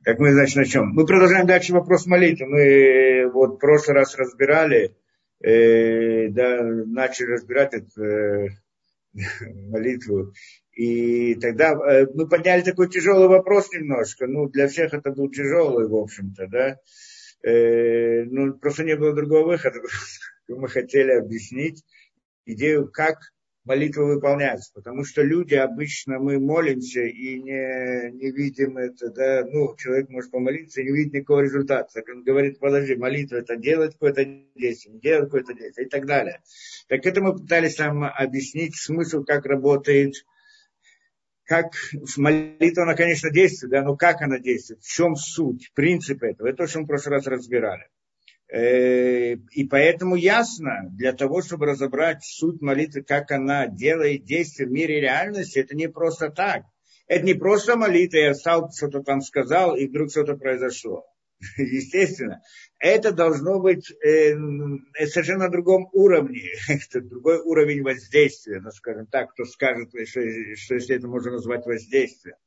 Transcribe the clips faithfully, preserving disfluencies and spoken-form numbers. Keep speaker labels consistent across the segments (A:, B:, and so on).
A: Так мы, значит, начнем. Мы продолжаем дальше вопрос молитвы. Мы вот в прошлый раз разбирали, э, да, начали разбирать эту э, молитву. И тогда э, мы подняли такой тяжелый вопрос немножко. Ну, для всех это был тяжелый, в общем-то, да. Э, ну, просто не было другого выхода. Мы хотели объяснить идею, как молитва выполняется, потому что люди обычно, мы молимся и не, не видим это, да, ну, человек может помолиться и не видит никакого результата. Так он говорит, подожди, молитва это делать какое-то действие, делать какое-то действие и так далее. Так это мы пытались там объяснить смысл, как работает, как молитва, она, конечно, действует, да, но как она действует, в чем суть, принцип этого, это то, что мы в прошлый раз разбирали. И поэтому ясно, для того, чтобы разобрать суть молитвы, как она делает действие в мире реальности, это не просто так. Это не просто молитва, я встал, что-то там сказал, и вдруг что-то произошло. Естественно, это должно быть э, совершенно на другом уровне, это другой уровень воздействия, ну, скажем так, кто скажет, что, что если это можно назвать воздействием.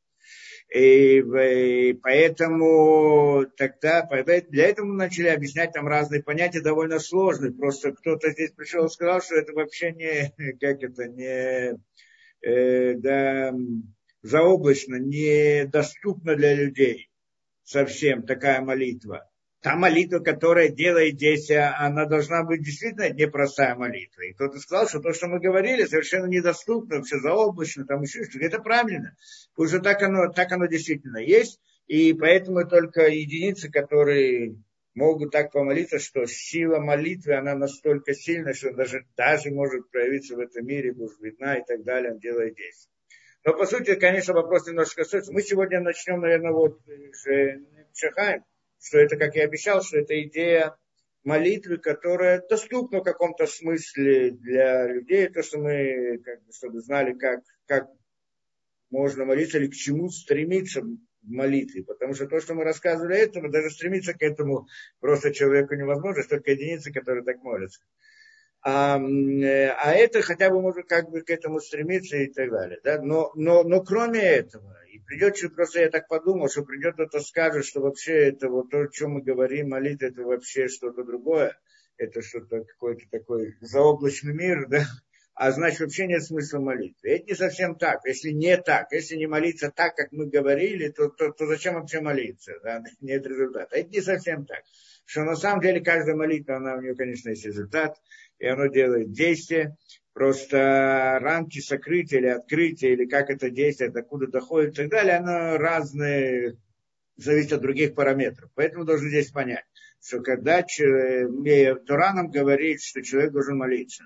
A: И, и поэтому тогда для этого мы начали объяснять там разные понятия, довольно сложные. Просто кто-то здесь пришел и сказал, что это вообще не, как это, не э, да, заоблачно, недоступно для людей совсем такая молитва. Та молитва, которая делает действие, она должна быть действительно непростая молитва. И кто-то сказал, что то, что мы говорили, совершенно недоступно, все заоблачно, там еще что-то. Это правильно, потому что так оно, так оно действительно есть. И поэтому только единицы, которые могут так помолиться, что сила молитвы, она настолько сильна, что даже, даже может проявиться в этом мире, будет видна и так далее, он делает действие. Но по сути, конечно, вопрос немножко касается. Мы сегодня начнем, наверное, вот с Шахаем, что это, как я обещал, что это идея молитвы, которая доступна в каком-то смысле для людей. То, что мы, как бы, чтобы знали, как, как можно молиться или к чему стремиться в молитве. Потому что то, что мы рассказывали этому, даже стремиться к этому просто человеку невозможно, только единицы, которые так молятся. А, а это хотя бы может как бы к этому стремиться и так далее. Да? Но, но, но кроме этого, и придет, просто я так подумал, что придет кто-то скажет, что вообще это вот то, о чем мы говорим, молитва, это вообще что-то другое, это что-то какой-то такой заоблачный мир, да? А значит вообще нет смысла молитвы. Это не совсем так. Если не так, если не молиться так, как мы говорили, то, то, то зачем вообще молиться? Да? Нет результата. Это не совсем так. Что на самом деле каждая молитва, она у нее, конечно, есть результат. И оно делает действие, просто рамки сокрытия или открытия, или как это действие, откуда доходит и так далее, оно разное, зависит от других параметров. Поэтому должны здесь понять, что когда Тора нам говорит, что человек должен молиться,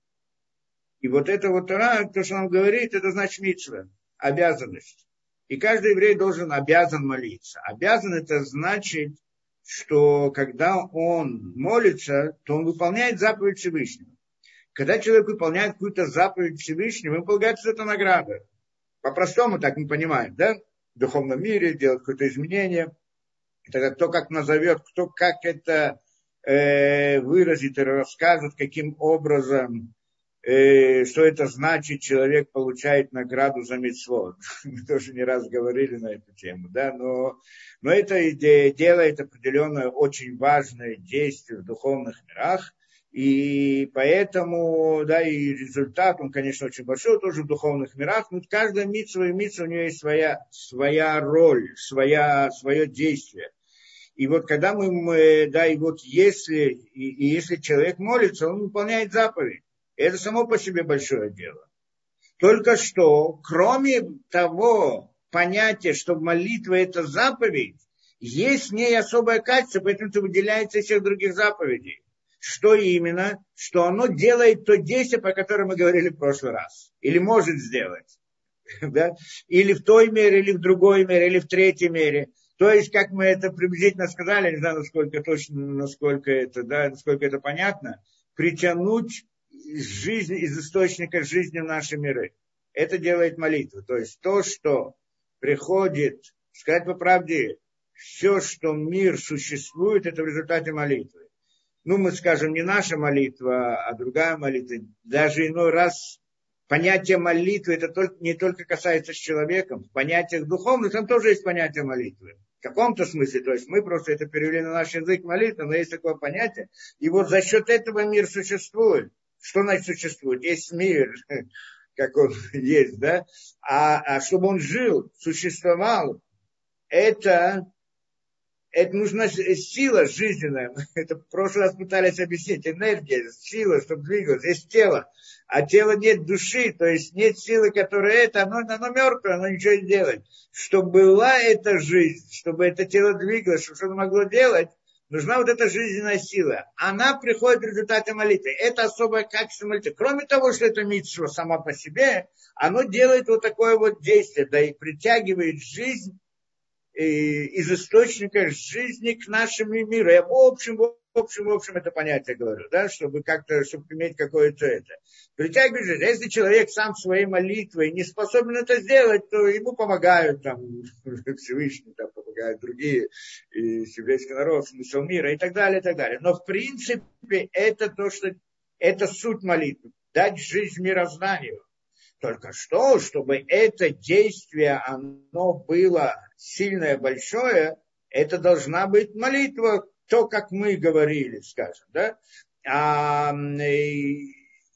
A: и вот это вот Тора, то, что нам говорит, это значит мицва, обязанность. И каждый еврей должен обязан молиться. Обязан это значит, что когда он молится, то он выполняет заповедь Всевышнего. Когда человек выполняет какую-то заповедь Всевышнего, ему полагается это награда. По-простому так мы понимаем, да? В духовном мире делать какое-то изменение. И тогда кто как назовет, кто как это э, выразит и расскажет, каким образом, э, что это значит, человек получает награду за мицвот. Мы тоже не раз говорили на эту тему, да, но, но это идея делает определенное очень важное действие в духовных мирах, и поэтому, да, и результат, он, конечно, очень большой тоже в духовных мирах, но каждая мицва и мицва, у нее есть своя, своя роль, своя, свое действие. И вот когда мы, мы да, и вот если, и, и если человек молится, он выполняет заповедь. Это само по себе большое дело. Только что, кроме того понятия, что молитва это заповедь, есть в ней особое качество, поэтому это выделяется из всех других заповедей. Что именно? Что оно делает то действие, по которому мы говорили в прошлый раз. Или может сделать. Да? Или в той мере, или в другой мере, или в третьей мере. То есть, как мы это приблизительно сказали, не знаю, насколько точно, насколько это, да, насколько это понятно, притянуть жизнь из источника жизни в наши миры. Это делает молитва. То есть то, что приходит, сказать по правде, все, что мир существует, это в результате молитвы. Ну, мы скажем, не наша молитва, а другая молитва. Даже иной раз понятие молитвы, это только, не только касается с человеком. В понятиях духовных там тоже есть понятие молитвы. каком-то смысле, то есть мы просто это перевели на наш язык молитва, но есть такое понятие. И вот за счет этого мир существует. Что значит существует? Есть мир, как он есть, да? А, а чтобы он жил, существовал, это, это нужна сила жизненная. Это в прошлый раз пытались объяснить. Энергия, сила, чтобы двигалось. Есть тело. А тело нет души, то есть нет силы, которая это, оно, оно мертвое, оно ничего не делает. Чтобы была эта жизнь, чтобы это тело двигалось, чтобы что-то могло делать, нужна вот эта жизненная сила. Она приходит в результате молитвы. Это особое качество молитвы. Кроме того, что это митцва сама по себе, оно делает вот такое вот действие, да и притягивает жизнь из источника жизни к нашему миру. Я в общем, в общем, в общем это понятие говорю, да, чтобы как-то, чтобы иметь какое-то это. Притягивать жизнь. Если человек сам своей молитвой не способен это сделать, то ему помогают там Всевышний, там помогают другие, и еврейский народ, смысл мира и так далее, и так далее. Но в принципе это то, что это суть молитвы. Дать жизнь мирозданию. Только что, чтобы это действие, оно было сильное, большое, это должна быть молитва, то, как мы говорили, скажем, да. А, и,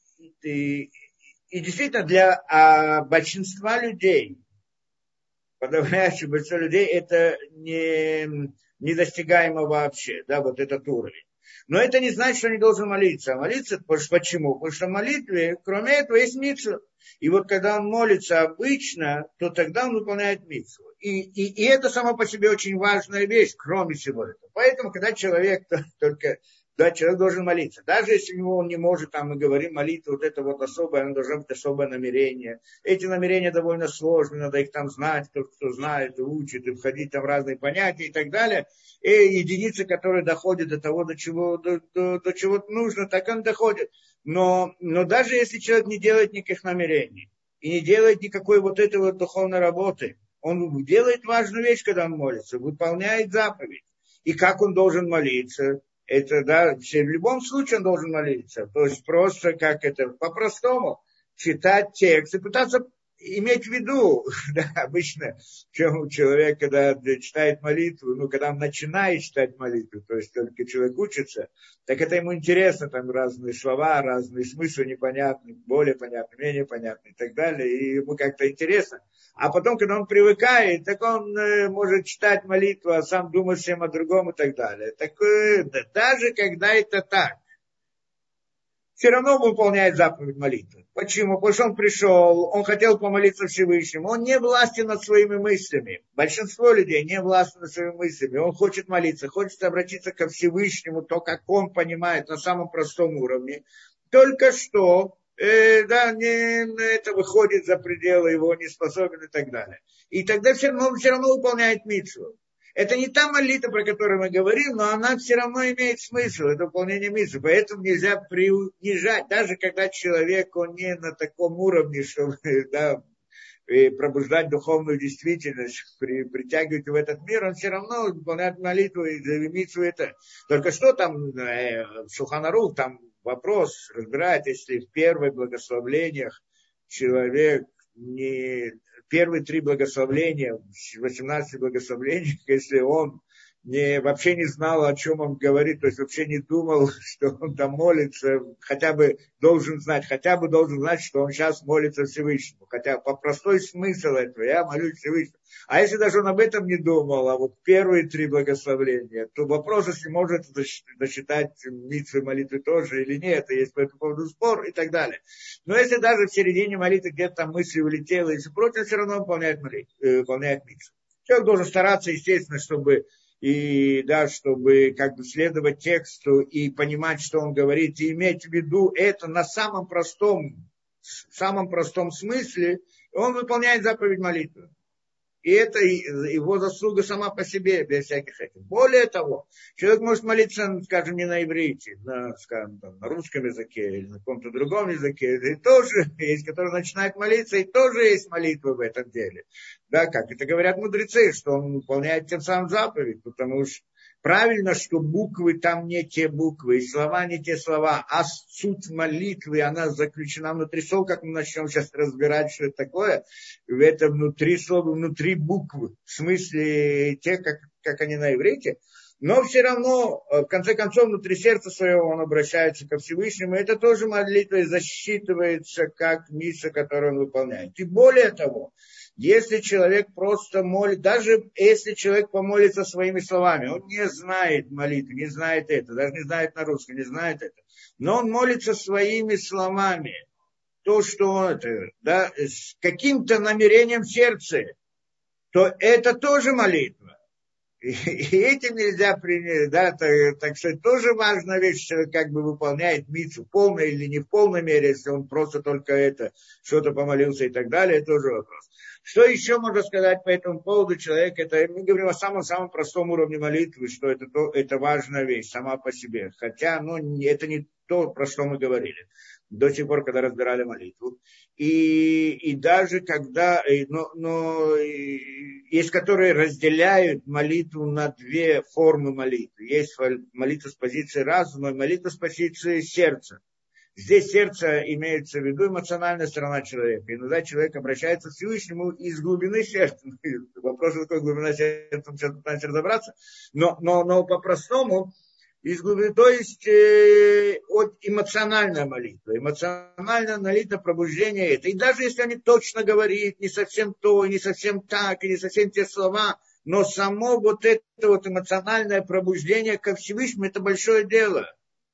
A: и, и действительно для а, большинства людей, подавляющего большинства людей, это не, недостигаемо вообще, да, вот этот уровень. Но это не значит, что не должен молиться. А молиться, почему? Потому что в молитве, кроме этого, есть мицва. И вот когда он молится обычно, то тогда он выполняет мицву. И, и, и это само по себе очень важная вещь, кроме всего этого. Поэтому, когда человек только... Да, человек должен молиться. Даже если у него он не может, там мы говорим, молитва, вот это вот особое, оно должно быть особое намерение. Эти намерения довольно сложные, надо их там знать, кто, кто знает, и учит, и входить там в разные понятия и так далее. И единицы, которые доходят до того, до чего, до, до, до чего нужно, так он доходит. Но, но даже если человек не делает никаких намерений, и не делает никакой вот этой вот духовной работы, он делает важную вещь, когда он молится, выполняет заповедь. И как он должен молиться? Это, да, в любом случае он должен молиться. То есть просто, как это, по-простому, читать текст и пытаться иметь в виду, да, обычно, чем человек, когда читает молитву, ну, когда он начинает читать молитву, то есть только человек учится, так это ему интересно, там разные слова, разные смыслы непонятные, более понятные, менее понятные и так далее, и ему как-то интересно. А потом, когда он привыкает, так он э, может читать молитву, а сам думать всем о другом и так далее. Так, э, да, даже когда это так, все равно он выполняет заповедь молитвы. Почему? Потому что он пришел, он хотел помолиться Всевышнему, он не властен над своими мыслями. Большинство людей не властны над своими мыслями. Он хочет молиться, хочет обратиться ко Всевышнему, то, как он понимает на самом простом уровне. Только что, э, да, не, это выходит за пределы его, не способен и так далее. И тогда все равно, он все равно выполняет мицву. Это не та молитва, про которую мы говорим, но она все равно имеет смысл, это выполнение мицвы. Поэтому нельзя принижать, даже когда человек, он не на таком уровне, чтобы, да, пробуждать духовную действительность, при, притягивать в этот мир, он все равно выполняет молитву и мицву. Это. Только что там э, в Шулхан Арух, там вопрос разбирает, если в первых благословлениях человек не... Первые три благословления, восемнадцать благословений, если он не, вообще не знал, о чем он говорит, то есть вообще не думал, что он там молится, хотя бы должен знать, хотя бы должен знать, что он сейчас молится Всевышнему. Хотя по простой смысл этого, я молюсь Всевышнему. А если даже он об этом не думал, а вот первые три благословения, то вопрос, если может досчитать мицвы молитвы тоже или нет, есть по этому поводу спор и так далее. Но если даже в середине молитвы где-то там мысль улетела, если против, все равно выполняет, молитву, э, выполняет мицву. Человек должен стараться, естественно, чтобы и да, чтобы как бы следовать тексту и понимать, что он говорит, и иметь в виду это на самом простом, самом простом смысле, он выполняет заповедь молитвы. И это его заслуга сама по себе, без всяких этих. Более того, человек может молиться, скажем, не на иврите, на, скажем, там, на русском языке или на каком-то другом языке. И тоже есть, который начинает молиться, и тоже есть молитва в этом деле. Да, как это говорят мудрецы, что он выполняет тем самым заповедь, потому что Правильно, что буквы там не те буквы, и слова не те слова, а суть молитвы, она заключена внутри слов, как мы начнем сейчас разбирать, что это такое, это внутри слова, внутри буквы, в смысле те, как, как они на иврите, но все равно, в конце концов, внутри сердца своего он обращается ко Всевышнему, и это тоже молитва, и засчитывается как миссия, которую он выполняет. И более того, если человек просто молит, даже если человек помолится своими словами, он не знает молитвы, не знает это, даже не знает на русском, не знает это, но он молится своими словами, то, что он, это, да, с каким-то намерением в сердце, то это тоже молитва. И этим нельзя принять, да, так, так что тоже важная вещь, что как бы выполняет мицву, в полной или не в полной мере, если он просто только это, что-то помолился и так далее, это тоже вопрос. Что еще можно сказать по этому поводу человека, это мы говорим о самом-самом простом уровне молитвы, что это, то, это важная вещь сама по себе, хотя, ну, это не то, про что мы говорили до сих пор, когда разбирали молитву. И, и даже когда, но, но есть, которые разделяют молитву на две формы молитвы. Есть молитва с позиции разума и молитва с позиции сердца. Здесь сердце имеется в виду эмоциональная сторона человека. Иногда человек обращается к Всевышнему из глубины сердца. Вопрос, какой глубина сердца, мы сейчас пытаемся разобраться. Но, но, но по-простому, из глубины, то есть э, от эмоциональная молитва. Эмоциональная молитва, пробуждение это. И даже если они точно говорят не совсем то, не совсем так, и не совсем те слова, но само вот это вот эмоциональное пробуждение ко Всевышнему, это большое дело.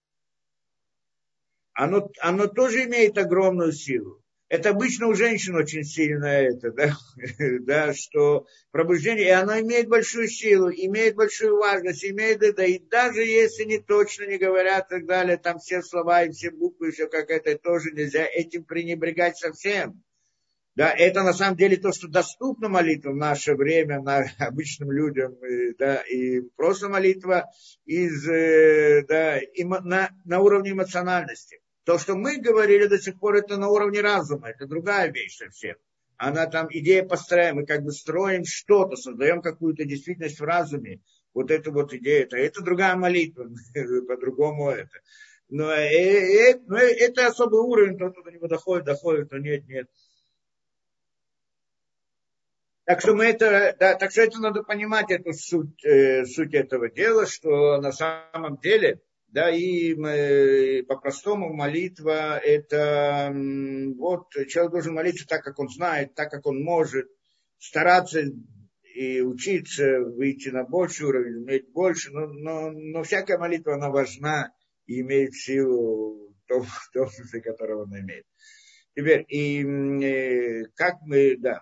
A: Оно, оно тоже имеет огромную силу. Это обычно у женщин очень сильное это, да, да, что пробуждение, и оно имеет большую силу, имеет большую важность, имеет это, и даже если не точно не говорят и так далее, там все слова и все буквы, и все как это, тоже нельзя этим пренебрегать совсем. Да, это на самом деле то, что доступно молитва в наше время, на, обычным людям, и, да, и просто молитва из, да, и, на, на уровне эмоциональности. То, что мы говорили до сих пор, это на уровне разума, это другая вещь совсем. Она там, идея построена, мы как бы строим что-то, создаем какую-то действительность в разуме. Вот это вот идея, это, это другая молитва, по-другому это. Но э, э, э, это особый уровень, тот, кто до него доходит, доходит, то нет, нет. Так что мы это, да, так что это надо понимать, эту суть, э, суть этого дела, что на самом деле, да, и мы, по-простому молитва, это вот человек должен молиться так, как он знает, так, как он может, стараться и учиться, выйти на больший уровень, иметь больше, но, но, но всякая молитва, она важна и имеет силу в том, в том смысле, которую она имеет. Теперь, и э, как мы, да,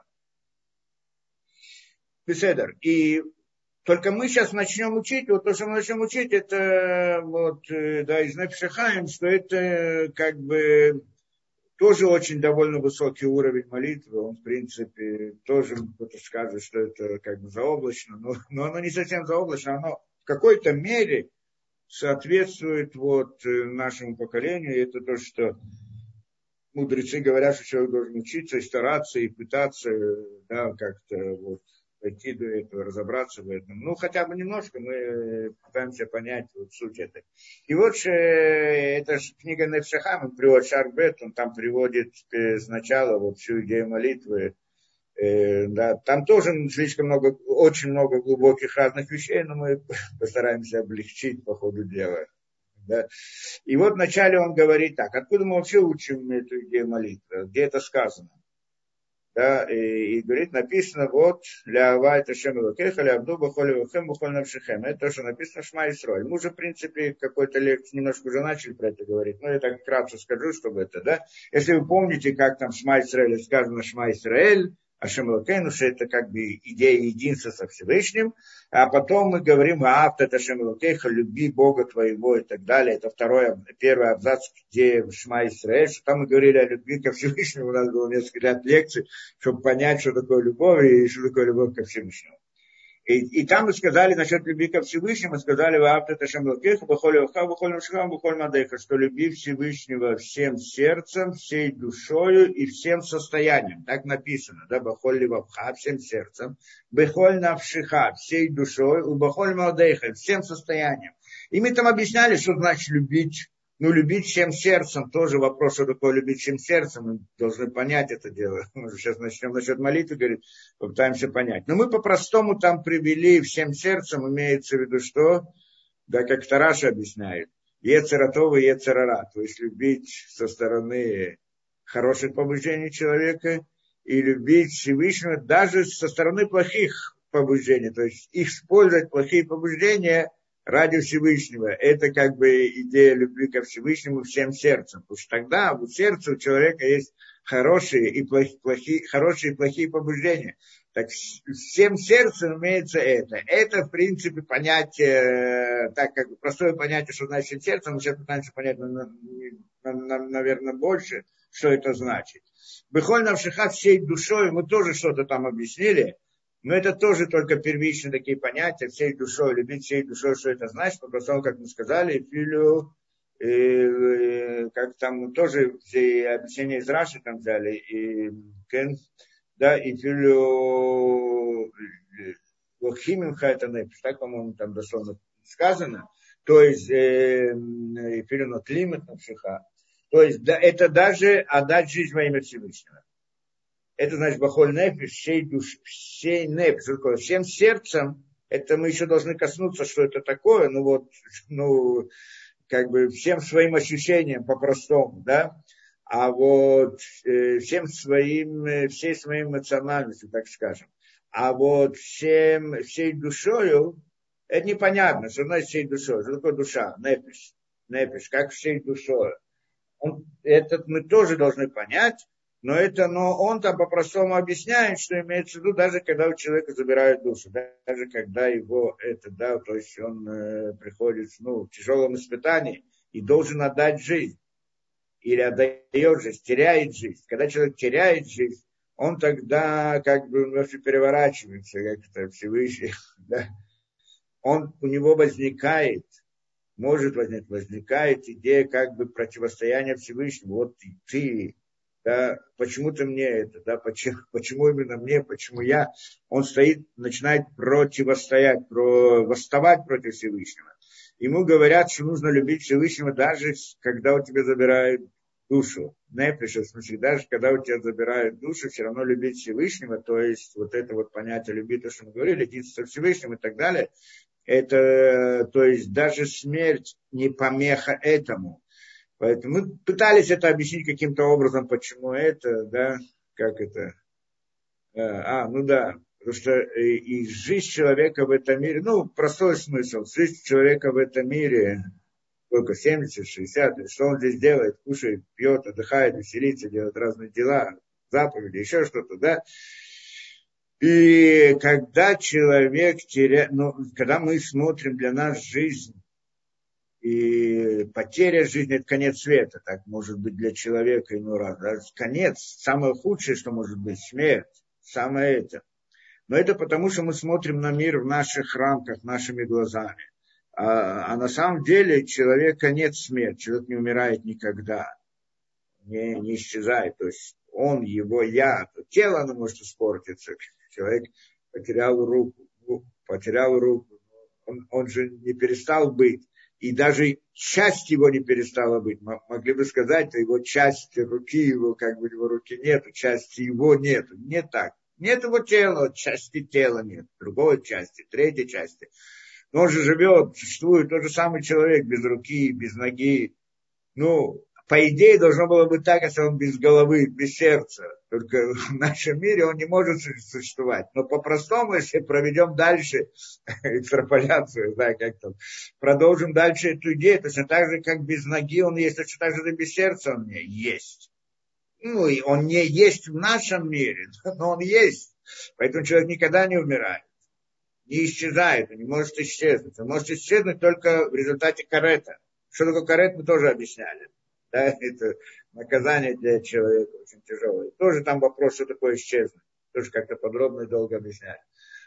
A: Беседер. И только мы сейчас начнем учить, вот то, что мы начнем учить, это вот, да, из Непшахаим, что это как бы тоже очень довольно высокий уровень молитвы. Он, в принципе, тоже кто-то скажет, что это как бы заоблачно, но, но оно не совсем заоблачно, оно в какой-то мере соответствует вот нашему поколению. И это то, что мудрецы говорят, что человек должен учиться и стараться, и пытаться, да, как-то вот пойти до этого, разобраться в этом. Ну, хотя бы немножко мы пытаемся понять вот суть этой. И вот э, эта же книга Нефшахам, он приводит Шарбет, он там приводит э, сначала вот всю идею молитвы. Э, да, там тоже слишком много, очень много глубоких разных вещей, но мы постараемся облегчить по ходу дела. Да. И вот вначале он говорит так, откуда мы вообще учим эту идею молитвы, где это сказано? Да, и, и говорит, написано, вот, ля ава это шем элокеха, ля абду бахоли вахем, бахоль навшихем. Это то, что написано в Шма Исроэль. Мы уже, в принципе, какой-то лекции немножко уже начали про это говорить, но я так вкратце скажу, чтобы это, да. Если вы помните, как там в Шма Исроэль сказано Шма Исроэль, Ашем Элокейну, что это как бы идея единства со Всевышним, а потом мы говорим, Аавт это Ашем Элокейха, люби Бога твоего и так далее. Это второй, первый абзац, где в Шма Исраэль, что там мы говорили о любви ко Всевышнему, у нас было несколько лет лекций, чтобы понять, что такое любовь и что такое любовь ко Всевышнему. И, и там мы сказали насчет любви ко Всевышнему, мы сказали, что люби Всевышнего всем сердцем, всей душою и всем состоянием. Так написано, да, бахоль ливавха, всем сердцем, бахоль навшиха, всей душой, у бахоль маодейха, всем состоянием. И мы там объясняли, что значит любить. Ну, любить всем сердцем, тоже вопрос, что такое любить всем сердцем, мы должны понять это дело. Мы сейчас начнем насчет молитвы говорить, попытаемся понять. Но мы по-простому там привели всем сердцем, имеется в виду что? Да, как Тараша объясняет, ецератова и ецерара, то есть любить со стороны хороших побуждений человека и любить Всевышнего даже со стороны плохих побуждений, то есть использовать плохие побуждения ради Всевышнего. Это как бы идея любви ко Всевышнему всем сердцем. Потому что тогда в сердце у человека есть хорошие и плохие, плохие, хорошие и плохие побуждения. Так всем сердцем имеется это. Это, в принципе, понятие, так как простое понятие, что значит всем сердцем, мы сейчас пытаемся понять, наверное, больше, что это значит. Бехоль навшиха всей душой, мы тоже что-то там объяснили. Но это тоже только первичные такие понятия, всей душой, любить всей душой, что это значит, по-простому, как мы сказали, филю, э, как там тоже все объяснения из Раши там взяли, и кен, да, и филю лохимим хайтанепиш, так, по-моему, там дословно сказано, то есть э, филю нотлимет навшиха, то есть да, это даже отдать жизнь во имя Всевышнего. Это значит бахоль нефиш, всей душ, всей нефиш, всем сердцем. Это мы еще должны коснуться, что это такое. Ну вот, ну, как бы всем своим ощущениям по-простому, да. А вот э, всем своим, э, всей своей эмоциональностью, так скажем. А вот всем, всей душою, это непонятно, что значит всей душой. Что такое душа? Нефиш. Нефиш, как всей душой. Он, это мы тоже должны понять. Но это, но он там по-простому объясняет, что имеется в виду, даже когда у человека забирают душу, даже когда его это, да, то есть он э, приходит, ну, в тяжелом испытании и должен отдать жизнь, или отдает жизнь, теряет жизнь. Когда человек теряет жизнь, он тогда как бы немножко переворачивается, как это Всевышний, да. Он, у него возникает, может возникнуть, возникает идея как бы противостояния Всевышнему. Вот ты, ты да, почему ты мне это, да, почему, почему именно мне, почему я, он стоит, начинает противостоять, про, восставать против Всевышнего. Ему говорят, что нужно любить Всевышнего, даже когда у тебя забирают душу. Нефиш, в смысле, даже когда у тебя забирают душу, все равно любить Всевышнего, то есть вот это вот понятие любить, то, что мы говорили, единство со Всевышним и так далее, это, то есть даже смерть не помеха этому. Поэтому мы пытались это объяснить каким-то образом, почему это, да, как это. А, ну да, потому что и, и жизнь человека в этом мире, ну, простой смысл, жизнь человека в этом мире, сколько, семьдесят, шестьдесят, что он здесь делает, кушает, пьет, отдыхает, веселится, делает разные дела, заповеди, еще что-то, да. И когда человек теряет, ну, когда мы смотрим для нас жизнь, и потеря жизни – это конец света, так может быть для человека иной раз. Да? Конец, самое худшее, что может быть, смерть, самое это. Но это потому, что мы смотрим на мир в наших рамках, нашими глазами. А, а на самом деле человека нет смерти, человек не умирает никогда, не, не исчезает. То есть он, его я, то тело оно может испортиться. Человек потерял руку, потерял руку, он, он же не перестал быть. И даже часть его не перестала быть. Могли бы сказать, что его часть руки, его как бы его руки нету, части его нету. Не так. Нет его тела, части тела нет. Другой части, третьей части. Но он же живет, существует тот же самый человек, без руки, без ноги. Ну, по идее, должно было быть так, если он без головы, без сердца. Только в нашем мире он не может существовать. Но по-простому, если проведем дальше экстраполяцию, да, как там, продолжим дальше эту идею, точно так же, как без ноги он есть, точно так же и без сердца он есть. Ну, и он не есть в нашем мире, но он есть. Поэтому человек никогда не умирает, не исчезает, он не может исчезнуть. Он может исчезнуть только в результате карета. Что такое карет, мы тоже объясняли. Да, это наказание для человека очень тяжелое. Тоже там вопрос, что такое исчезнуть. Тоже как-то подробно и долго объясняли.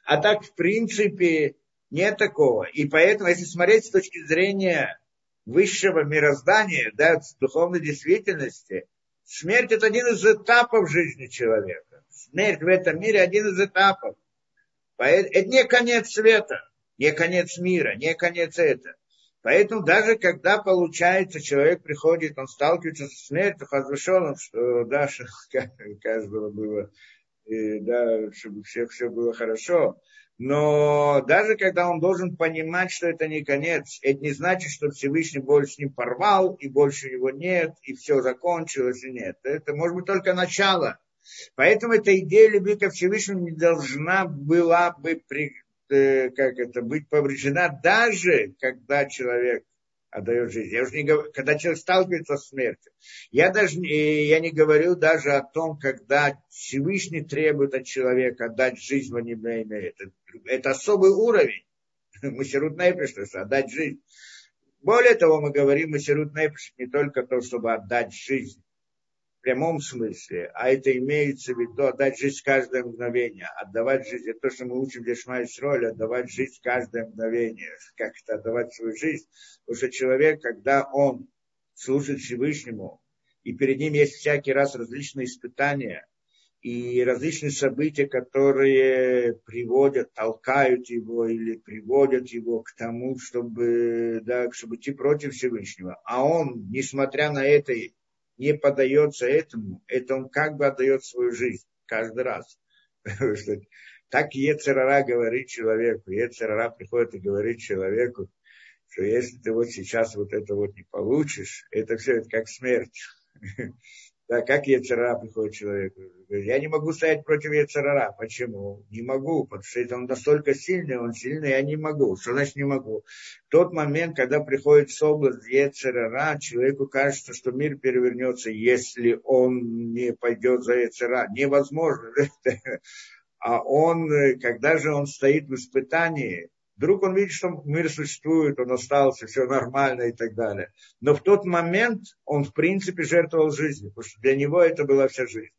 A: А так, в принципе, нет такого. И поэтому, если смотреть с точки зрения высшего мироздания, да, с духовной действительности, смерть – это один из этапов жизни человека. Смерть в этом мире – один из этапов. Это не конец света, не конец мира, не конец этого. Поэтому даже когда, получается, человек приходит, он сталкивается со смертью, возвышенным, что да, что каждого было, и, да, чтобы всех все было хорошо. Но даже когда он должен понимать, что это не конец, это не значит, что Всевышний больше с ним порвал, и больше его нет, и все закончилось, и нет. Это может быть только начало. Поэтому эта идея любви ко Всевышнему не должна была бы при, э, как это, быть повреждена, даже когда человек отдает жизнь. Я уже не говорю, когда человек сталкивается с смертью. Я, даже, я не говорю даже о том, когда Всевышний требует от человека отдать жизнь во имя имя. Это, это особый уровень. Масирут нефеш, то есть отдать жизнь. Более того, мы говорим масирут нефеш не только то, чтобы отдать жизнь в прямом смысле, а это имеется в виду отдать жизнь каждое мгновение. Отдавать жизнь, это то, что мы учим в Шма Исроэль, отдавать жизнь каждое мгновение. Как это отдавать свою жизнь? Потому что человек, когда он служит Всевышнему, и перед ним есть всякий раз различные испытания, и различные события, которые приводят, толкают его или приводят его к тому, чтобы, да, чтобы идти против Всевышнего. А он, несмотря на это, не поддается этому, это он как бы отдает свою жизнь каждый раз. Так Йецер ара говорит человеку. Йецер ара приходит и говорит человеку, что если ты вот сейчас вот это вот не получишь, это все это как смерть. Да, как Йецер ара приходит человеку. Я не могу стоять против Йецер ара. Почему? Не могу, потому что это он настолько сильный, он сильный, я не могу. Что значит не могу? В тот момент, когда приходит соблазн Йецер ара, человеку кажется, что мир перевернется, если он не пойдет за Йецер ара. Невозможно. А он, когда же он стоит в испытании, вдруг он видит, что мир существует, он остался, все нормально и так далее. Но в тот момент он, в принципе, жертвовал жизнью, потому что для него это была вся жизнь.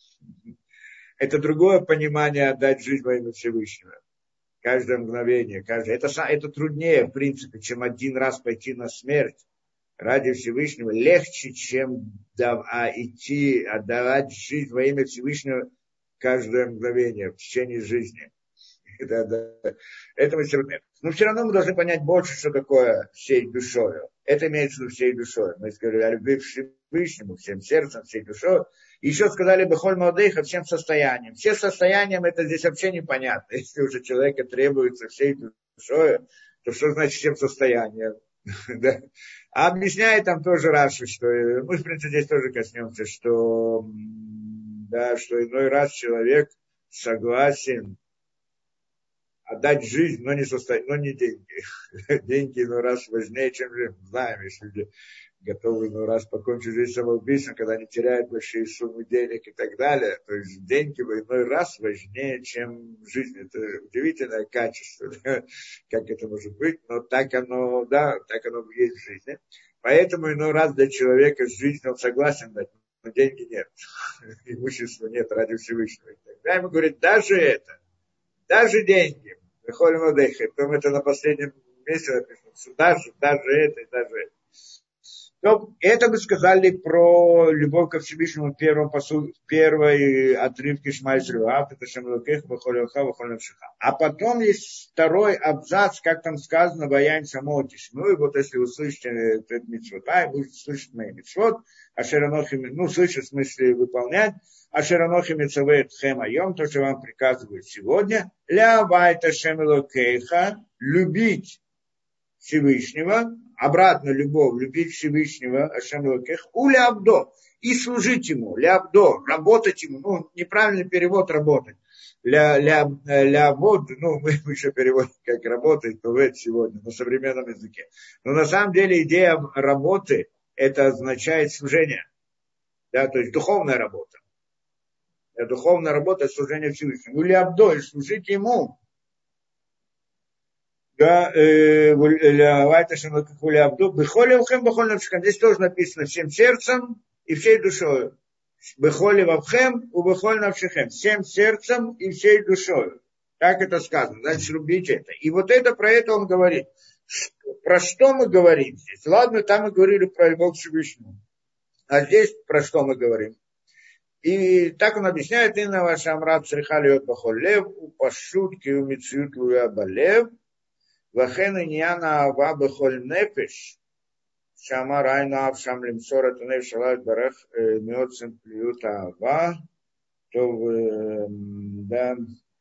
A: Это другое понимание отдать жизнь во имя Всевышнего. Каждое мгновение, каждое. Это, это труднее, в принципе, чем один раз пойти на смерть ради Всевышнего. Легче, чем да, а, идти, отдавать жизнь во имя Всевышнего каждое мгновение в течение жизни. Да, да. Это мы все равно. Но все равно мы должны понять больше, что такое всей душой. Это имеется в виду всей душой. Мы сказали о любви к Всевышнему, всем сердцем, всей душой. И еще сказали бехоль маодейха, всем состоянием. Все состоянием это здесь вообще непонятно. Если уже человека требуется всей душой, то что значит всем состоянием? Да. А объясняет там тоже Раши, что мы, в принципе, здесь тоже коснемся, что, да, что иной раз человек согласен отдать жизнь, но не, состо... но не деньги. Деньги иной раз важнее, чем жизнь. Знаем, если люди готовы иной раз покончить жизнь самоубийством, когда они теряют большие суммы денег и так далее. То есть деньги в иной раз важнее, чем жизнь. Это удивительное качество, да? Как это может быть, но так оно, да, так оно есть в жизни. Поэтому иной раз для человека жизнь он согласен дать, но деньги нет. Имущества нет ради Всевышнего. И так далее. Ему говорит, даже это, даже деньги, потом это на последнем месте написано, что даже, даже это и даже это. То, это мы сказали про любовь ко Всевышнему в первом посуде, в первой отрывке Шма Исроэль. А потом есть второй абзац, как там сказано, Ваян Самотиш. Ну и вот если вы слышите этот митцвот, а будете слышать мои митцвот, ну, слышать в смысле выполнять, Ашеранохи мецавет хэм айом, то, что вам приказывают сегодня, ля вайта шемелокейха, любить Всевышнего, обратно любовь, любить Всевышнего, Ашемелокейха, у ля абдо, и служить ему, ля абдо, работать ему, ну, неправильный перевод работать, ля, ля, ля абод, ну, мы еще переводим, как работать, то это сегодня, на современном языке. Но на самом деле идея работы, это означает служение, да, то есть духовная работа. Духовная работа, служение Всевышнему. Или абдо, и служить ему. Да, здесь тоже написано всем сердцем и всей душой. Бехоли вавхем, у бехоль навшихем. Всем сердцем и всей душой. Как это сказано? Значит, любить это. И вот это про это он говорит. Про что мы говорим здесь? Ладно, там мы говорили про любовь к Всевышнему. А здесь про что мы говорим? И так он объясняет: «Инна ваша амрат црихалиот бахолев, упашутки умицют луя балев, вахен иньяна ава бахоль нефеш, шама райна ав шам лимсор атунев шалат барах миоцем плюта ава». То, да,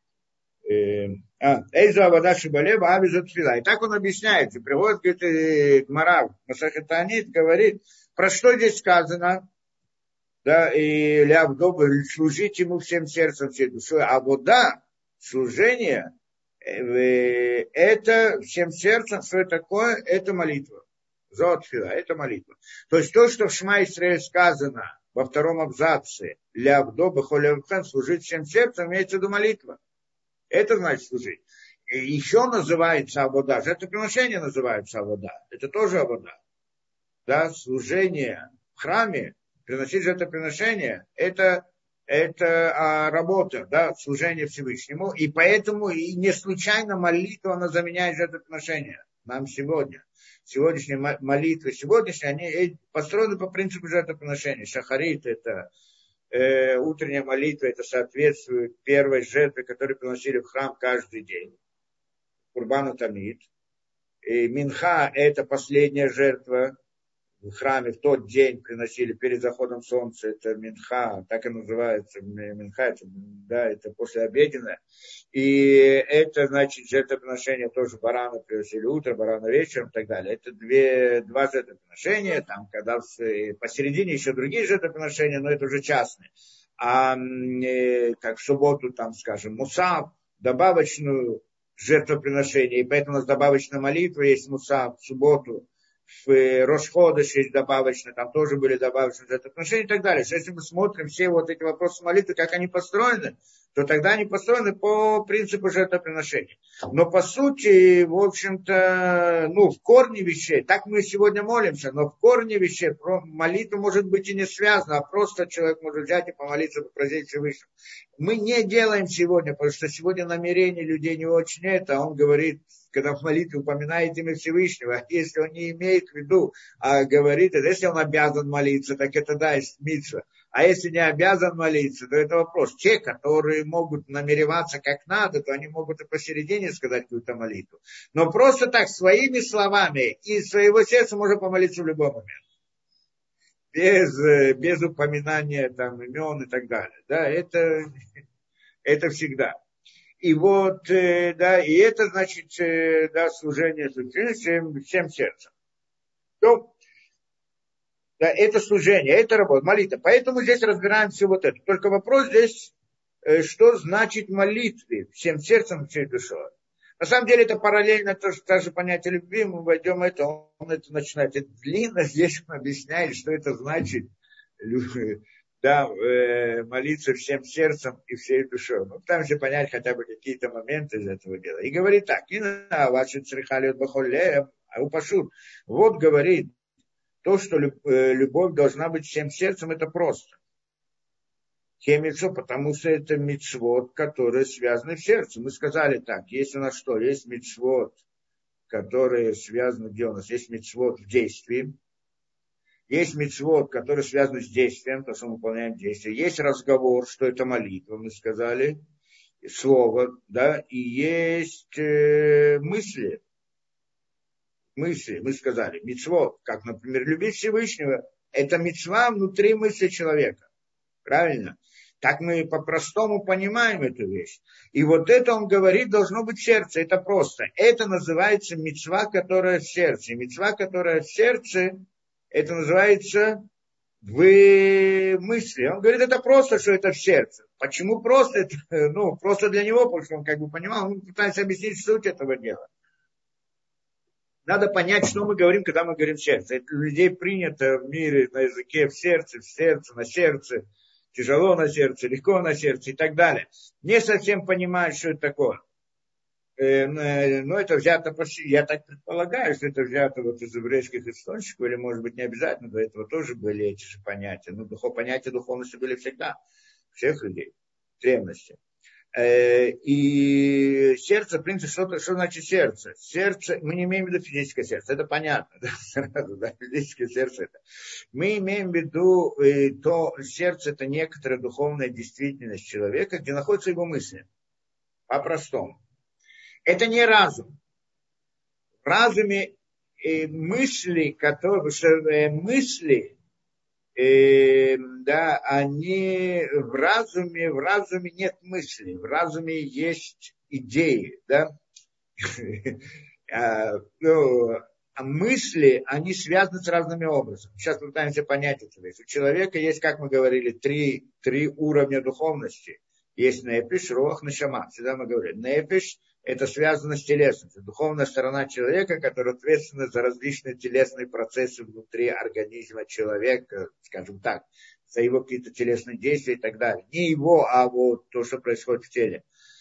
A: а, Эйза вода Шибалева, Авиза Тфила. И так он объясняет, и приводит, говорит, Гмара, Масахет Таанит, говорит, про что здесь сказано, да, и Лявдоб, служить ему всем сердцем, всей душой, а вода, служение, это всем сердцем, что это такое, это молитва. Зоотфила, это молитва. То есть то, что в Шма Исраэль сказано во втором абзаце, Лявдоб, Холевхан, служить всем сердцем, имеется в виду молитва. Это значит служить. И еще называется авода. Жертвоприношение называется авода. Это тоже авода. Да, служение в храме, приносить жертвоприношение, это, это а, работа, да, служение Всевышнему. И поэтому и не случайно молитва, она заменяет жертвоприношение. Нам сегодня. Сегодняшние молитвы, сегодняшние, они построены по принципу жертвоприношения. Шахарит — это утренняя молитва, это соответствует первой жертве, которую приносили в храм каждый день. Курбану Тамид. И Минха — это последняя жертва в храме в тот день приносили перед заходом солнца. Это Минха, так и называется. Минха, это, да, это послеобеденное. И это, значит, жертвоприношение тоже барана приносили утром, барана вечером и так далее. Это две, два жертвоприношения. Там, когда в, посередине еще другие жертвоприношения, но это уже частные. А э, как в субботу, там, скажем, мусав, добавочную жертвоприношение. И поэтому у нас добавочная молитва есть мусав в субботу. В Рош-Ходеш есть добавочно, там тоже были добавочные жертвоприношения и так далее. Если мы смотрим все вот эти вопросы молитвы, как они построены, то тогда они построены по принципу жертвоприношения. Но по сути, в общем-то, ну, в корне вещей, так мы сегодня молимся, но в корне вещей молитва может быть и не связана, а просто человек может взять и помолиться, попросить Всевышнего. Мы не делаем сегодня, потому что сегодня намерение людей не очень это, а он говорит, когда в молитве упоминает имя Всевышнего, если он не имеет в виду, а говорит, если он обязан молиться, так это да, есть митцва. А если не обязан молиться, то это вопрос. Те, которые могут намереваться как надо, то они могут и посередине сказать какую-то молитву. Но просто так, своими словами, из своего сердца можно помолиться в любой момент. Без, без упоминания там имен и так далее. Да, это, это всегда. И вот, да, и это значит, да, служение всем, всем сердцем. То, да, это служение, это работа, молитва. Поэтому здесь разбираем все вот это. Только вопрос здесь, что значит молитве всем сердцем, всей душой. На самом деле это параллельно то, что же понятие любви, мы войдем это, он это начинает. Это длинно, здесь он объясняет, что это значит, да, молиться всем сердцем и всей душой. Мы пытаемся понять хотя бы какие-то моменты из этого дела. И говорит так, вот говорит, то, что любовь должна быть всем сердцем, это просто. Хемицу, потому что это мицвот, которые связаны в сердце. Мы сказали так, есть у нас что? Есть мицвот, которые связаны, где у нас? Есть мицвот в действии. Есть мицвот, который связан с действием, то, что мы выполняем действие. Есть разговор, что это молитва, мы сказали. Слово, да. И есть э, мысли. Мысли, мы сказали. Мицвот, как, например, любить Всевышнего. Это мицва внутри мысли человека. Правильно? Так мы по-простому понимаем эту вещь. И вот это, он говорит, должно быть в сердце. Это просто. Это называется мицва, которая в сердце. Мицва, которая в сердце, это называется в мысли. Он говорит, это просто, что это в сердце. Почему просто? Это, ну, просто для него, потому что он как бы понимал. Он пытается объяснить суть этого дела. Надо понять, что мы говорим, когда мы говорим в сердце. Это у людей принято в мире на языке в сердце, в сердце, на сердце. Тяжело на сердце, легко на сердце и так далее. Не совсем понимают, что это такое. Э, но это взято, я так предполагаю, что это взято вот из еврейских источников, или, может быть, не обязательно, до этого тоже были эти же понятия. Но духов, понятия духовности были всегда, всех людей, в древности. И сердце, в принципе, что, что значит сердце? Сердце, мы не имеем в виду физическое сердце, это понятно, да, сразу, да, физическое сердце это. Мы имеем в виду э, то, сердце это некоторая духовная действительность человека, где находятся его мысли, по-простому. Это не разум. В разуме э, мысли, которые, э, мысли, Э, да, они в разуме, в разуме нет мысли, в разуме есть идеи, да. а, ну, а мысли, они связаны с разными образами. Сейчас пытаемся понять это. У человека есть, как мы говорили, три, три уровня духовности. Есть нефиш, руах, нешама. Всегда мы говорим, нефиш – это связано с телесностью. Духовная сторона человека, которая ответственна за различные телесные процессы внутри организма человека, скажем так, за его какие-то телесные действия и так далее. Не его, а вот то, что происходит в теле.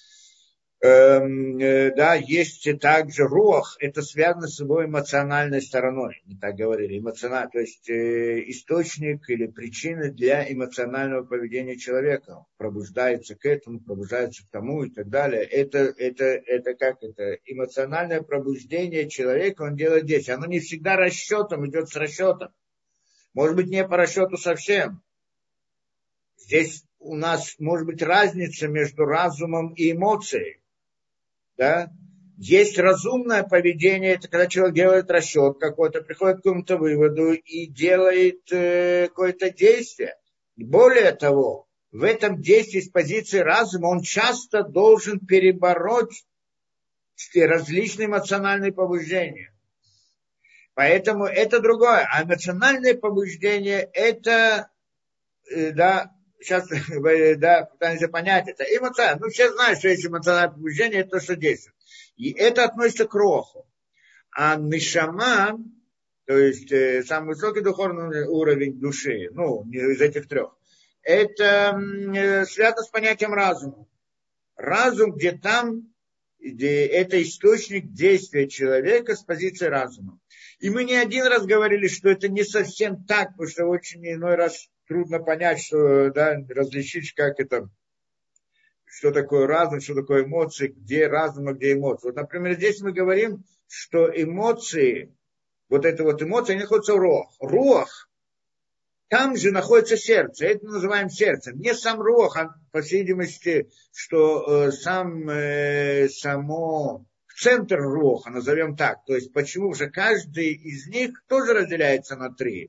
A: Эм, э, да, есть также руах, это связано с его эмоциональной стороной, мы так говорили, эмоционально, то есть э, источник или причина для эмоционального поведения человека, пробуждается к этому, пробуждается к тому и так далее. Это, это, это как это, эмоциональное пробуждение человека, он делает действия, оно не всегда расчетом, идет с расчетом, может быть не по расчету совсем. Здесь у нас может быть разница между разумом и эмоцией. Да? Есть разумное поведение, это когда человек делает расчет какой-то, приходит к какому-то выводу и делает э, какое-то действие. Более того, в этом действии с позиции разума он часто должен перебороть различные эмоциональные побуждения. Поэтому это другое. А эмоциональное побуждение это, э, да, сейчас да, пытаемся понять это. Эмоционально. Ну, все знают, что есть эмоциональное побуждение, это то, что действует. И это относится к роху. А нишама, то есть э, самый высокий духовный уровень души, ну, из этих трех, это э, связано с понятием разума. Разум, где там, где это источник действия человека с позиции разума. И мы не один раз говорили, что это не совсем так, потому что очень иной раз трудно понять, что, да, различить, как это, что такое разум, что такое эмоции, где разум, а где эмоции. Вот, например, здесь мы говорим, что эмоции, вот это вот эмоции, они находятся в руах. Руах, там же находится сердце, это мы называем сердцем. Не сам руах, а, по всей видимости, что э, сам, э, само центр руаха, назовем так. То есть, почему же каждый из них тоже разделяется на три.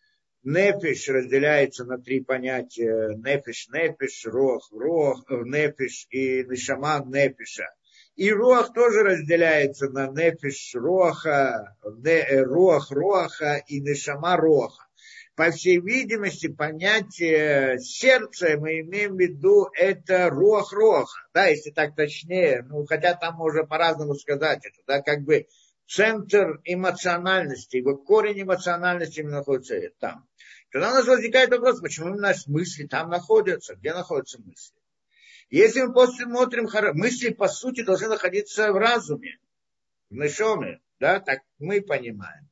A: Нефиш разделяется на три понятия. Нефиш, нефиш, руах, руах, нефиш и нишама нефиша. И руах тоже разделяется на нефиш руаха, не, руах руаха и нишама руаха. По всей видимости, понятие сердца мы имеем в виду это руах руаха. Да, если так точнее, ну, хотя там можно по-разному сказать это, да, как бы центр эмоциональности, его корень эмоциональности находится там. Тогда у нас возникает вопрос, почему у нас мысли там находятся, где находятся мысли. Если мы посмотрим, мысли по сути должны находиться в разуме, в нешоме, да, так мы понимаем.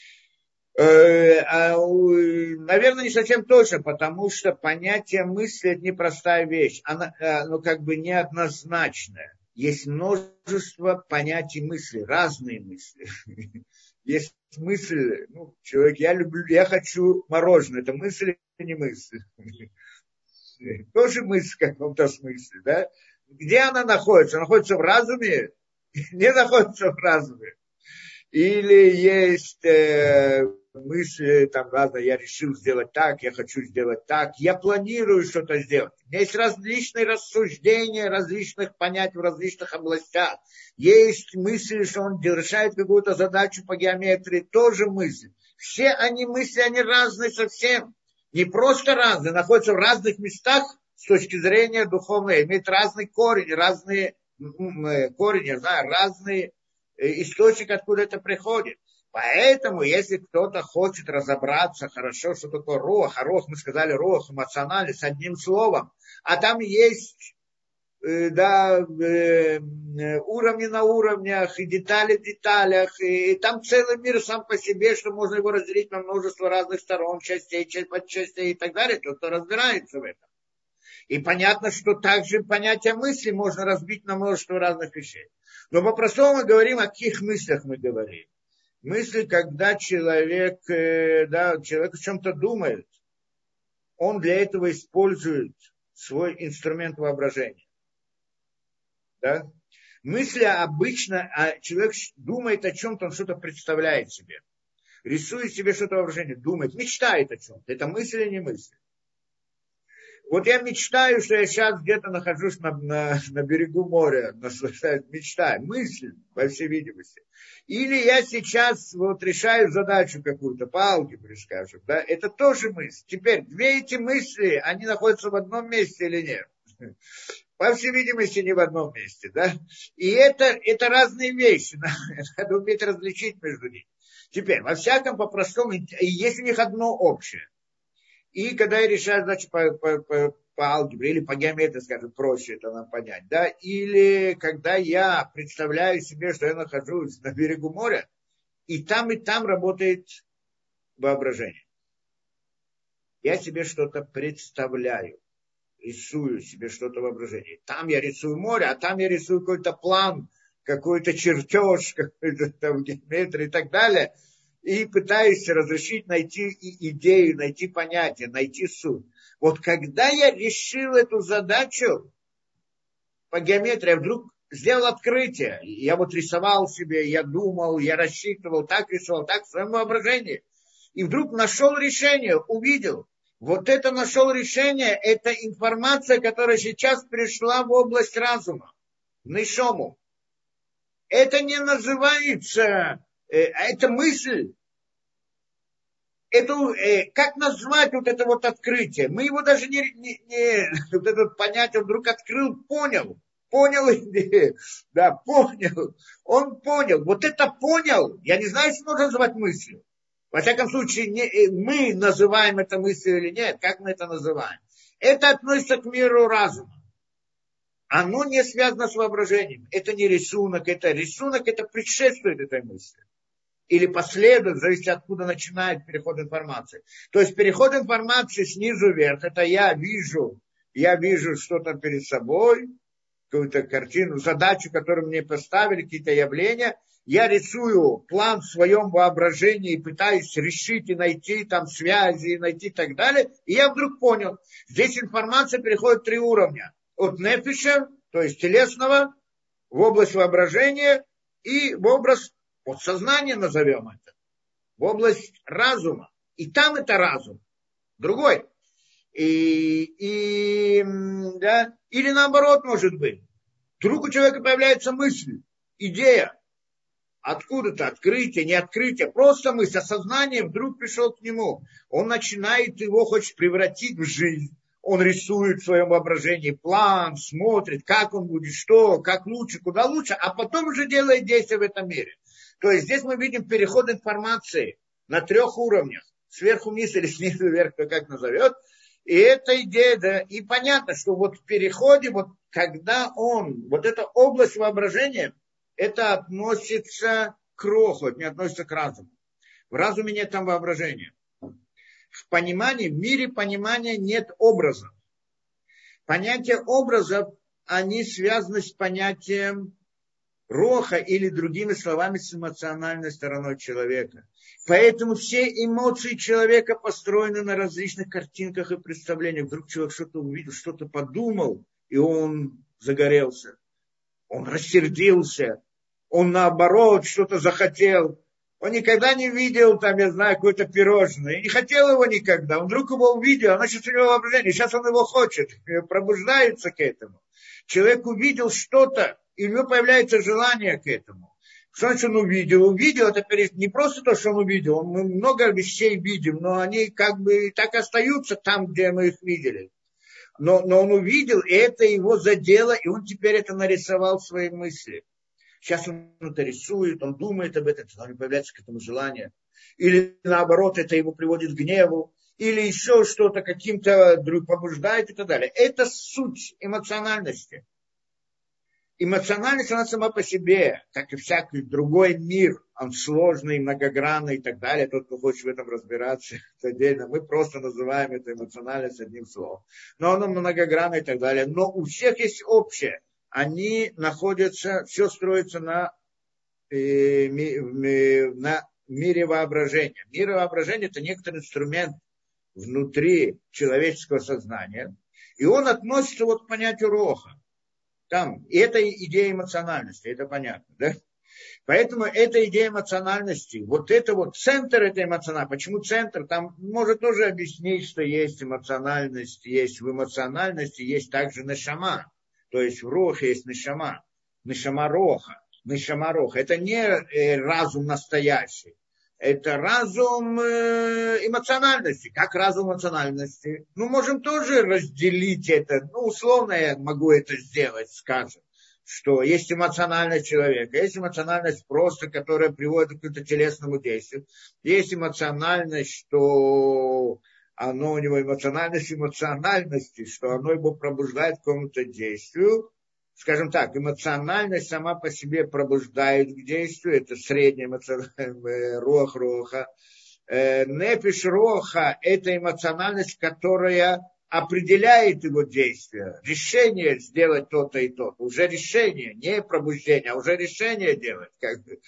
A: Наверное, не совсем точно, потому что понятие мысли это непростая вещь, она, ну, как бы неоднозначная. Есть множество понятий мысли, разные мысли. Есть мысль, ну, человек, я люблю, я хочу мороженое, это мысль или не мысль? Тоже мысль в каком-то смысле, да? Где она находится? Она находится в разуме? Не находится в разуме. Или есть э, мысли, там, ладно, я решил сделать так, я хочу сделать так, я планирую что-то сделать. У меня есть различные рассуждения, различных понятий в различных областях. Есть мысли, что он решает какую-то задачу по геометрии, тоже мысли. Все они мысли, они разные совсем. Не просто разные, находятся в разных местах с точки зрения духовной, имеют разный корень, разные корень, я знаю, разные источник, откуда это приходит. Поэтому, если кто-то хочет разобраться хорошо, что такое руах, а руах, мы сказали, руах, эмоциональный, с одним словом, а там есть э, да, э, уровни на уровнях, и детали в деталях, и, и там целый мир сам по себе, что можно его разделить на множество разных сторон, частей, подчастей и так далее, тот, кто разбирается в этом. И понятно, что также понятие мысли можно разбить на множество разных вещей. Но по-простому мы говорим, о каких мыслях мы говорим. Мысли, когда человек, да, человек о чем-то думает, он для этого использует свой инструмент воображения. Да? Мысли обычно, а человек думает о чем-то, он что-то представляет себе. Рисует себе что-то воображение, думает, мечтает о чем-то. Это мысль или не мысль? Вот я мечтаю, что я сейчас где-то нахожусь на, на, на берегу моря, наслаждаюсь, мечтаю, мысль, по всей видимости. Или я сейчас вот решаю задачу какую-то, по алгебре, скажем, да, это тоже мысль. Теперь, две эти мысли, они находятся в одном месте или нет? По всей видимости, не в одном месте, да. И это, это разные вещи, надо уметь различить между ними. Теперь, во всяком, по-простому, есть у них одно общее. И когда я решаю задачу по, по, по, по алгебре или по геометрии, скажем, проще это нам понять, да, или когда я представляю себе, что я нахожусь на берегу моря, и там, и там работает воображение. Я себе что-то представляю, рисую себе что-то в воображении. Там я рисую море, а там я рисую какой-то план, какой-то чертеж, какой-то там геометрия и так далее. И пытаюсь разрешить, найти идею, найти понятие, найти суть. Вот когда я решил эту задачу по геометрии, я вдруг сделал открытие. Я вот рисовал себе, я думал, я рассчитывал, так рисовал, так в своем воображении. И вдруг нашел решение, увидел. Вот это нашел решение, это информация, которая сейчас пришла в область разума, в нишому. Это не называется... Это мысль. Это, э, как назвать вот это вот открытие? Мы его даже не, не, не вот это вот понятие вдруг открыл, понял. Понял идею. Да, понял. Он понял. Вот это понял. Я не знаю, что можно назвать мыслью. Во всяком случае, не, мы называем это мыслью или нет. Как мы это называем? Это относится к миру разума. Оно не связано с воображением. Это не рисунок. Это рисунок, это предшествует этой мысли. Или последует, зависит, откуда начинает переход информации. То есть переход информации снизу вверх, это я вижу, я вижу что-то перед собой, какую-то картину, задачу, которую мне поставили, какие-то явления. Я рисую план в своем воображении, пытаюсь решить и найти там связи, и найти и так далее. И я вдруг понял, здесь информация переходит в три уровня. От нефиша, то есть телесного, в область воображения и в образ подсознание, назовем это, в область разума. И там это разум. Другой. И, и, да, или наоборот, может быть. Вдруг у человека появляется мысль, идея. Откуда-то открытие, не открытие. Просто мысль, осознание вдруг пришел к нему. Он начинает его, хочет превратить в жизнь. Он рисует в своем воображении план, смотрит, как он будет, что, как лучше, куда лучше. А потом уже делает действия в этом мире. То есть здесь мы видим переход информации на трех уровнях. Сверху вниз или снизу вверх, кто как назовет. И эта идея, да, и понятно, что вот в переходе, вот когда он, вот эта область воображения, это относится к роху, это не относится к разуму. В разуме нет там воображения. В понимании, в мире понимания нет образов. Понятия образов, они связаны с понятием роха или, другими словами, с эмоциональной стороной человека. Поэтому все эмоции человека построены на различных картинках и представлениях. Вдруг человек что-то увидел, что-то подумал, и он загорелся. Он рассердился. Он, наоборот, что-то захотел. Он никогда не видел, там, я знаю, какое-то пирожное. И не хотел его никогда. Он вдруг его увидел, оно сейчас у него воображение. Сейчас он его хочет, пробуждается к этому. Человек увидел что-то, и у него появляется желание к этому. Что значит он увидел? Увидел, это не просто то, что он увидел. Мы много вещей видим, но они как бы так остаются там, где мы их видели. Но, но он увидел, и это его задело, и он теперь это нарисовал в своей мысли. Сейчас он это рисует, он думает об этом, у него появляется к этому желание. Или наоборот, это его приводит к гневу. Или еще что-то каким-то побуждает и так далее. Это суть эмоциональности. эмоциональность, она сама по себе, как и всякий другой мир, он сложный, многогранный и так далее. Тот, кто хочет в этом разбираться, это отдельно. Мы просто называем это эмоциональность одним словом. Но оно многогранное и так далее. Но у всех есть общее. Они находятся, все строится на, э, ми, ми, на мире воображения. Мир воображения – это некоторый инструмент внутри человеческого сознания. И он относится вот к понятию роха. Там, и это идея эмоциональности, это понятно, да? Поэтому эта идея эмоциональности, вот это вот центр этой эмоциональности, почему центр, там может тоже объяснить, что есть эмоциональность, есть в эмоциональности, есть также нешама, то есть в рохе есть нешама, нешама роха, нешама роха, это не разум настоящий. Это разум эмоциональности. Как разум эмоциональности? Ну, можем тоже разделить это. Ну, условно я могу это сделать, скажем. Что есть эмоциональность человека. Есть эмоциональность просто, которая приводит к какому-то телесному действию. Есть эмоциональность, что оно у него эмоциональность эмоциональности, что оно его пробуждает к какому-то действию. Скажем так, эмоциональность сама по себе пробуждает к действию, это средняя эмоциональная рох роха. Нефиш роха – это эмоциональность, которая определяет его действие. Решение сделать то-то и то-то. Уже решение, не пробуждение, а уже решение делать. Как бы.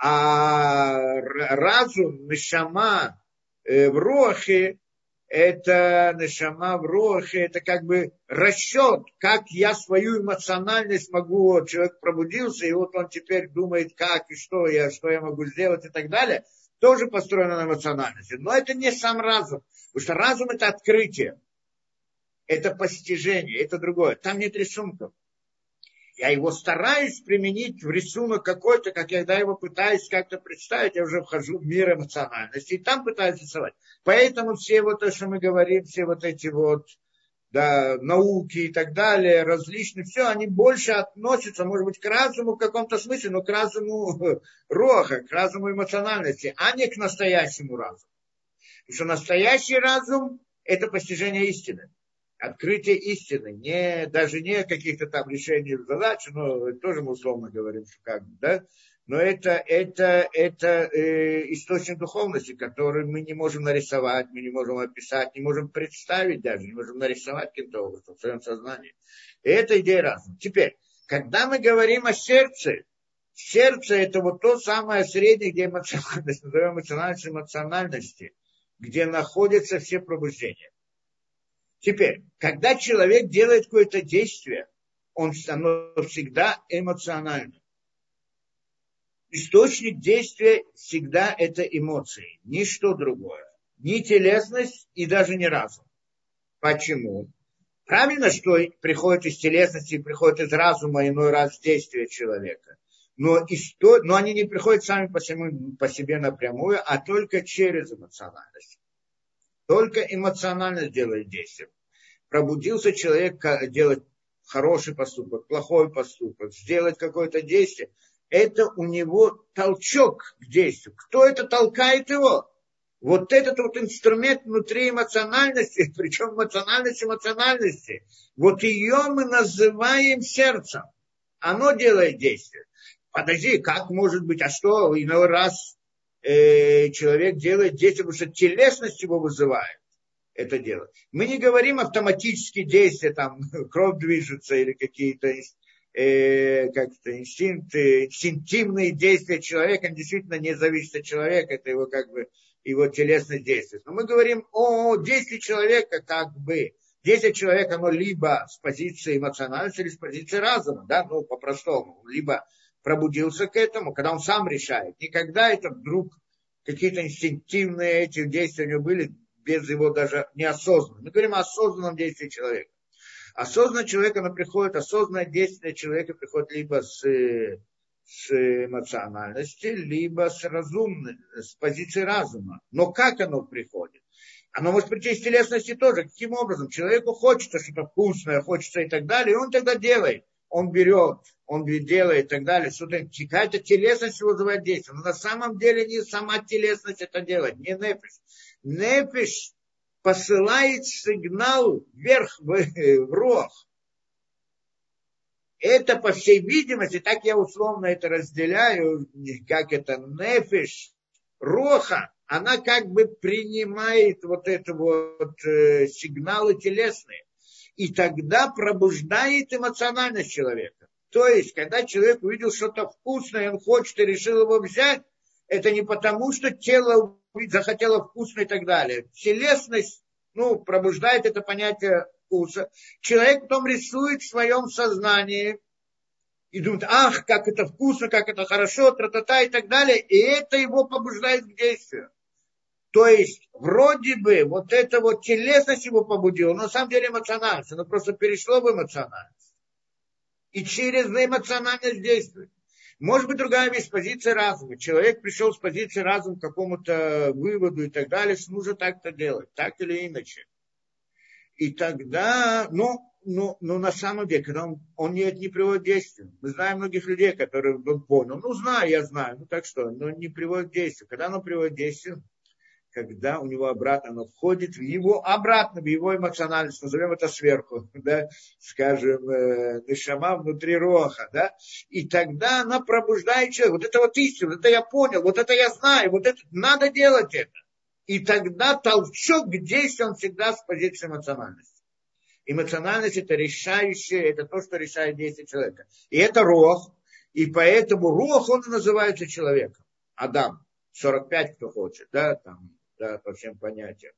A: А разум, нешама в рохе, это нешама в рохе, это как бы расчет, как я свою эмоциональность могу, вот человек пробудился, и вот он теперь думает, как и что я, что я могу сделать и так далее, тоже построено на эмоциональности. Но это не сам разум, потому что разум это открытие, это постижение, это другое. Там нет рисунков. Я его стараюсь применить в рисунок какой-то, как я когда его пытаюсь как-то представить, я уже вхожу в мир эмоциональности, и там пытаюсь рисовать. Поэтому все вот то, что мы говорим, все вот эти вот да, науки и так далее, различные, все, они больше относятся, может быть, к разуму в каком-то смысле, но к разуму роха, к разуму эмоциональности, а не к настоящему разуму. Потому что настоящий разум – это постижение истины. Открытие истины, не, даже не каких-то там решений задач, но тоже мы условно говорим, что как бы, да, но это, это, это э, источник духовности, который мы не можем нарисовать, мы не можем описать, не можем представить даже, не можем нарисовать каким-то образом в своем сознании. И это идея разума. Теперь, когда мы говорим о сердце, сердце это вот то самое среднее, где эмоциональность, назовем эмоциональность эмоциональности, где находятся все пробуждения. Теперь, когда человек делает какое-то действие, он, оно всегда эмоционально. Источник действия всегда это эмоции, ничто другое. Ни телесность и даже не разум. Почему? Правильно, что приходит из телесности, приходит из разума иной раз действие человека. Но, исто... Но они не приходят сами по себе, по себе напрямую, а только через эмоциональность. Только эмоциональность делает действие. Пробудился человек делать хороший поступок, плохой поступок, сделать какое-то действие. Это у него толчок к действию. Кто это толкает его? Вот этот вот инструмент внутри эмоциональности, причем эмоциональность эмоциональности, вот ее мы называем сердцем. Оно делает действие. Подожди, как может быть, а что иной раз э, человек делает действие, потому что телесность его вызывает это делать. Мы не говорим автоматические действия, там кровь движется или какие-то э, как-то инстинкты, инстинктивные действия человека, действительно не зависит от человека, это его как бы его телесное действие. Но мы говорим о действии человека как бы. Действие человека, оно либо с позиции эмоциональности, или с позиции разума, да, ну по-простому, либо пробудился к этому, когда он сам решает. Никогда это вдруг какие-то инстинктивные эти действия у него были, без его даже неосознанного. Мы говорим о осознанном действии человека. Осознанный человек, оно приходит, осознанное действие человека приходит либо с, с эмоциональности, либо с разумной, с позиции разума. Но как оно приходит? Оно может прийти из телесности тоже. Каким образом? Человеку хочется что-то вкусное, хочется и так далее, и он тогда делает. Он берет, он делает и так далее. Что-то, какая-то телесность вызывает действие. Но на самом деле не сама телесность это делает, не нефиш. Нефиш посылает сигнал вверх в, в рох. Это, по всей видимости, так я условно это разделяю, как это нефиш, роха, она как бы принимает вот это вот э, сигналы телесные. И тогда пробуждает эмоциональность человека. То есть, когда человек увидел что-то вкусное, он хочет и решил его взять, это не потому, что тело захотело вкусно и так далее. Телесность, ну, пробуждает это понятие вкуса. Человек потом рисует в своем сознании и думает, ах, как это вкусно, как это хорошо, тра-та-та и так далее. И это его побуждает к действию. То есть, вроде бы, вот это вот телесность его побудила, но на самом деле эмоциональность. Оно просто перешло в эмоциональность. И через эмоциональность действует. Может быть, другая вещь, позиция разума. Человек пришел с позиции разума к какому-то выводу и так далее, что нужно так-то делать, так или иначе. И тогда, ну, ну, ну на самом деле, когда он, он не, не приводит к действию. Мы знаем многих людей, которые он понял, ну, знаю, я знаю, ну, так что, но не приводит к действию. Когда оно приводит к действию? Когда у него обратно, оно входит в его, обратно в его эмоциональность, назовем это сверху, да, скажем, э, нешама внутри роха, да, и тогда она пробуждает человека. Вот это вот истина, это я понял, вот это я знаю, вот это, надо делать это. И тогда толчок к действию, он всегда с позиции эмоциональности. Эмоциональность это решающее, это то, что решает действие человека. И это рох, и поэтому рох, он и называется человеком. Адам, сорок пять, кто хочет, да, там, да, по всем понятиям.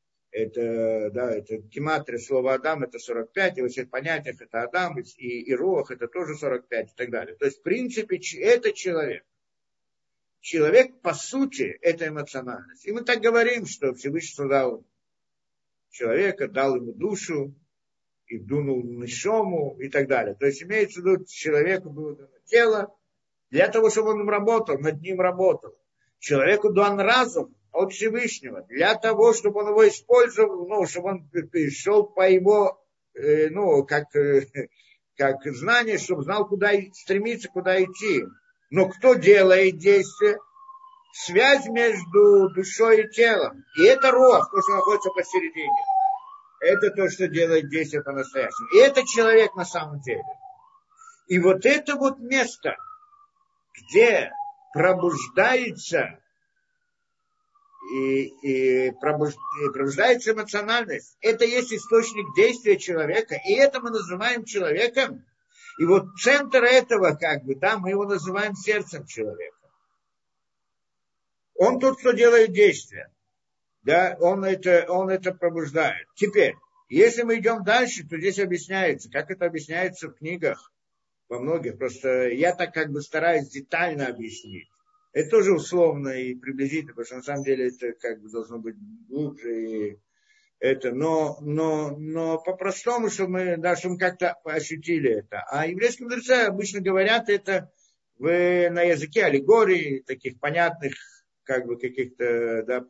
A: Это, да, это гематрия слова Адам, это сорок пять, и во всех понятиях это Адам, и, и Руах, это тоже сорок пять и так далее. То есть, в принципе, это человек. Человек, по сути, это эмоциональность. И мы так говорим, что Всевышний создал человека, дал ему душу, и вдунул нишому, и так далее. То есть, имеется в виду, человеку было дано тело, для того, чтобы он работал, над ним работал. Человеку дан разум от Всевышнего, для того, чтобы он его использовал, ну, чтобы он шел по его, э, ну, как, э, как знание, чтобы знал, куда стремиться, куда идти. Но кто делает действие? Связь между душой и телом. И это рох, то, что находится посередине. Это то, что делает действие по-настоящему. И это человек на самом деле. И вот это вот место, где пробуждается И, и, пробуж... и пробуждается эмоциональность. Это есть источник действия человека. И это мы называем человеком. И вот центр этого, как бы, да, мы его называем сердцем человека. Он тот, кто делает действия. Да, он это, он это пробуждает. Теперь, если мы идем дальше, то здесь объясняется, как это объясняется в книгах, во многих. Просто я так как бы стараюсь детально объяснить. Это тоже условно и приблизительно, потому что на самом деле это как бы должно быть глубже и это, но, но, но по-простому, чтобы мы, да, чтобы мы как-то ощутили это. А еврейские мудрецы обычно говорят это в, на языке аллегорий, таких понятных, как бы каких-то, да,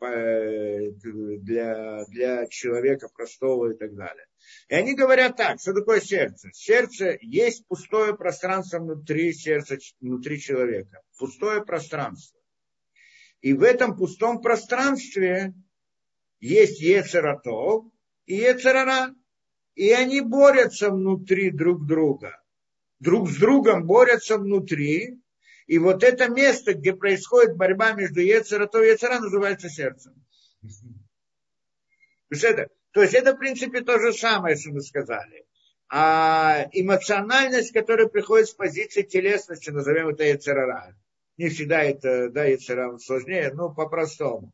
A: для, для человека простого и так далее. И они говорят так, что такое сердце? Сердце есть пустое пространство внутри сердца, внутри человека. Пустое пространство. И в этом пустом пространстве есть Йецер ха-тов и Йецер ха-ра. И они борются внутри друг друга. Друг с другом борются внутри. И вот это место, где происходит борьба между Йецер ха-тов и Йецер ха-ра, называется сердцем. То есть это, в принципе, то же самое, что мы сказали. А эмоциональность, которая приходит с позиции телесности, назовем это Йецер ха-ра. Не всегда это, да, Йецер ха-ра сложнее, но по-простому.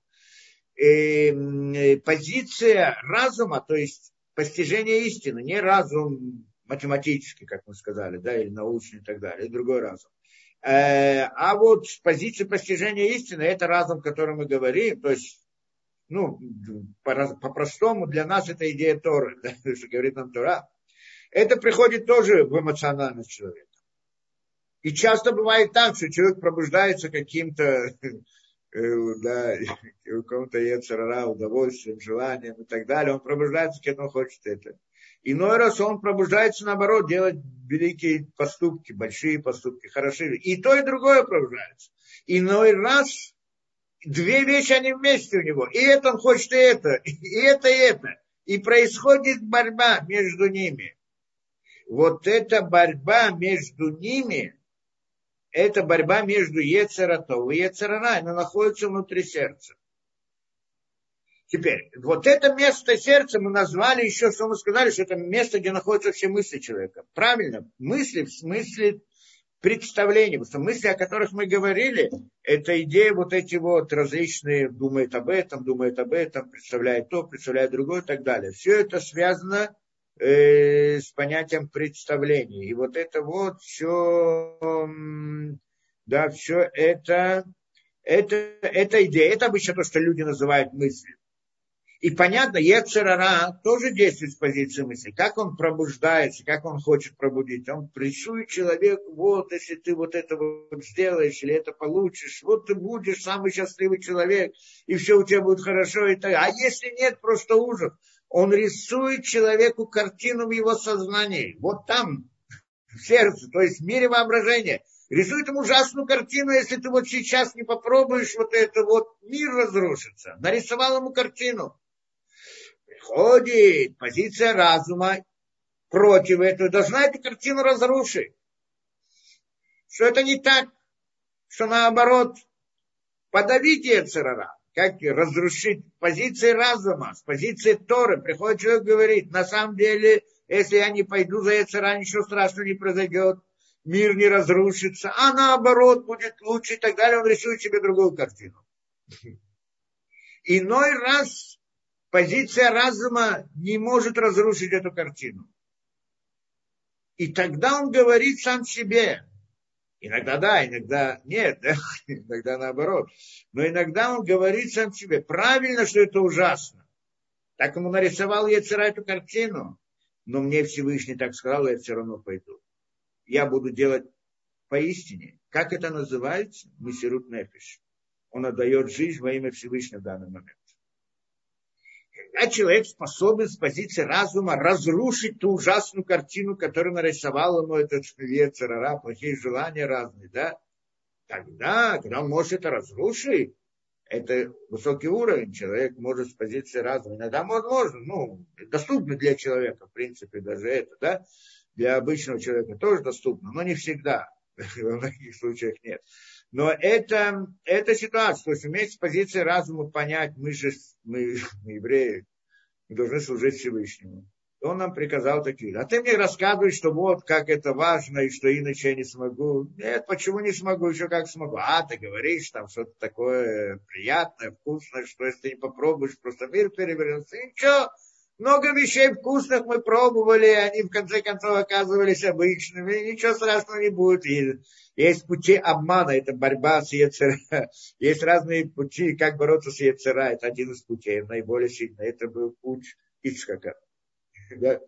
A: И позиция разума, то есть постижение истины, не разум математический, как мы сказали, да, или научный и так далее, и другой разум. А вот позиция постижения истины, это разум, о котором мы говорим, то есть, ну, по-простому для нас это идея Торы, да, что говорит нам Тора. Это приходит тоже в эмоциональность человека. И часто бывает так, что человек пробуждается каким-то, да, у кого-то Йецер ха-ра, удовольствием, желанием и так далее. Он пробуждается, когда он хочет это. Иной раз он пробуждается, наоборот, делать великие поступки, большие поступки, хорошие. И то, и другое пробуждается. Иной раз две вещи, они вместе у него. И это он хочет, и это, и это, и это. И происходит борьба между ними. вот эта борьба между ними, это борьба между Йецер ха-Тов и Йецер ха-Ра, она находится внутри сердца. Теперь, вот это место сердца мы назвали еще, что мы сказали, что это место, где находятся все мысли человека. Правильно, мысли в смысле представления, потому что мысли, о которых мы говорили, это идеи вот эти вот различные, думает об этом, думает об этом, представляет то, представляет другое и так далее. Все это связано э, с понятием представления. И вот это вот все, да, все это, это, это идея, это обычно то, что люди называют мыслью. И понятно, Йецер ха-Ра тоже действует с позиции мысли. Как он пробуждается, как он хочет пробудить. Он рисует человеку, вот, если ты вот это вот сделаешь, или это получишь, вот ты будешь самый счастливый человек, и все у тебя будет хорошо. И так. А если нет, просто ужас. Он рисует человеку картину в его сознании. Вот там, в сердце, то есть в мире воображения. Рисует ему ужасную картину, если ты вот сейчас не попробуешь вот это, вот мир разрушится. Нарисовал ему картину. Приходит позиция разума против этого, должна эту картину разрушить. Что это не так, что наоборот, подавить Йецер ха-Ра, как разрушить позиции разума, с позиции Торы. Приходит человек и говорит, на самом деле, если я не пойду за Йецер ха-Ра, ничего страшного не произойдет, мир не разрушится, а наоборот будет лучше и так далее. Он рисует себе другую картину. Иной раз позиция разума не может разрушить эту картину. И тогда он говорит сам себе. Иногда да, иногда нет, да? Иногда наоборот. Но иногда он говорит сам себе. Правильно, что это ужасно. Так ему нарисовал Йецер ха-Ра эту картину. Но мне Всевышний так сказал, я все равно пойду. Я буду делать поистине. Как это называется? Месирут нефеш. Он отдает жизнь во имя Всевышнего в данный момент. Когда человек способен с позиции разума разрушить ту ужасную картину, которую нарисовал ему этот Йецер ха-Ра, плохие желания разные, да, тогда, когда он может это разрушить, это высокий уровень, человек может с позиции разума, иногда возможно, ну, доступно для человека, в принципе, даже это, да, для обычного человека тоже доступно, но не всегда, во многих случаях нет. Но это, это ситуация, то есть уметь с позиции разума понять, мы же, мы, мы евреи, мы должны служить Всевышнему. Он нам приказал такие. А ты мне рассказываешь, что вот как это важно, и что иначе я не смогу. Нет, почему не смогу, еще как смогу. А, ты говоришь там что-то такое приятное, вкусное, что если ты не попробуешь, просто мир перевернется. И ничего. Много вещей вкусных мы пробовали, они в конце концов оказывались обычными, и ничего страшного не будет. И есть пути обмана, это борьба с Йецер ха-Ра. Есть разные пути, как бороться с Йецер ха-Ра, это один из путей, наиболее сильный. Это был путь Ицхака. Да?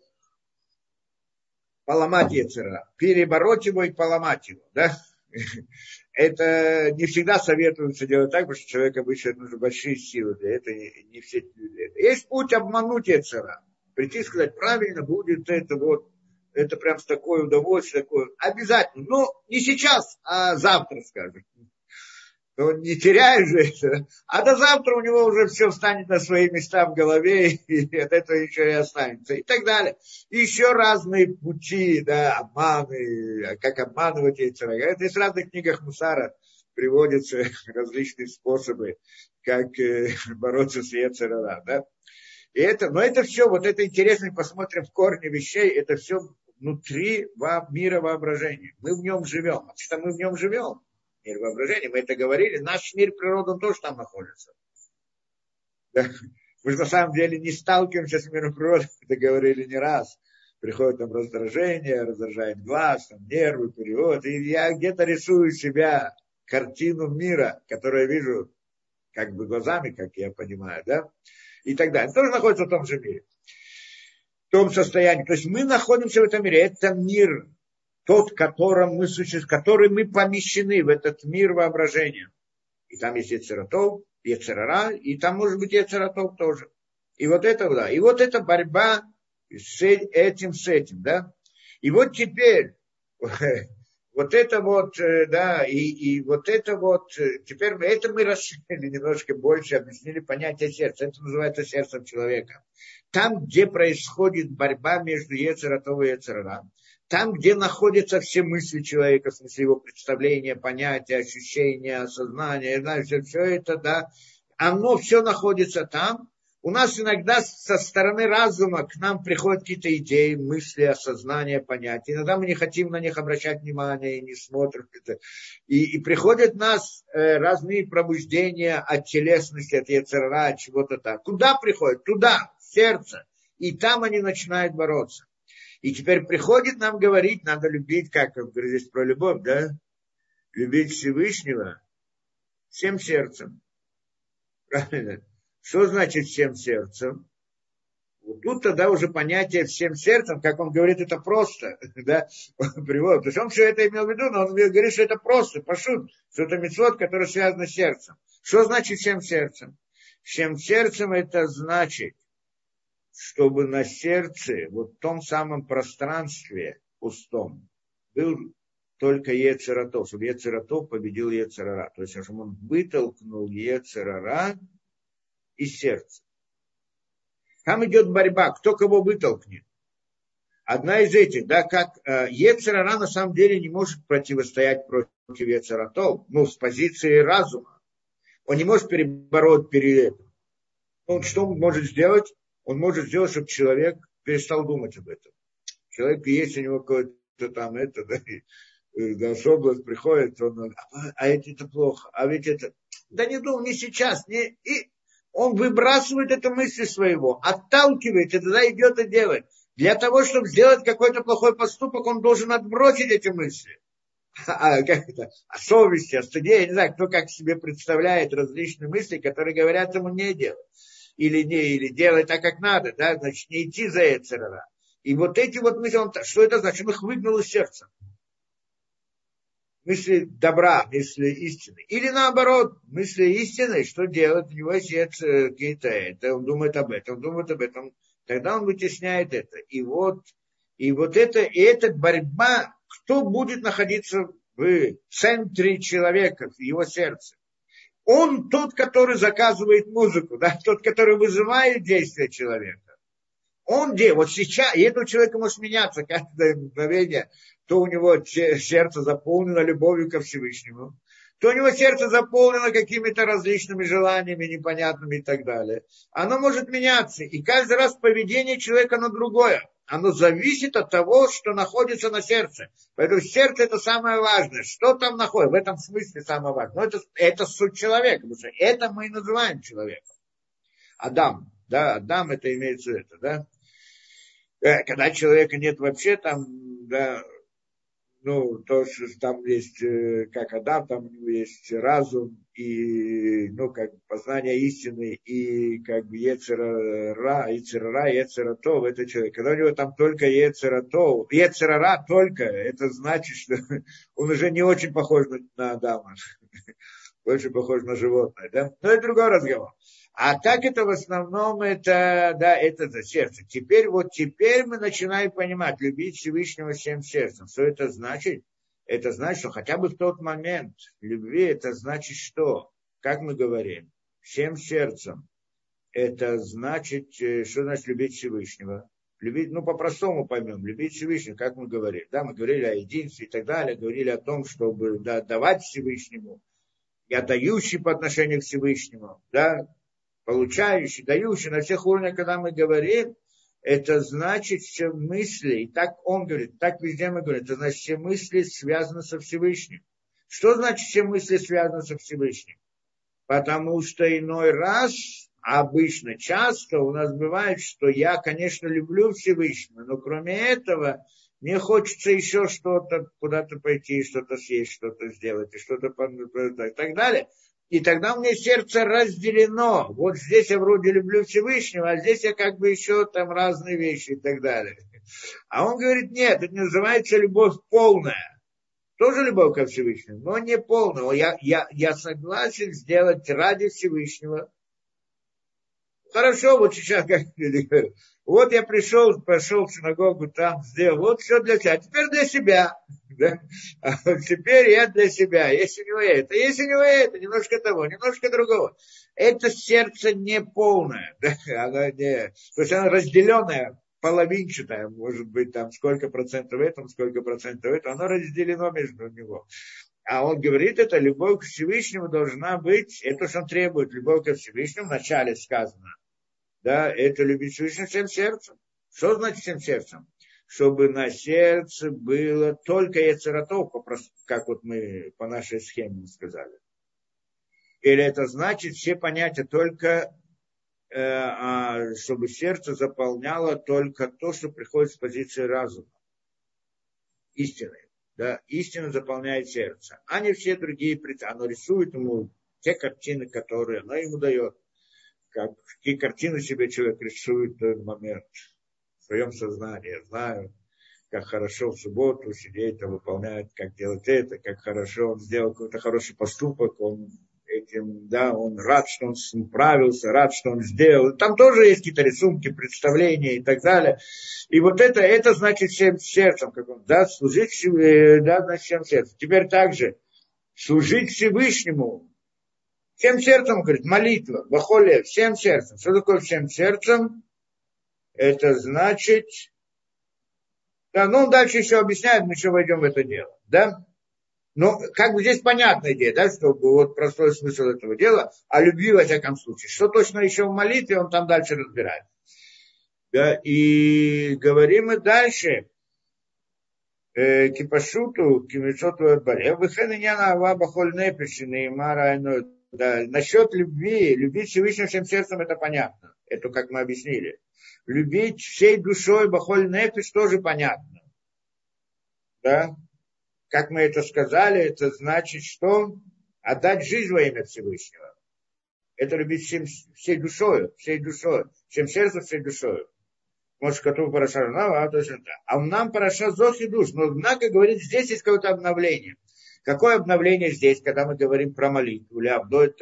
A: Поломать Йецер ха-Ра, перебороть его и поломать его. Да? Это не всегда советуется делать так, потому что человек обычно нужны большие силы для этого, не, не все люди. Есть путь обмануть Йецер ха-Ра. Прийти и сказать, правильно будет это вот, это прям с такой удовольствием, такое. Обязательно, но не сейчас, а завтра, скажем. Он не теряет же это, а до завтра у него уже все встанет на свои места в голове, и от этого еще и останется, и так далее. И еще разные пути, да, обманы, как обманывать Йецер ха-Ра. Это из разных книгах Мусара приводятся различные способы, как э, бороться с Йецер ха-Ра, да. И это, но это все, вот это интересно, посмотрим в корне вещей, это все внутри мира воображения. Мы в нем живем, потому что мы в нем живем. Мир воображения, мы это говорили, наш мир природы, он тоже там находится. Да? Мы же на самом деле не сталкиваемся с миром природы, это говорили не раз. Приходит там раздражение, раздражает глаз, там нервы, перевод. И я где-то рисую себя картину мира, которую я вижу как бы глазами, как я понимаю, да, и так далее. Тоже находится в том же мире, в том состоянии. То есть мы находимся в этом мире. Это мир, тот, в котором мы существуем, который мы помещены в этот мир воображения. И там есть Йецер ха-Тов, Йецер ха-Ра, и там может быть Йецер ха-Тов тоже. И вот это, да, и вот эта борьба с этим, с этим, да. И вот теперь, вот это вот, да, и, и вот это вот, теперь это мы расширили немножко больше, объяснили понятие сердца. Это называется сердцем человека. Там, где происходит борьба между Йецер ха-Тов и Йецер ха-Ра, там, где находятся все мысли человека, в смысле его представления, понятия, ощущения, осознания, да, все, все это, да, оно все находится там. У нас иногда со стороны разума к нам приходят какие-то идеи, мысли, осознания, понятия. Иногда мы не хотим на них обращать внимание и не смотрим. И, и приходят в нас э, разные пробуждения от телесности, от яцер ара, от чего-то так. Куда приходят? Туда, в сердце. И там они начинают бороться. И теперь приходит нам говорить, надо любить, как говорит здесь про любовь, да? Любить Всевышнего всем сердцем. Правильно? Что значит всем сердцем? Вот тут тогда уже понятие всем сердцем, как он говорит, это просто, да, приводит. То есть он все это имел в виду, но он говорит, что это просто, пошут, что это мицвот, который связан с сердцем. Что значит всем сердцем? Всем сердцем это значит, чтобы на сердце, вот в том самом пространстве пустом, был только яцер ара, чтобы яцер ара победил яцер ара. То есть, чтобы он вытолкнул яцер ара из сердца. Там идет борьба, кто кого вытолкнет. Одна из этих, да, как э, яцер ара на самом деле не может противостоять против яцер ара, ну, с позиции разума. Он не может перебороть перед этим. Он что он может сделать? Он может сделать, чтобы человек перестал думать об этом. Человек, есть у него какое-то там это, да, и, да, область приходит, он, а, а это, это плохо, а ведь это, да не думай, не сейчас, не, и он выбрасывает эту мысль своего, отталкивает, и тогда идет и делает. Для того, чтобы сделать какой-то плохой поступок, он должен отбросить эти мысли. А, как это? О совести, о стыде, я не знаю, кто как себе представляет различные мысли, которые говорят ему не делать. Или не, или делать так, как надо, да, значит, не идти за яцер ара. И вот эти вот мысли, он, что это значит? Он их выгнал из сердца. Мысли добра, мысли истины. Или наоборот, мысли истины, что делать? У него есть какие-то это, он думает об этом, он думает об этом. Тогда он вытесняет это. И вот, и вот это, и эта борьба, кто будет находиться в центре человека, в его сердце. Он тот, который заказывает музыку, да, тот, который вызывает действие человека. Он где? Вот сейчас, и этого человека может меняться каждое мгновение, то у него сердце заполнено любовью ко Всевышнему, то у него сердце заполнено какими-то различными желаниями непонятными и так далее. Оно может меняться, и каждый раз поведение человека, оно другое. Оно зависит от того, что находится на сердце. Поэтому сердце это самое важное. Что там находится? В этом смысле самое важное. Но это, это суть человека, потому что это мы и называем человеком. Адам. Да, Адам это имеется в виду, да. Когда человека нет вообще, там, да, ну, то, что там есть, как Адам, там у него есть разум, и, ну, как познание истины, и как бы яцер ара, яцер ара, яцер ара, это человек. Когда у него там только яцер ара, яцер ара только, это значит, что он уже не очень похож на Адама, больше похож на животное, да. Но это другой разговор. А так это в основном, это, да, это за сердце. Теперь, вот теперь мы начинаем понимать, любить Всевышнего всем сердцем. Что это значит? Это значит, что хотя бы в тот момент любви, это значит что? Как мы говорим? Всем сердцем. Это значит, что значит любить Всевышнего? Любить, ну, по-простому поймем, любить Всевышнего, как мы говорим. Да, мы говорили о единстве и так далее, говорили о том, чтобы, да, давать Всевышнему, и отдающий по отношению к Всевышнему, да, получающий, дающий, на всех уровнях, когда мы говорим, это значит, все мысли, и так он говорит, так везде мы говорим, это значит, все мысли связаны со Всевышним. Что значит, все мысли связаны со Всевышним? Потому что иной раз, обычно, часто у нас бывает, что я, конечно, люблю Всевышнего, но кроме этого, мне хочется еще что-то, куда-то пойти, что-то съесть, что-то сделать, и что-то и так далее. И тогда у меня сердце разделено. Вот здесь я вроде люблю Всевышнего, а здесь я как бы еще там разные вещи и так далее. А он говорит, нет, это называется любовь полная. Тоже любовь ко Всевышнему, но не полная. Я, я, я согласен сделать ради Всевышнего. Хорошо, вот сейчас, как люди говорят, вот я пришел, пошел в синагогу, там сделал, вот все для себя, а теперь для себя. Да? А вот теперь я для себя, есть у него это, есть у него это, немножко того, немножко другого. Это сердце не полное, да? Оно не, то есть оно разделенное, половинчатое, может быть, там сколько процентов в этом, сколько процентов в этом, оно разделено между него. А он говорит, это любовь к Всевышнему должна быть, это что он требует, любовь ко Всевышнему, вначале сказано, да, это любить Всевышнего всем сердцем. Что значит всем сердцем? Чтобы на сердце было только яцератов, как вот мы по нашей схеме сказали. Или это значит все понятия только, э, а, чтобы сердце заполняло только то, что приходит с позиции разума, истины. Да, истина заполняет сердце, а не все другие. Оно рисует ему те картины, которые оно ему дает. Как, какие картины себе человек рисует в этот момент в своем сознании. Я знаю, как хорошо в субботу сидеть, а выполнять, как делать это, как хорошо он сделал какой-то хороший поступок, он этим, да, он рад, что он справился, рад, что он сделал. Там тоже есть какие-то рисунки, представления и так далее. И вот это, это значит всем сердцем, как он, да, служить, да, значит всем сердцем. Теперь также служить Всевышнему всем сердцем, говорит, молитва, бахоле, всем сердцем. Что такое всем сердцем? Это значит, да, ну, дальше еще объясняет, мы еще войдем в это дело, да? Но как бы здесь понятная идея, да, что вот простой смысл этого дела, о любви во всяком случае. Что точно еще в молитве, он там дальше разбирает. Да, и говорим мы дальше, кипашуту, кимишоту адбаре, выхен иньяна ава бахоль непиши, неймара, да, насчет любви, любить Всевышним всем сердцем, это понятно. Это как мы объяснили. Любить всей душой бахоль непиш тоже понятно. Да? Как мы это сказали, это значит, что отдать жизнь во имя Всевышнего. Это любить всем, всей душой, всей душой, всем сердцем, всей душой. Может, коту параша, а точно так. А нам параша зох и душ. Но, однако, говорит, здесь есть какое-то обновление. Какое обновление здесь, когда мы говорим про молитву? Служить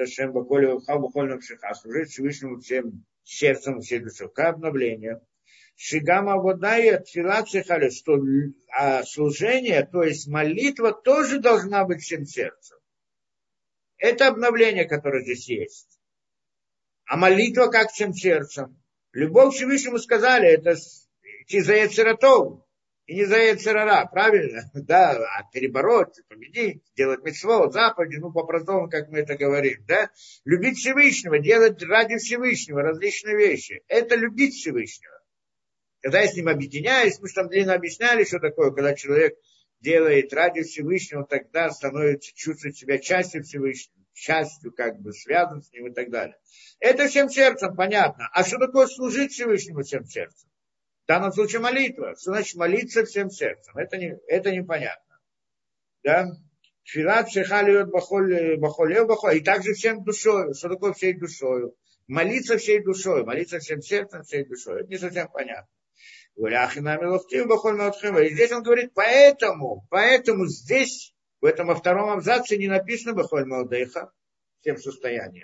A: Всевышнему всем сердцем, всей душой. Какое обновление? Шигама вода и отфила психали, что а служение, то есть молитва, тоже должна быть всем сердцем. Это обновление, которое здесь есть. А молитва как всем сердцем? Любовь к Всевышнему сказали, это идти за Ецератов и не за Ецерара, правильно? Да, а перебороть, победить, делать мицвот, заповеди, ну по-простому, как мы это говорим, да? Любить Всевышнего, делать ради Всевышнего различные вещи. Это любить Всевышнего. Когда я с ним объединяюсь, мы же там длинно объясняли, что такое, когда человек делает ради Всевышнего, тогда становится, чувствует себя частью Всевышнего, частью как бы связан с ним и так далее. Это всем сердцем понятно. А что такое служить Всевышнему всем сердцем? В данном случае молитва. Что значит молиться всем сердцем? Это, не, это непонятно. Да? Тфилат психалиот бахоль бахоль. И также всем душой. Что такое всей душой? Молиться всей душой. Молиться всем сердцем, всей душой. Это не совсем понятно. И здесь он говорит, поэтому, поэтому здесь, в этом во втором абзаце не написано бахоль маодейха, всем состоянием.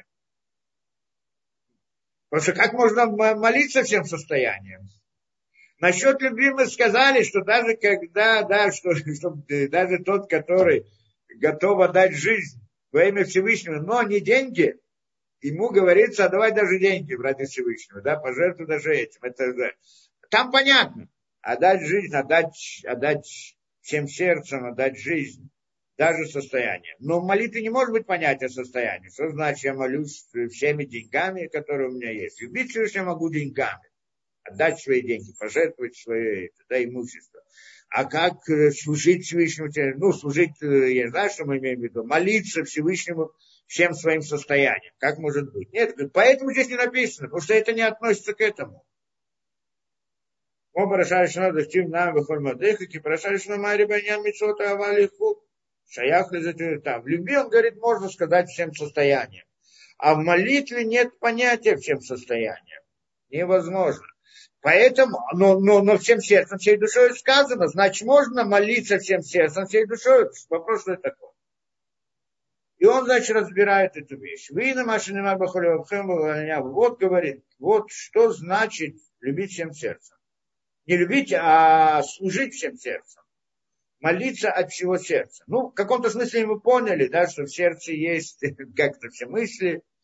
A: Потому что как можно молиться всем состоянием? Насчет любви мы сказали, что даже когда, да, что, что даже тот, который готов отдать жизнь во имя Всевышнего, но не деньги, ему говорится, отдавай даже деньги ради Всевышнего, да, пожертвуй даже этим. Это, да. Там понятно. Отдать жизнь, отдать, отдать всем сердцем, отдать жизнь, даже состояние. Но в молитве не может быть понятия состояния. Что значит, я молюсь всеми деньгами, которые у меня есть. Любить Всевышнего я могу деньгами. Отдать свои деньги, пожертвовать свое да, имущество. А как служить Всевышнему? Ну, служить, я знаю, что мы имеем в виду. Молиться Всевышнему всем своим состоянием. Как может быть? Нет, поэтому здесь не написано, потому что это не относится к этому. В любви, он говорит, можно сказать всем состоянием. А в молитве нет понятия всем состоянием. Невозможно. Поэтому, но, но, но всем сердцем, всей душой сказано, значит, можно молиться всем сердцем, всей душой. Вопрос, что это такое? И он, значит, разбирает эту вещь. Вот говорит, вот что значит любить всем сердцем. Не любить, а служить всем сердцем. Молиться от всего сердца. Ну, в каком-то смысле мы поняли, да, что в сердце есть как-то все мысли,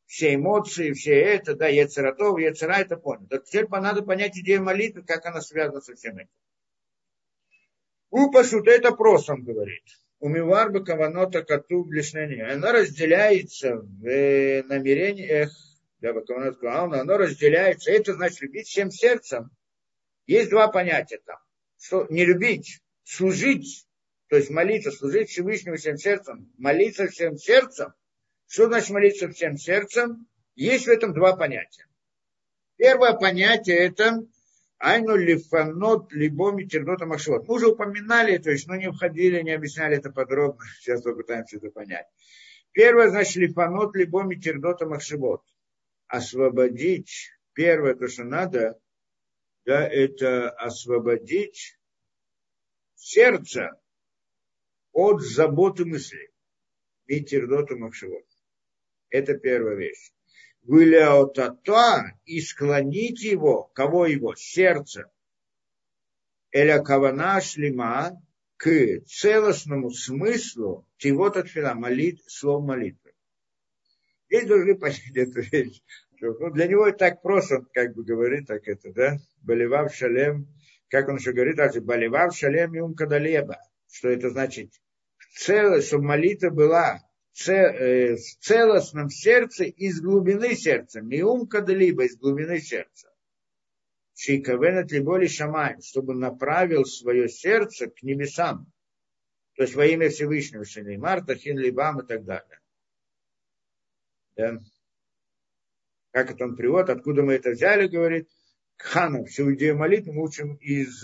A: все эмоции, все это, да, Ецератов, Ецера, это понял. Так теперь надо понять идею молитвы, как она связана со всем этим. Упашут, это просто он говорит. Умивар бы каванота кату блешнени. Она разделяется в э, намерениях, да, бы каванот каванота, оно разделяется. Это значит любить всем сердцем. Есть два понятия там. Что не любить, служить, то есть молиться, служить Всевышнему всем сердцем, молиться всем сердцем. Что значит молиться всем сердцем? Есть в этом два понятия. Первое понятие это айну лифанот либоми тернота махшот. Мы уже упоминали, то есть, ну, не входили, не объясняли это подробно. Сейчас попытаемся это понять. Первое, значит, лифанот либоми тернота махшот. Освободить. Первое, то, что надо, да, это освободить сердце от заботы мыслей. И тернота махшот. Это первая вещь. Выляотата и склонить его, кого его? Сердце. Эля кавана шлима к целостному смыслу тивот отфила, молит, слов молитвы. Здесь должны понять эту вещь. Ну, для него это так просто, он как бы говорит, так это, да? Балевав шалем, как он еще говорит, балевав шалем и умкадалеба. Что это значит? Целость, чтобы молитва была в целостном сердце из глубины сердца. Не умка-да либо из глубины сердца. Шейкавенет либоли шамай, чтобы направил свое сердце к небесам. То есть во имя Всевышнего Шенеймар, Тахин Либам и так далее. Да? Как это он приводит, откуда мы это взяли, говорит. Хана, всю идею молитвы мы учим из...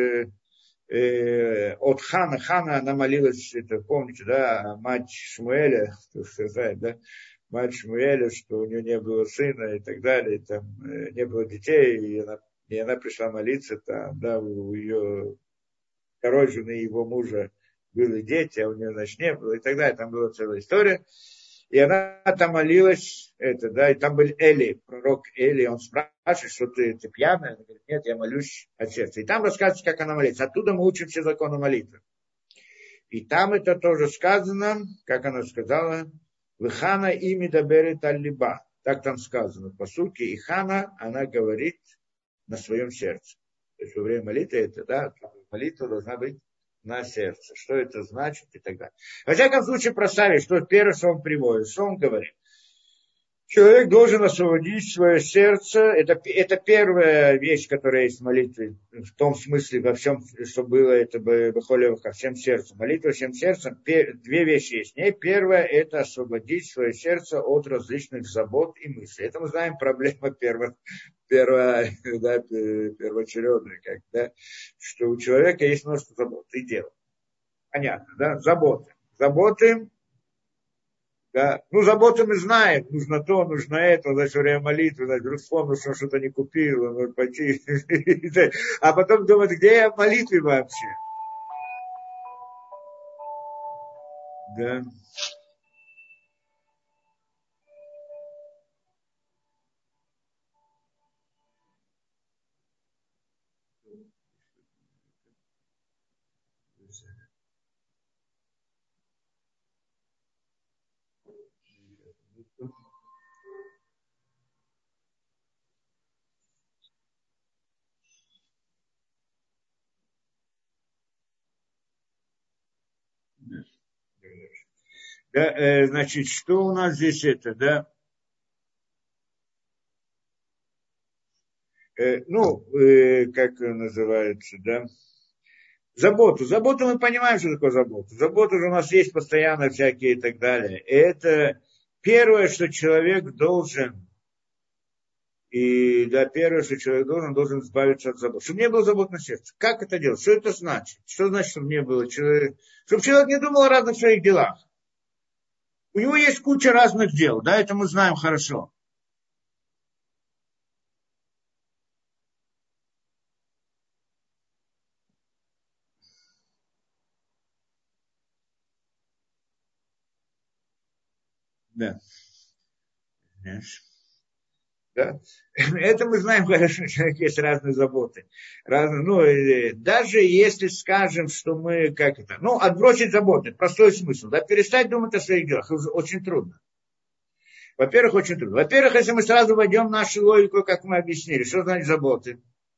A: От Хана, Хана, она молилась, это помните, да, мать Шмуэля, кто сказать, да, мать Шмуэля, что у нее не было сына и так далее, там не было детей, и она, и она пришла молиться, там, да, у ее король жены его мужа были дети, а у нее, значит, не было, и так далее, там была целая история. И она там молилась, это, да, и там был Эли, пророк Эли, он спрашивает, что ты, ты пьяная? Она говорит, нет, я молюсь от сердца. И там рассказывается, как она молится. Оттуда мы учим все законы молитвы. И там это тоже сказано, как она сказала, «Вихана ими даберет аль-либа». Так там сказано по сути. И Хана, она говорит на своем сердце. То есть во время молитвы это, да, молитва должна быть на сердце. Что это значит и так далее. Во всяком случае, проставить, что первое, что он приводит, что он говорит. Человек должен освободить свое сердце. Это, это первая вещь, которая есть в молитве. В том смысле, во всем, что было, это Бехолеваха, всем сердцем. Молитва всем сердцем. Две вещи есть в ней. Первое, это освободить свое сердце от различных забот и мыслей. Это мы знаем, проблема первая, первая, да, первоочередная, как, да, что у человека есть множество забот и дел. Понятно, да? Заботы. Заботы. Да. Ну, заботы мы знаем, нужно то, нужно это, значит, во время молитвы, значит, вдруг вспомнил, что он что-то не купил, он может пойти, а потом думает, где я в молитве вообще? Да. Да, э, значит, что у нас здесь это, да? Э, ну, э, как называется, да? Заботу. Заботу мы понимаем, что такое забота. Забота же у нас есть постоянно всякие и так далее. И это первое, что человек должен, и да, первое, что человек должен, должен избавиться от забот. Чтобы не было забот на сердце. Как это делать? Что это значит? Что значит, чтобы не было человека? Чтобы человек не думал о разных своих делах. У него есть куча разных дел, да, это мы знаем хорошо. Да. Да? Это мы знаем хорошо, что есть разные заботы. Разные, ну, даже если скажем, что мы, как это, ну, отбросить заботы, простой смысл, да, перестать думать о своих делах, очень трудно. Во-первых, очень трудно. Во-первых, если мы сразу войдем в нашу логику, как мы объяснили, что значит заботы?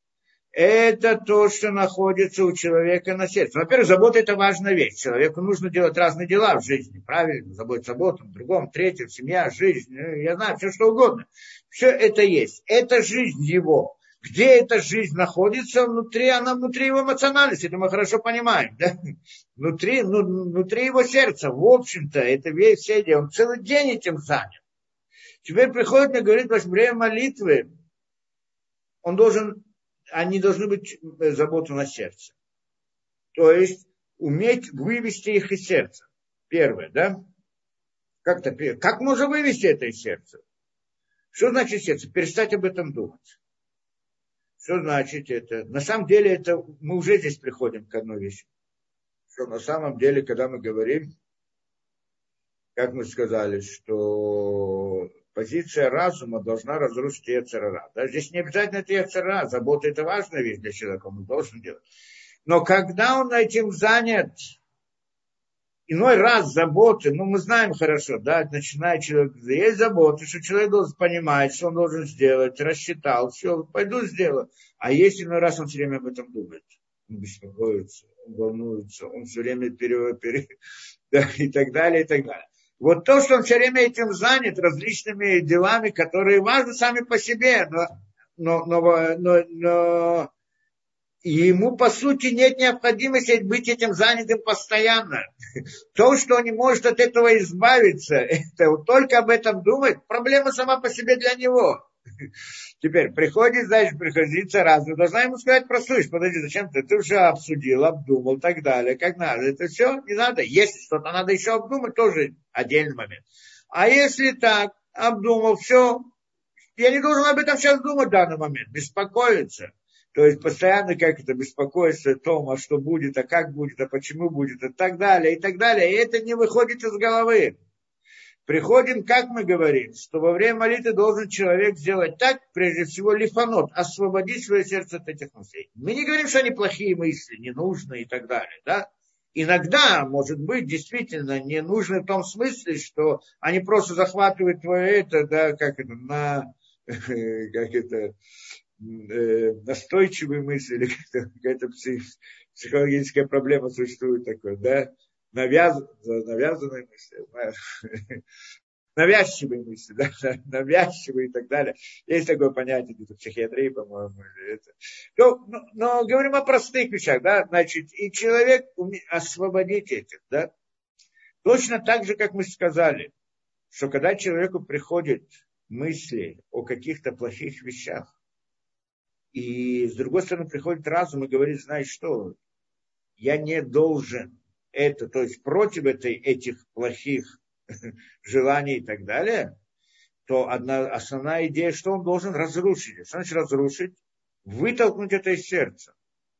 A: Это то, что находится у человека на сердце. Во-первых, забота – это важная вещь. Человеку нужно делать разные дела в жизни, правильно? Заботиться об этом, другом, третьем, семья, жизнь, я знаю, все что угодно. Все это есть. Это жизнь его. Где эта жизнь находится? Внутри, она внутри его эмоциональности, это мы хорошо понимаем. Да? Внутри, ну, внутри его сердца. В общем-то, это весь все день. Он целый день этим занят. Теперь приходит мне говорит, во время молитвы он должен... они должны быть заботы на сердце. То есть, уметь вывести их из сердца. Первое, да? Как-то, как можно вывести это из сердца? Что значит сердце? Перестать об этом думать. Что значит это? На самом деле, это мы уже здесь приходим к одной вещи. Что на самом деле, когда мы говорим, как мы сказали, что позиция разума должна разрушить йецер ара. Да? Здесь не обязательно это йецер ара. Забота – это важная вещь для человека, он должен делать. Но когда он этим занят, иной раз заботы, ну мы знаем хорошо, да, начинает человек, есть заботы, что человек должен понимать, что он должен сделать, рассчитал, все, пойду сделаю. А есть иной раз он все время об этом думает. Он беспокоится, он волнуется, он все время пере, пере, да, и так далее, и так далее. Вот то, что он все время этим занят, различными делами, которые важны сами по себе, но, но, но, но, но ему, по сути, нет необходимости быть этим занятым постоянно. То, что он не может от этого избавиться, это только об этом думать, проблема сама по себе для него. Теперь приходит, значит, приходится раз. Вы должна ему сказать простую, подожди, зачем ты? Ты уже обсудил, обдумал, так далее, как надо. Это все не надо. Если что-то надо еще обдумать, тоже отдельный момент. А если так, обдумал, все, я не должен об этом сейчас думать в данный момент, беспокоиться. То есть постоянно как это беспокоиться о том, а что будет, а как будет, а почему будет, и так далее, и так далее. И это не выходит из головы. Приходим, как мы говорим, что во время молитвы должен человек сделать так, прежде всего, лифанот, освободить свое сердце от этих мыслей. Мы не говорим, что они плохие мысли, ненужные и так далее. Да? Иногда, может быть, действительно ненужны в том смысле, что они просто захватывают твое это, да, как это, на, как это, э, настойчивые мысли, или какая-то психологическая проблема существует такое, да. Навяз... навязанные мысли, навязчивые мысли, да, навязчивые и так далее. Есть такое понятие, где-то в психиатрии, по-моему, или это. Но, но, но говорим о простых вещах, да, значит, и человек уме... освободить этих, да. Точно так же, как мы сказали, что когда человеку приходят мысли о каких-то плохих вещах, и с другой стороны приходит разум и говорит, знаешь что, я не должен это, то есть против этой, этих плохих желаний и так далее, то одна основная идея, что он должен разрушить. Что значит разрушить? Вытолкнуть это из сердца.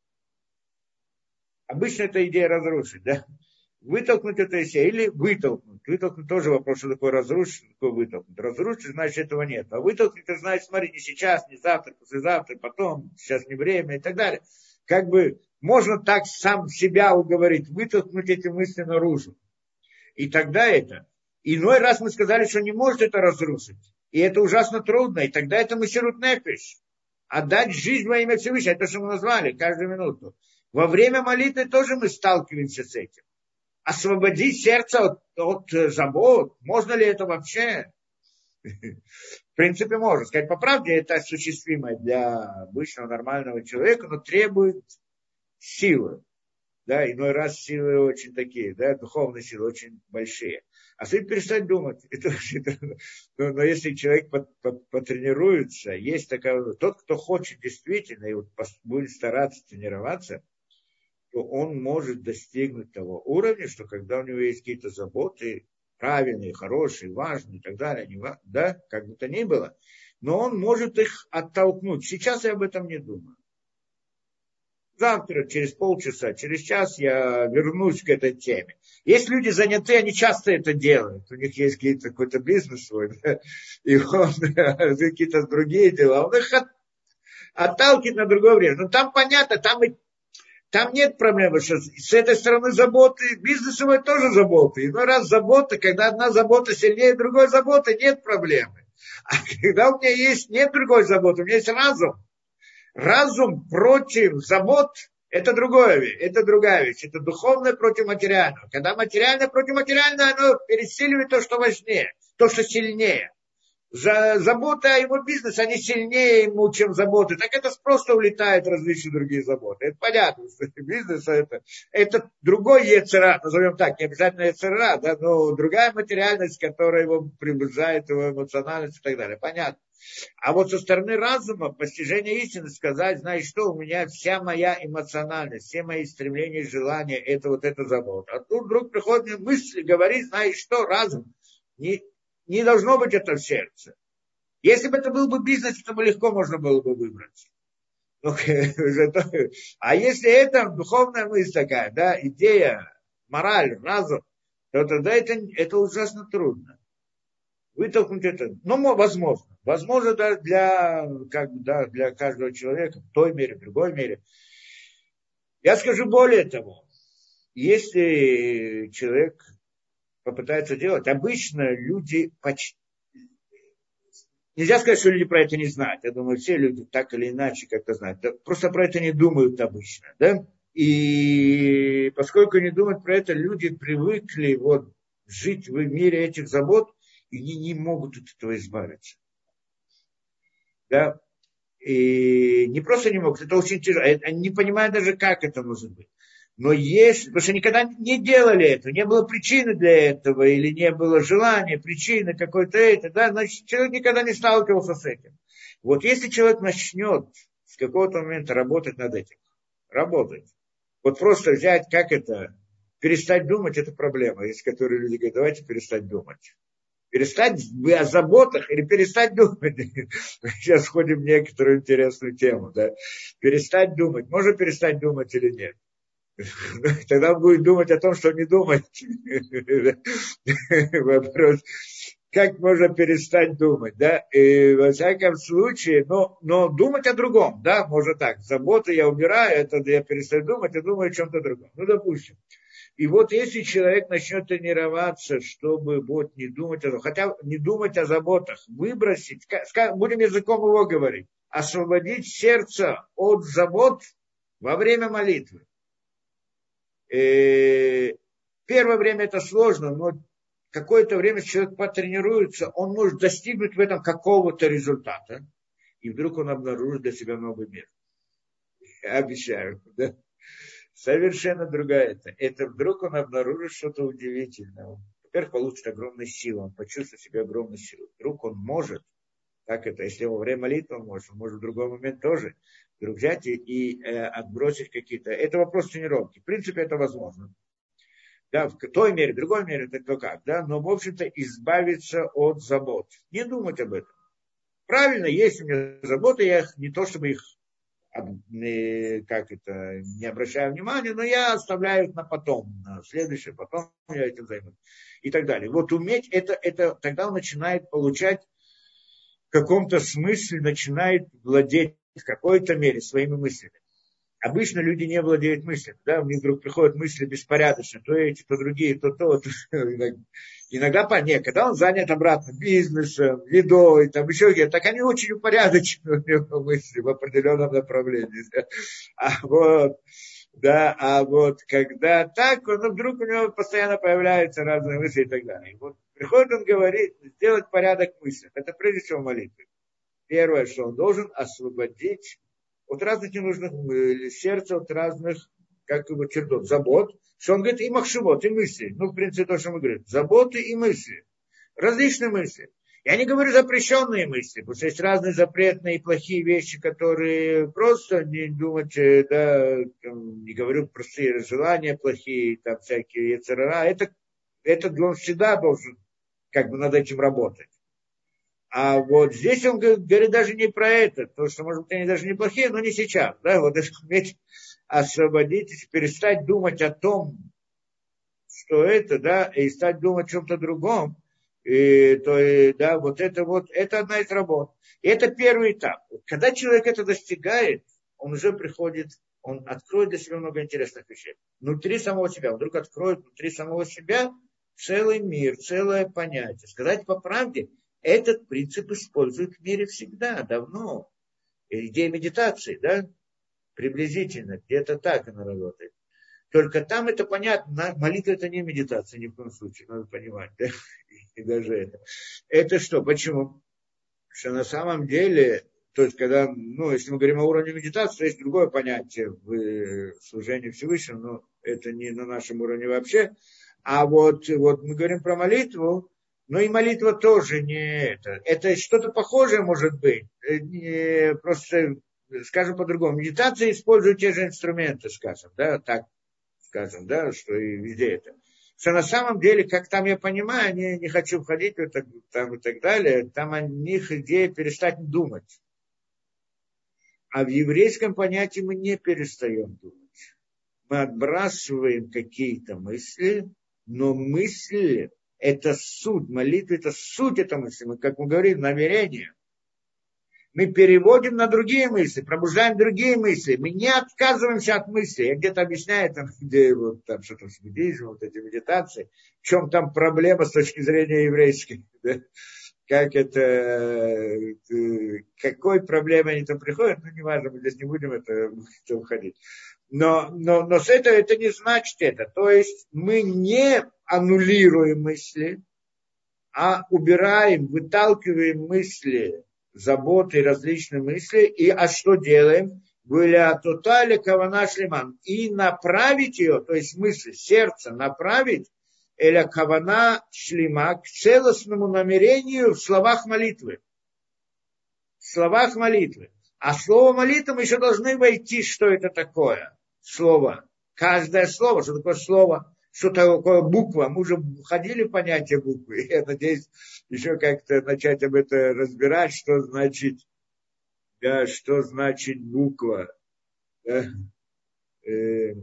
A: Обычно это идея разрушить, да? Вытолкнуть это из сердца или вытолкнуть. Вытолкнуть тоже вопрос, что такое разрушить, что такое вытолкнуть. Разрушить, значит, этого нет. А вытолкнуть, это значит, смотри, не сейчас, не завтра, послезавтра, потом, сейчас не время и так далее. Как бы можно так сам себя уговорить, вытолкнуть эти мысли наружу. И тогда это. Иной раз мы сказали, что не может это разрушить. И это ужасно трудно. И тогда это месирут нефеш. Отдать жизнь во имя Всевышнего. Это что мы назвали каждую минуту. Во время молитвы тоже мы сталкиваемся с этим. Освободить сердце от, от забот. Можно ли это вообще? В принципе, можно сказать по правде. Это осуществимо для обычного нормального человека, но требует силы, да, иной раз силы очень такие, да, духовные силы очень большие. А стоит перестать думать. Это, это, но, но если человек под, под, потренируется, есть такая, тот, кто хочет действительно и вот будет стараться тренироваться, то он может достигнуть того уровня, что когда у него есть какие-то заботы, правильные, хорошие, важные и так далее, не, да, как бы то ни было, но он может их оттолкнуть. Сейчас я об этом не думаю. Завтра, через полчаса, через час я вернусь к этой теме. Есть люди заняты, они часто это делают. У них есть какие-то, какой-то бизнес свой, да? И он какие-то другие дела. Он их от, отталкивает на другое время. Но там понятно, там, и, там нет проблемы, что с этой стороны заботы, бизнесовые тоже заботы. Иной раз забота, когда одна забота сильнее другой заботы, нет проблемы. А когда у меня есть, нет другой заботы, у меня есть разум. Разум против забот – это другое, это другая вещь. Это духовное против материального. Когда материальное против материального, оно пересиливает то, что важнее, то, что сильнее. За, забота о его бизнесе, они сильнее ему, чем заботы. Так это просто улетают различные другие заботы. Это понятно, что бизнес это, это другой ЕЦРА, назовем так, не обязательно ЕЦРА, да, но другая материальность, которая его приближает, его эмоциональность и так далее. Понятно. А вот со стороны разума, постижения истины, сказать, знаешь что, у меня вся моя эмоциональность, все мои стремления, желания, это вот эта забота. А тут вдруг приходит мне мысль, говорит, знаешь что, разум, не, не должно быть это в сердце. Если бы это был бы бизнес, то бы легко можно было бы выбрать. А если это духовная мысль такая, да, идея, мораль, разум, то тогда это, это ужасно трудно. Вытолкнуть это, ну, возможно. Возможно, да, для, как, да, для каждого человека, в той мере, в другой мере. Я скажу более того, если человек попытается делать, обычно люди почти... Нельзя сказать, что люди про это не знают. Я думаю, все люди так или иначе как-то знают. Просто про это не думают обычно, да? И поскольку не думают про это, люди привыкли вот жить в мире этих забот, и они не могут от этого избавиться. Да? И не просто не могут, это очень тяжело. Они не понимают даже, как это может быть. Но есть, потому что никогда не делали этого, не было причины для этого, или не было желания, причины какой-то это, да, значит, человек никогда не сталкивался с этим. Вот если человек начнет с какого-то момента работать над этим, работать, вот просто взять, как это, перестать думать, это проблема, из которой люди говорят, давайте перестать думать. Перестать о заботах или перестать думать. Сейчас входим в некоторую интересную тему. Да? Перестать думать. Можно перестать думать или нет? Тогда он будет думать о том, что не думать. Вопрос. Как можно перестать думать? Да? И, во всяком случае, но, но думать о другом. Да? Можно так. Забота, я умираю, это я перестаю думать, я думаю о чем-то другом. Ну, допустим. И вот если человек начнет тренироваться, чтобы вот не думать о хотя не думать о заботах, выбросить, будем языком его говорить, освободить сердце от забот во время молитвы. И первое время это сложно, но какое-то время человек потренируется, он может достигнуть в этом какого-то результата, и вдруг он обнаружит для себя новый мир. Я обещаю, да? Совершенно другая это. Это вдруг он обнаружит что-то удивительное. Он, во-первых, получит огромную силу, он почувствует в себе огромную силу. Вдруг он может, как это, если во время молитвы он может, он может в другой момент тоже вдруг взять и, и э, отбросить какие-то. Это вопрос тренировки. В принципе, это возможно. Да, в той мере, в другой мере, это то как, да, но, в общем-то, избавиться от забот. Не думать об этом. Правильно, есть у меня заботы, я их, не то чтобы их как это, не обращаю внимания, но я оставляю их на потом, на следующее, потом я этим займусь. И так далее. Вот уметь это, это тогда он начинает получать в каком-то смысле, начинает владеть в какой-то мере своими мыслями. Обычно люди не владеют мыслями, да, у них вдруг приходят мысли беспорядочно, то эти, то другие, то то. то. Иногда, нет, когда он занят обратно бизнесом, едой, там еще где-то, так они очень упорядочены у него мысли в определенном направлении. Да. А вот, да, а вот когда так, ну, вдруг у него постоянно появляются разные мысли и так далее. И вот приходит он говорит, сделать порядок в мыслях. Это прежде всего молитвы. Первое, что он должен освободить от разных ненужных сердца, от разных, как его чертов, забот, что он говорит, и махшивот, и мысли. Ну, в принципе, то, что мы говорим. Заботы и мысли. Различные мысли. Я не говорю запрещенные мысли, потому что есть разные запретные и плохие вещи, которые просто не думать, да, не говорю простые желания плохие, там всякие яцерара. Это, это он всегда должен как бы над этим работать. А вот здесь он говорит даже не про это, потому что, может быть, они даже неплохие, но не сейчас. Да? Вот это уметь освободитесь, перестать думать о том, что это, да, и стать думать о чем-то другом. И, то, и, да, вот это вот, это одна из работ. И это первый этап. Когда человек это достигает, он уже приходит, он откроет для себя много интересных вещей. Внутри самого себя. Он вдруг откроет внутри самого себя целый мир, целое понятие. Сказать по правде, этот принцип используют в мире всегда, давно. Идея медитации, да, приблизительно, где-то так она работает. Только там это понятно, молитва это не медитация ни в коем случае, надо понимать, да? И даже это. Это что, почему? Что на самом деле, то есть когда, ну, если мы говорим о уровне медитации, то есть другое понятие в служении Всевышнему, но это не на нашем уровне вообще. А вот, вот мы говорим про молитву, но и молитва тоже не это. Это что-то похожее может быть. Не, просто, скажем по-другому, медитация использует те же инструменты, скажем, да, так скажем, да, что и везде это. Что на самом деле, как там я понимаю, не, не хочу входить в это, там и так далее, там у них идея перестать думать. А в еврейском понятии мы не перестаем думать. Мы отбрасываем какие-то мысли, но мысли – это суть, молитва – это суть этой мысли. Мы, как мы говорим, намерение. Мы переводим на другие мысли, пробуждаем другие мысли. Мы не отказываемся от мыслей. Я где-то объясняю, там, где вот, там что-то с буддизмом, вот эти медитации, в чем там проблема с точки зрения еврейской. Да? Как это, какой проблемой они там приходят, ну, неважно, мы здесь не будем это, это уходить. Но, но, но с этого это не значит это. То есть мы не аннулируем мысли, а убираем, выталкиваем мысли, заботы, различные мысли, и а что делаем? Были тотали кавана шлиман. И направить ее, то есть мысль, сердце направить, эля кавана шлима, к целостному намерению в словах молитвы. В словах молитвы. А слово молитвы мы еще должны войти, что это такое. Слово. Каждое слово. Что такое слово? Что такое буква? Мы уже входили в понятие буквы. Я надеюсь, еще как-то начать об этом разбирать, что значит, да, что значит буква. Да, э,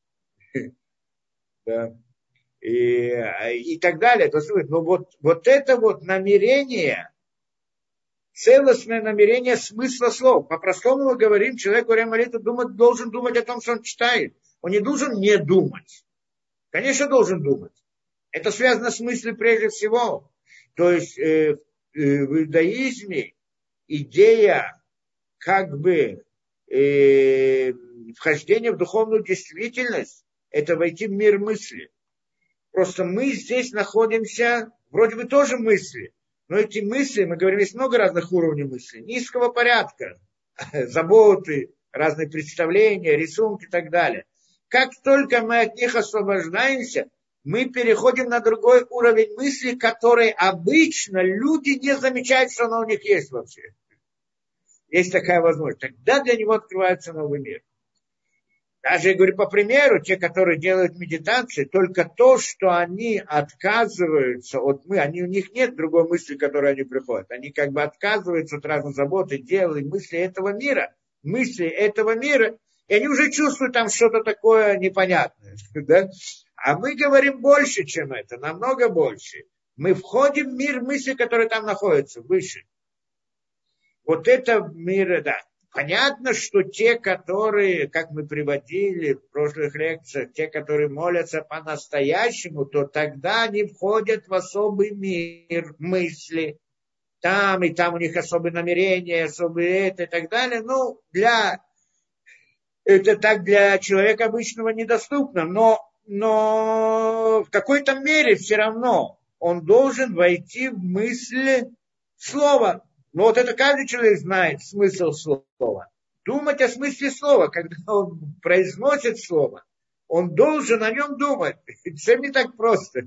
A: да. И, и так далее. То есть, но вот, вот это вот намерение, целостное намерение смысла слов. По-простому мы говорим, человек, говоря молитву, думать, должен думать о том, что он читает. Он не должен не думать. Конечно, должен думать. Это связано с мыслью прежде всего. То есть э, э, в иудаизме идея как бы э, вхождения в духовную действительность – это войти в мир мысли. Просто мы здесь находимся, вроде бы тоже мысли, но эти мысли, мы говорим, есть много разных уровней мысли, низкого порядка, заботы, разные представления, рисунки и так далее. Как только мы от них освобождаемся, мы переходим на другой уровень мысли, который обычно люди не замечают, что оно у них есть вообще. Есть такая возможность. Тогда для него открывается новый мир. Даже, я говорю, по примеру, те, которые делают медитации, только то, что они отказываются от мы, они, у них нет другой мысли, к которой они приходят. Они как бы отказываются от разных забот и дел, и мысли этого мира. Мысли этого мира, и они уже чувствуют там что-то такое непонятное. Да? А мы говорим больше, чем это, намного больше. Мы входим в мир мысли, которые там находятся, выше. Вот это мир, да. Понятно, что те, которые, как мы приводили в прошлых лекциях, те, которые молятся по-настоящему, то тогда они входят в особый мир мысли. Там и там у них особые намерения, особые это и так далее. Ну, для, это так для человека обычного недоступно, но, но в какой-то мере все равно он должен войти в мысли слова. Но вот это каждый человек знает смысл слова. Думать о смысле слова, когда он произносит слово, он должен о нем думать. Все не так просто.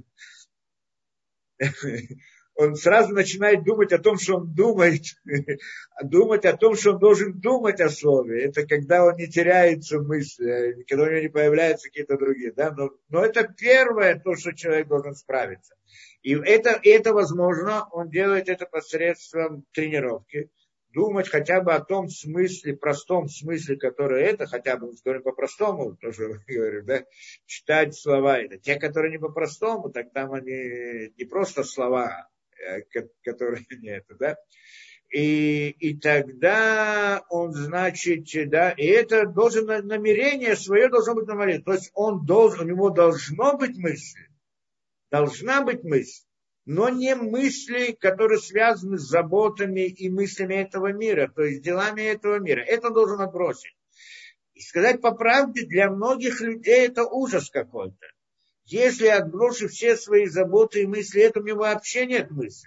A: Он сразу начинает думать о том, что он думает. Думать о том, что он должен думать о слове. Это когда он не теряется в мысли, когда у него не появляются какие-то другие. Да? Но, но это первое, то, что человек должен справиться. И это, это возможно, он делает это посредством тренировки. Думать хотя бы о том смысле, простом смысле, который это, хотя бы, мы говорим по-простому, тоже говорю, да, читать слова. Это те, которые не по-простому, так там они не просто слова, которые нет, да. И, и тогда он, значит, да, и это должен, намерение свое должно быть намерение. То есть он должен, у него должно быть мысль, должна быть мысль, но не мысли, которые связаны с заботами и мыслями этого мира, то есть делами этого мира. Это он должен отбросить. И сказать по правде, для многих людей это ужас какой-то. Если я отброшу все свои заботы и мысли, это у меня вообще нет мысли.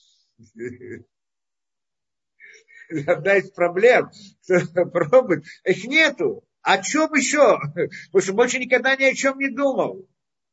A: Одна из проблем, кто пробует, их нету. О чем еще? Потому что больше никогда ни о чем не думал.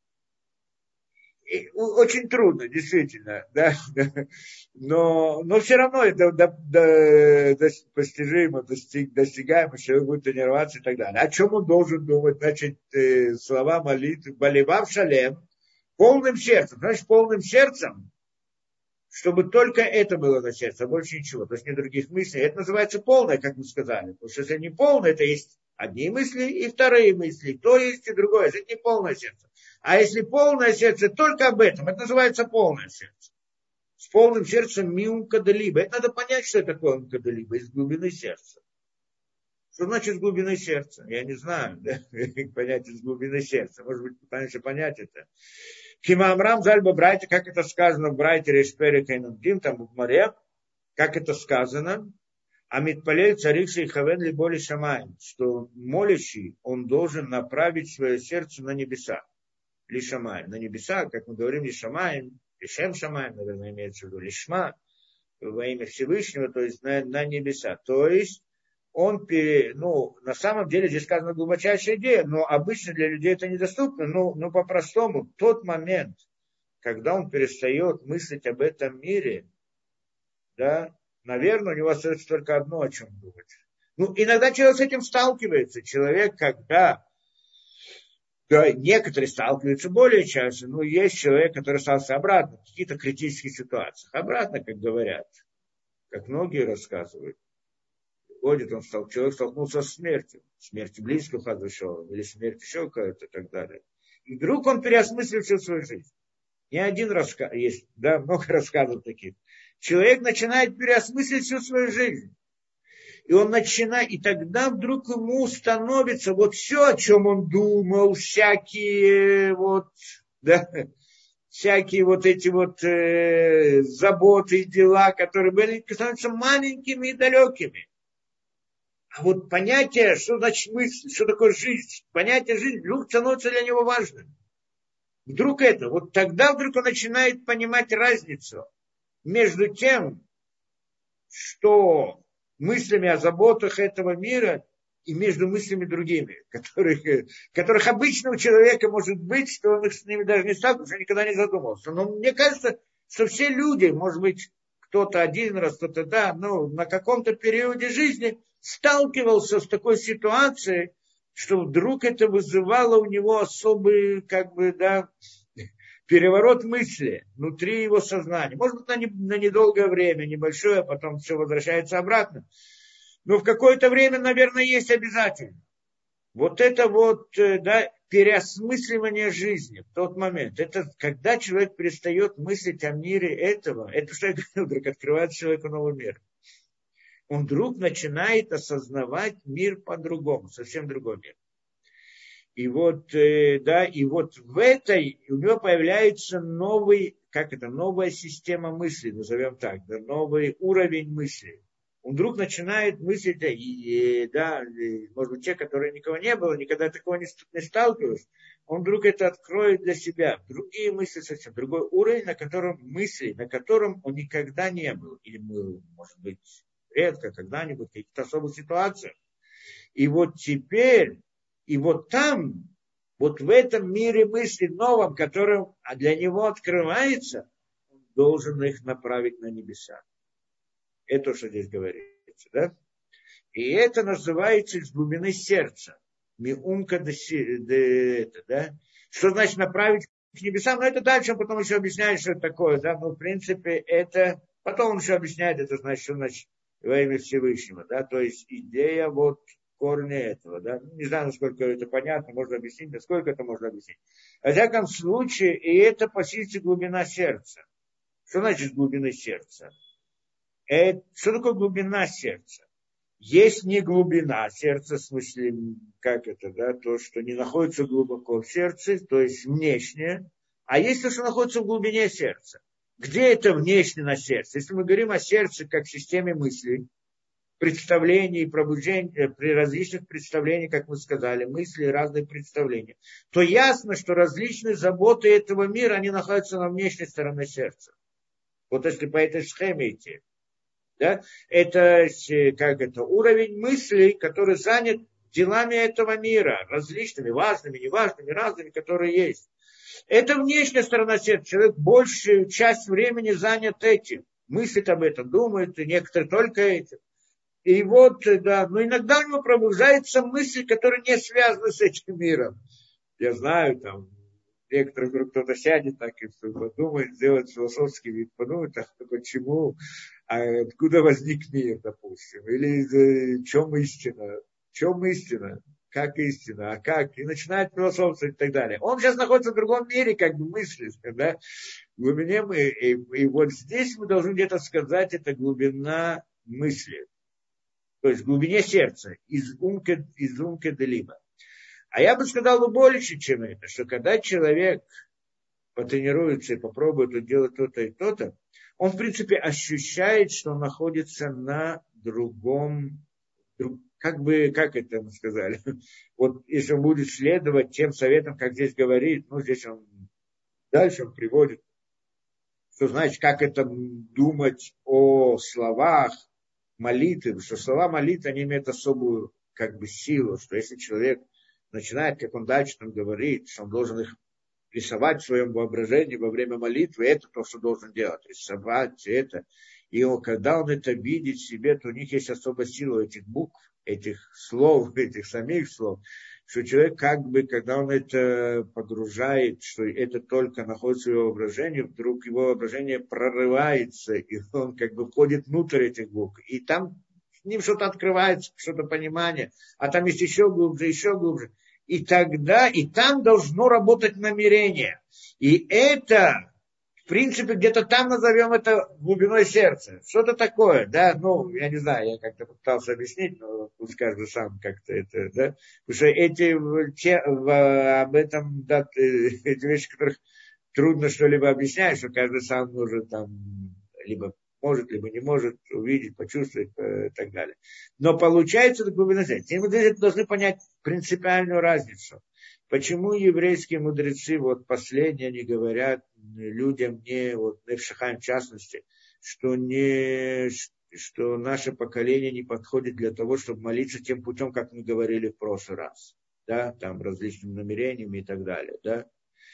A: И очень трудно, действительно, да, да. Но, но все равно это до, до, до, постижимо, достиг, достигаемо, человек будет тренироваться и так далее. О чем он должен думать? Значит, э, слова молитвы, болевав шалем, полным сердцем. Значит, полным сердцем, чтобы только это было на сердце, а больше ничего. То есть нет других мыслей. Это называется полное, как мы сказали. Потому что если не полное, это есть одни мысли и вторые мысли. То есть и другое. Это не полное сердце. А если полное сердце только об этом, это называется полное сердце. С полным сердцем миум кадалиба. Это надо понять, что это такое миум кадалиба из глубины сердца. Что значит с глубины сердца? Я не знаю, да? Понять из глубины сердца. Может быть, пытаемся понять это. Химамрам зальба брайте, как это сказано в брайте Решпери Кайнамдим, там в море, как это сказано, а митпалель царикши и хавен ли боли шамаем, что молящий, он должен направить свое сердце на небеса. Лишамаем, на небеса, как мы говорим, лишамаем, лишем шамаем, наверное, имеется в виду, лишма, во имя Всевышнего, то есть на, на небеса. То есть он, пере, ну, на самом деле здесь сказана глубочайшая идея, но обычно для людей это недоступно, но, но по-простому, тот момент, когда он перестает мыслить об этом мире, да, наверное, у него остается только одно, о чем думать. Ну, иногда человек с этим сталкивается. Человек, когда да, некоторые сталкиваются более часто, но есть человек, который остался обратно в каких-то критических ситуациях. Обратно, как говорят, как многие рассказывают. Ходит, он стал, человек столкнулся с смертью, смертью близкого подошел, или смерть еще какая-то и так далее. И вдруг он переосмыслил всю свою жизнь. Не один рассказ, есть, да, много рассказов таких. Человек начинает переосмыслить всю свою жизнь. И он начинает, и тогда вдруг ему становится вот все, о чем он думал, всякие вот, да, всякие вот эти вот э, заботы и дела, которые были, становятся маленькими и далекими. А вот понятие, что значит мысль, что такое жизнь, понятие жизни вдруг становится для него важным. Вдруг это, вот тогда вдруг он начинает понимать разницу между тем, что мыслями о заботах этого мира и между мыслями другими, которых, которых обычно у человека может быть, что он их с ними даже не сталкивался, никогда не задумывался. Но мне кажется, что все люди, может быть, кто-то один раз, кто-то да, но на каком-то периоде жизни сталкивался с такой ситуацией, что вдруг это вызывало у него особый, как бы, да, переворот мысли внутри его сознания. Может быть, на, не, на недолгое время, небольшое, а потом все возвращается обратно. Но в какое-то время, наверное, есть обязательно. Вот это вот, да, переосмысливание жизни в тот момент. Это когда человек перестает мыслить о мире этого. Это, что я говорил, вдруг открывает человеку новый мир. Он вдруг начинает осознавать мир по-другому, совсем другой мир. И вот, да, и вот в этой у него появляется новый, как это, новая система мысли, назовем так, да, новый уровень мысли. Он вдруг начинает мыслить, и, да, и, может быть, те, которые никого не было, никогда такого не, не сталкивались, он вдруг это откроет для себя. Другие мысли совсем, другой уровень, на котором мысли, на котором он никогда не был. Или был, может быть, редко, когда-нибудь, в каких-то особых ситуациях. И вот теперь, и вот там, вот в этом мире мыслей новом, которым для него открывается, он должен их направить на небеса. Это то, что здесь говорится, да? И это называется из глубины сердца. Миумка де, да? Что значит направить к небесам? Ну, это дальше он потом еще объясняет, что это такое, да? Но, в принципе, это... Потом он еще объясняет, это значит, что значит во имя Всевышнего, да? То есть идея вот корня этого, да? Не знаю, насколько это понятно, можно объяснить, насколько это можно объяснить. Во всяком случае, и это по сути глубина сердца. Что значит глубины сердца? Это, что такое глубина сердца? Есть не глубина сердца, в смысле, как это, да, то, что не находится глубоко в сердце, то есть внешнее, а есть то, что находится в глубине сердца. Где это внешне на сердце? Если мы говорим о сердце как системе мыслей, представлений, пробуждений, при различных представлениях, как мы сказали, мысли, разные представления, то ясно, что различные заботы этого мира, они находятся на внешней стороне сердца. Вот если по этой схеме идти. Да? Это, как это, уровень мыслей, который занят делами этого мира, различными, важными, неважными, разными, которые есть. Это внешняя сторона сердца. Человек большую часть времени занят этим. Мыслит об этом, думает, и некоторые только этим. И вот, да, но иногда у него пробуждается мысль, которая не связана с этим миром. Я знаю, там, некоторых вдруг кто-то сядет так и подумает, сделает философский вид, подумает, а почему, а откуда возник мир, допустим, или в чем истина, в чем истина, как истина, а как, и начинает философствовать и так далее. Он сейчас находится в другом мире, как бы мыслит, да, в глубине мы, и, и вот здесь мы должны где-то сказать, это глубина мысли. То есть в глубине сердца, из умка, из умка до либо. А я бы сказал бы больше, чем это, что когда человек потренируется и попробует делать то-то и то-то, он, в принципе, ощущает, что он находится на другом, друг, как бы, как это мы сказали, вот если он будет следовать тем советам, как здесь говорит, ну, здесь он, дальше он приводит, что значит, как это думать о словах, молитвы, что слова молитвы, они имеют особую как бы силу, что если человек начинает, как он дальше там говорит, что он должен их рисовать в своем воображении во время молитвы, это то, что должен делать, рисовать это. И он, когда он это видит в себе, то у них есть особая сила этих букв, этих слов, этих самих слов, что человек как бы, когда он это погружает, что это только находится в его воображении, вдруг его воображение прорывается, и он как бы входит внутрь этих букв. И там с ним что-то открывается, что-то понимание, а там есть еще глубже, еще глубже. И тогда, и там должно работать намерение. И это, в принципе, где-то там назовем это глубиной сердца. Что-то такое, да, ну, я не знаю, я как-то пытался объяснить, но пусть каждый сам как-то это, да. Потому что эти, те, в, об этом, да, эти вещи, которых трудно что-либо объяснять, что каждый сам может там, либо может, либо не может увидеть, почувствовать и так далее. Но получается, это глубина сердца. И мы должны понять принципиальную разницу. Почему еврейские мудрецы, вот последние, они говорят людям, не, вот Невшахаим в частности, что, не, что наше поколение не подходит для того, чтобы молиться тем путем, как мы говорили в прошлый раз. Да, там различными намерениями и так далее. Да.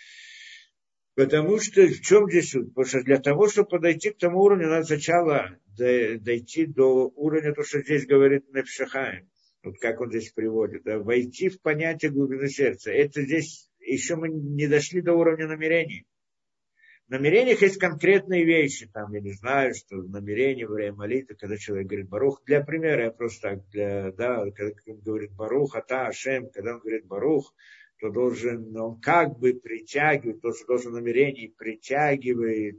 A: Потому что в чем здесь суть? Потому что для того, чтобы подойти к тому уровню, надо сначала дойти до уровня, то, что здесь говорит Невшахаим. Вот как он здесь приводит, да, войти в понятие глубины сердца. Это здесь еще мы не дошли до уровня намерений. В намерениях есть конкретные вещи, там, я не знаю, что намерение во время молитвы, когда человек говорит Барух, для примера, я просто так, для, да, когда он говорит Барух, Ата, Ашем, когда он говорит Барух, то должен, он как бы притягивает, то, что должен намерение притягивает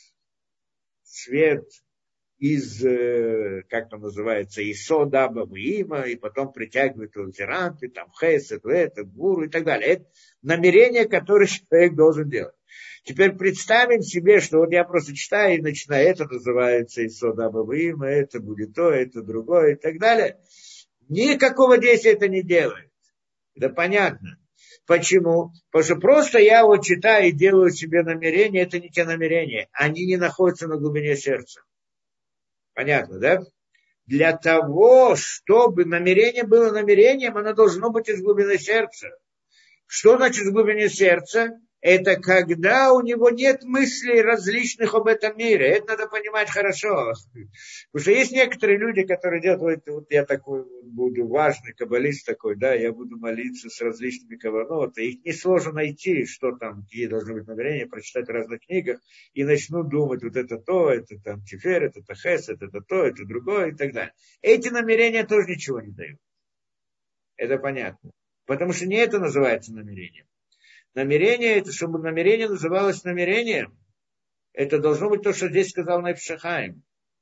A: свет из, как там называется, Исода, Бабуима, и потом притягивает лазеранты, там, Хесед, это, Гуру и так далее. Это намерение, которое человек должен делать. Теперь представим себе, что вот я просто читаю и начинаю, это называется Исода, Бабуима, это будет то, это другое и так далее. Никакого действия это не делает. Это понятно. Почему? Потому что просто я вот читаю и делаю себе намерения, это не те намерения. Они не находятся на глубине сердца. Понятно, да? Для того, чтобы намерение было намерением, оно должно быть из глубины сердца. Что значит из глубины сердца? Это когда у него нет мыслей различных об этом мире. Это надо понимать хорошо. Потому что есть некоторые люди, которые делают, вот, вот я такой буду важный каббалист такой, да, я буду молиться с различными каванот. Их несложно найти, что там, какие должны быть намерения, прочитать в разных книгах, и начну думать, вот это то, это там тифер, это хес, это то, это другое и так далее. Эти намерения тоже ничего не дают. Это понятно. Потому что не это называется намерением. Намерение, это чтобы намерение называлось намерением, это должно быть то, что здесь сказал Невшахаим.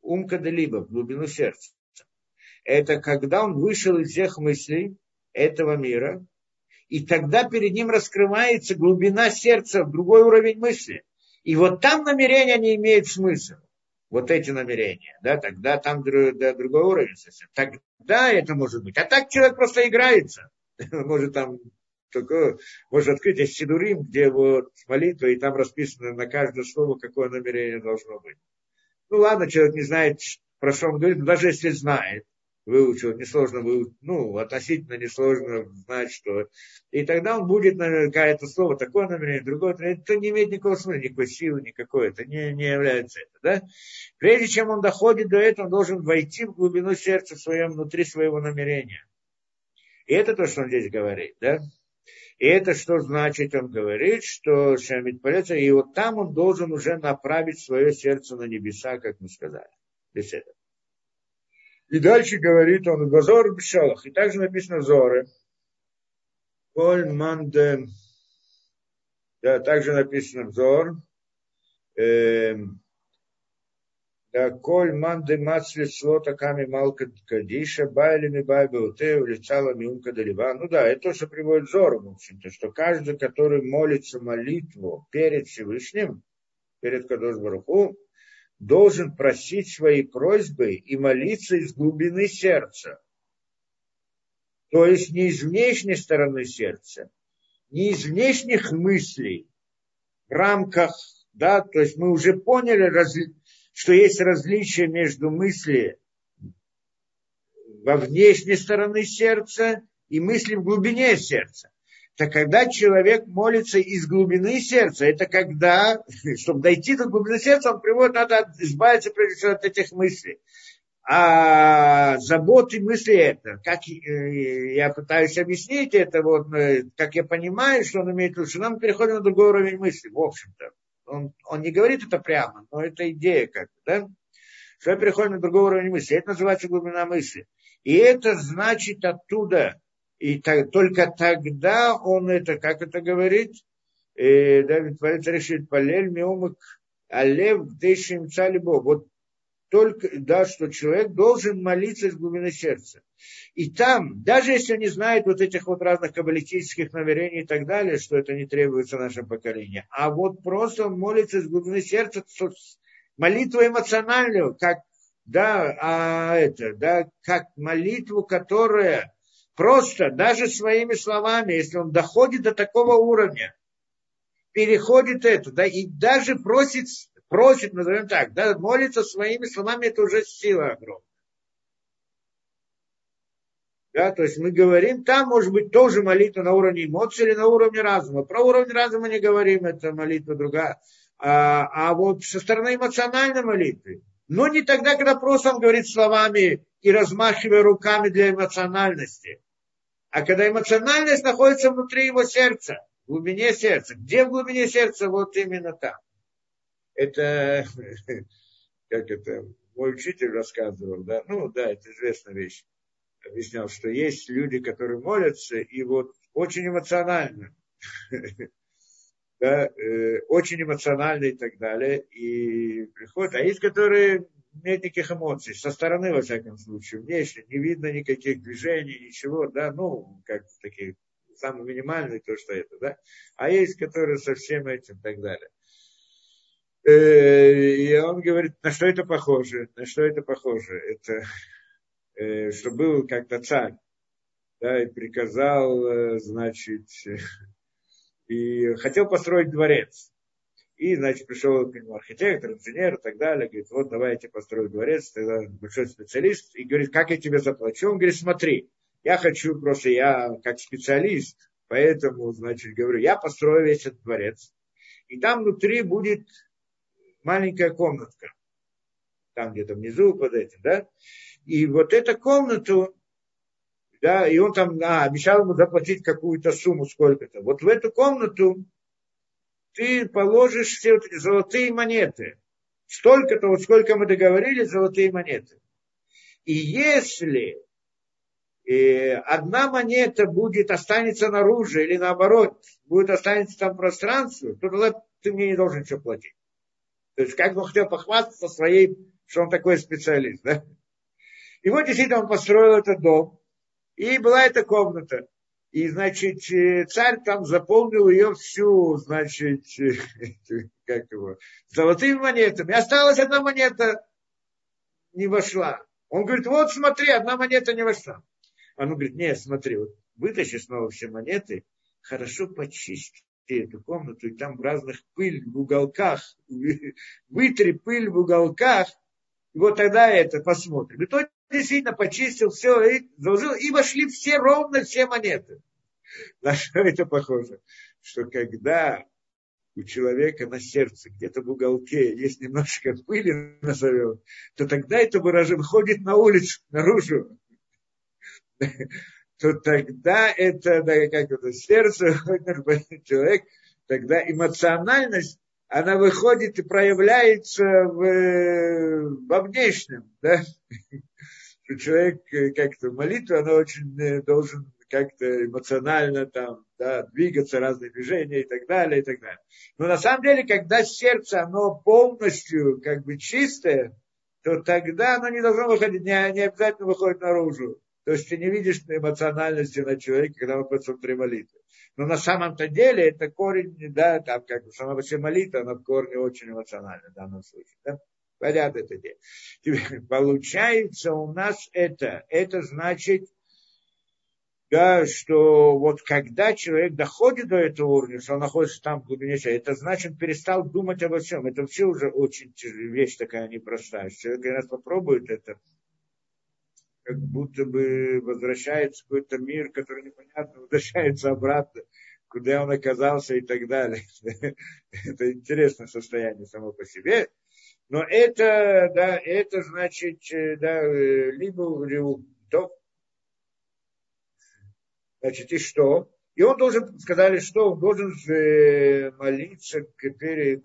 A: умка да либо, в глубину сердца. Это когда он вышел из всех мыслей этого мира, и тогда перед ним раскрывается глубина сердца, другой уровень мысли. И вот там намерения не имеют смысла. Вот эти намерения, да, тогда там да, другой уровень совсем. Тогда это может быть. А так человек просто играется. Может там только, может открыть Сидурим, где вот молитва, и там расписано на каждое слово, какое намерение должно быть. Ну ладно, человек не знает, про что он говорит, но даже если знает, выучил, несложно выучить, ну, относительно несложно знать, что... И тогда он будет, наверное, какое-то слово, такое намерение, другое, это не имеет никакого смысла, никакой силы, никакой, это не, не является это, да? Прежде чем он доходит до этого, он должен войти в глубину сердца в своем, внутри своего намерения. И это то, что он здесь говорит, да? И это что значит? Он говорит, что Шамит Палеца, и вот там он должен уже направить свое сердце на небеса, как мы сказали. Без этого. И дальше говорит он, Газор Бешалах. И также написано в Зоре. Коль манде. Да, также написано в Зор. Э, да, Коль манде мацли слота ками малка кадиша, байлими байбеуте, улицала миумка далива. Ну да, это то, что приводит Зор, в общем-то, что каждый, который молится молитву перед Всевышним, перед Кадош Барух Ху, должен просить свои просьбы и молиться из глубины сердца. То есть не из внешней стороны сердца, не из внешних мыслей, в рамках, да, то есть мы уже поняли, что есть различие между мыслью во внешней стороне сердца и мысли в глубине сердца. Так когда человек молится из глубины сердца, это когда, чтобы дойти до глубины сердца, он приводит, надо избавиться прежде всего от этих мыслей. А заботы мысли это, как я пытаюсь объяснить это, вот, как я понимаю, что он имеет в виду, что нам переходим на другой уровень мысли, в общем-то. Он, он не говорит это прямо, но это идея как-то, да? Что мы переходим на другой уровень мысли. Это называется глубина мысли. И это значит оттуда, и так, только тогда он это, как это говорит, э, Давид Валерий решит, палель миумык алев дешим цалибо. Вот только, да, что человек должен молиться из глубины сердца. И там, даже если он не знает вот этих вот разных каббалистических намерений и так далее, что это не требуется нашему поколению, а вот просто он молится из глубины сердца, молитву эмоциональную, как, да, а это, да, как молитву, которая просто, даже своими словами, если он доходит до такого уровня, переходит это, да, и даже просит, просит, назовем так, да, молится своими словами, это уже сила огромная. Да, то есть мы говорим, там может быть тоже молитва на уровне эмоций или на уровне разума. Про уровень разума не говорим, это молитва другая. А, а вот со стороны эмоциональной молитвы. Но не тогда, когда просто он говорит словами и размахивая руками для эмоциональности. А когда эмоциональность находится внутри его сердца, в глубине сердца. Где в глубине сердца? Вот именно там. Это, как это, мой учитель рассказывал, да, ну да, это известная вещь. Объяснял, что есть люди, которые молятся, и вот очень эмоционально, да, э, очень эмоционально и так далее, и приходят, а есть, которые нет никаких эмоций, со стороны, во всяком случае, внешне, не видно никаких движений, ничего, да, ну, как такие, самые минимальные, то, что это, да, а есть, которые со всем этим и так далее. Э, и он говорит, на что это похоже, на что это похоже, это... что был как-то царь, да, и приказал, значит, и хотел построить дворец. И, значит, пришел к нему архитектор, инженер и так далее, говорит, вот давайте построим дворец, тогда большой специалист, и говорит, как я тебе заплачу? Он говорит, смотри, я хочу просто, я как специалист, поэтому, значит, говорю, я построю весь этот дворец, и там внутри будет маленькая комнатка, там где-то внизу под этим, да, и вот эту комнату, да, и он там а, обещал ему заплатить какую-то сумму, сколько-то. Вот в эту комнату ты положишь все вот эти золотые монеты. Столько-то, вот сколько мы договорились, золотые монеты. И если э, одна монета будет, останется наружу, или наоборот, будет останется там пространство, то тогда ты мне не должен ничего платить. То есть, как бы хотел похвастаться своей что он такой специалист, да? И вот действительно он построил этот дом, и была эта комната. И, значит, царь там заполнил ее всю, значит, как его, золотыми монетами. Осталась одна монета, не вошла. Он говорит, вот смотри, одна монета не вошла. Он говорит, нет, смотри, вот вытащи снова все монеты, хорошо почисти эту комнату, и там в разных пыль в уголках, вытри пыль в уголках, и вот тогда это посмотрим. И тот действительно почистил все, и заложил, и вошли все, ровно все монеты. На что это похоже? Что когда у человека на сердце, где-то в уголке, есть немножко пыли, назовем, то тогда это выражение выходит на улицу, наружу, то тогда это, да, как это, сердце, человек, тогда эмоциональность, она выходит и проявляется в, во внешнем, да, что человек как-то молитва, она очень должен как-то эмоционально там, да, двигаться, разные движения и так далее, и так далее. Но на самом деле, когда сердце, оно полностью как бы чистое, то тогда оно не должно выходить, не, не обязательно выходит наружу. То есть ты не видишь эмоциональности на человеке, когда он находится внутри молитвы. Но на самом-то деле это корень, да, там как бы сама по себе молитва, она в корне очень эмоциональна в данном случае. Да? Понятно это дело. Теперь, получается у нас это, это значит, да, что вот когда человек доходит до этого уровня, что он находится там в глубине себя, это значит, он перестал думать обо всем. Это вообще уже очень вещь такая непростая. Человек раз попробует это, как будто бы возвращается в какой-то мир, который непонятно, возвращается обратно, куда он оказался и так далее. Это интересное состояние само по себе. Но это, да, это значит, да, либо то, значит, и что? И он должен, сказали, что он должен молиться, каждый,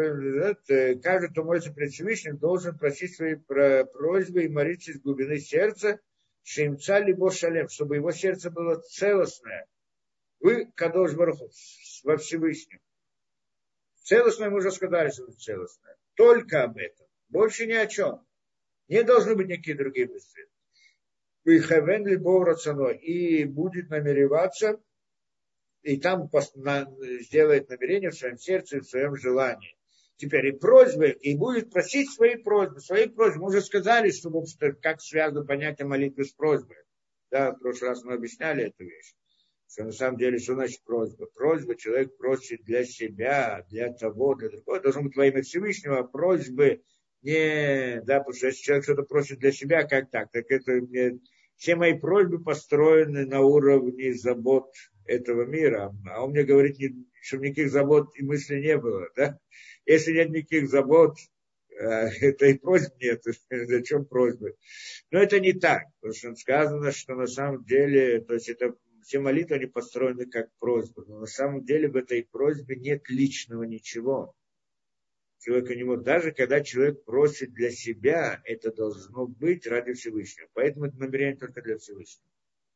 A: кто молится пред Всевышним, должен просить свои просьбы и молиться из глубины сердца, шеимца либо шалем, чтобы его сердце было целостное. Вы, Кадош Барух Ху, во Всевышнем. Целостное мы уже сказали, что это целостное. Только об этом. Больше ни о чем. Не должны быть никакие другие мысли. И хавен либо рацано, и будет намереваться, и там сделает намерение в своем сердце и в своем желании. Теперь и просьбы, и будет просить свои просьбы, свои просьбы. Мы уже сказали, что, как связано понятие молитвы с просьбой. Да, в прошлый раз мы объясняли эту вещь. Что на самом деле, что значит просьба? Просьба человек просит для себя, для того, для другого. Должно быть во имя Всевышнего, просьбы не, да, потому что если человек что-то просит для себя, как так? Так это мне, все мои просьбы построены на уровне забот этого мира. А он мне говорит, чтобы никаких забот и мыслей не было, да? Если нет никаких забот, это и просьб нет. Зачем просьбы? Но это не так, потому что сказано, что на самом деле, то есть это все молитвы, они построены как просьбы. Но на самом деле в этой просьбе нет личного ничего. Человек не может. Даже когда человек просит для себя, это должно быть ради Всевышнего. Поэтому это намерение только для Всевышнего.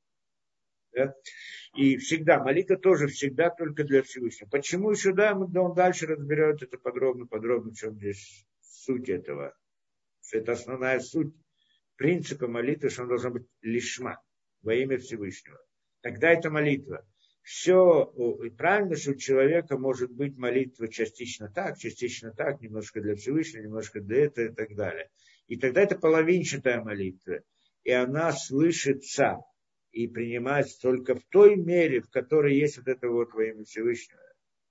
A: Да? И всегда, молитва тоже всегда только для Всевышнего. Почему еще, да, он дальше разберет это подробно, подробно, в чем здесь суть этого. Это основная суть принципа молитвы, что он должен быть лишма во имя Всевышнего. Тогда это молитва. Все правильно, что у человека может быть молитва частично так, частично так, немножко для Всевышнего, немножко для этого и так далее. И тогда это половинчатая молитва. И она слышится и принимается только в той мере, в которой есть вот это вот во имя Всевышнего.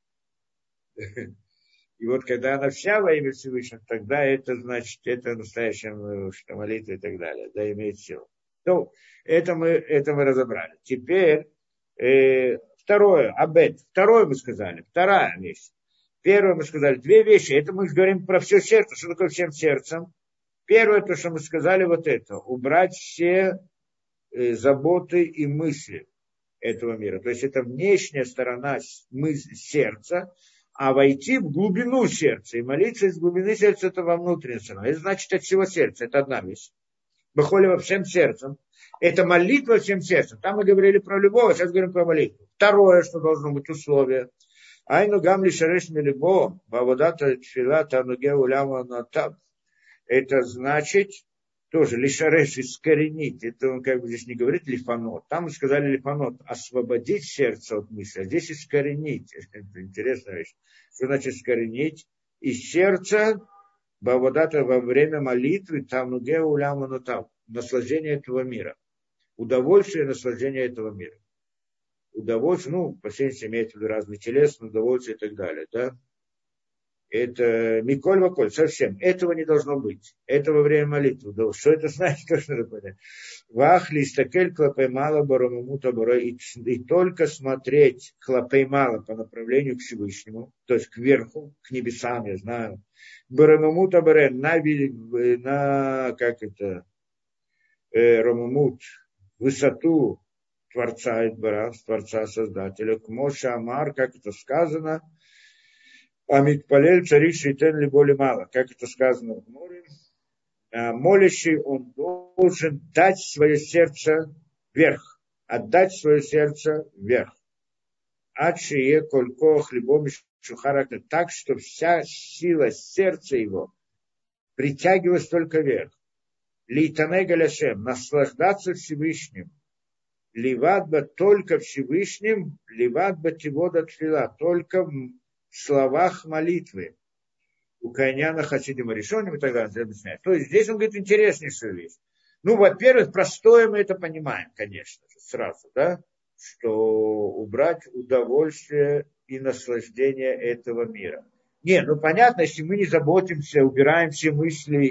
A: И вот когда она вся во имя Всевышнего, тогда это значит, это настоящая молитва и так далее, да, имеет силу. Ну, это мы, это мы разобрали. Теперь э, второе, абет. Второе мы сказали, вторая вещь. Первое мы сказали, две вещи. Это мы говорим про все сердце. Что такое всем сердцем? Первое, то, что мы сказали, вот это. Убрать все э, заботы и мысли этого мира. То есть это внешняя сторона мысли, сердца, а войти в глубину сердца. И молиться из глубины сердца, это во внутреннюю сторону. Это значит от всего сердца. Это одна вещь. Бахолева всем сердцем. Это молитва всем сердцем. Там мы говорили про любовь, а сейчас говорим про молитву. Второе, что должно быть условие. Айну гамли шареш милибо, баводата тфилата нуге уляма натаб. Это значит, тоже лишареш, искоренить. Это он как бы здесь не говорит лифанот. Там мы сказали лифанот, освободить сердце от мысли, а здесь искоренить. Это интересная вещь. Что значит искоренить? Из сердца бавадата во время молитвы там нуге уляма там наслаждение этого мира. Удовольствие и наслаждение этого мира. Удовольствие, ну, по сути, имеется в виду разные телесные удовольствия и так далее, да. Это миколь ваколь, совсем. Этого не должно быть. Это во время молитвы. Да, что это значит, что надо понять. Вахли стакель клапеймала барамамута бара. И только смотреть клапеймала по направлению к Всевышнему, то есть кверху, к небесам, я знаю. Барамамута бара, на, на, как это, э, рамамут, высоту Творца Идбара, Творца Создателя. К Моше Амар, как это сказано, Амит Палель царит шейтен ли более мало. Как это сказано в море. Молящий, он должен дать свое сердце вверх. Отдать свое сердце вверх. Адшие колько хлебом шухарака. Так, что вся сила сердца его притягивалась только вверх. Лейтане галяшем. Наслаждаться Всевышним. Ливадба только Всевышним. Ливадба тивода тфила. Только в словах молитвы. У Кайняна Хасидима решенным и так далее. Объясняет. То есть здесь он говорит интереснейшую вещь. Ну, во-первых, простое мы это понимаем, конечно же, сразу, да, что убрать удовольствие и наслаждение этого мира. Не, ну понятно, если мы не заботимся, убираем все мысли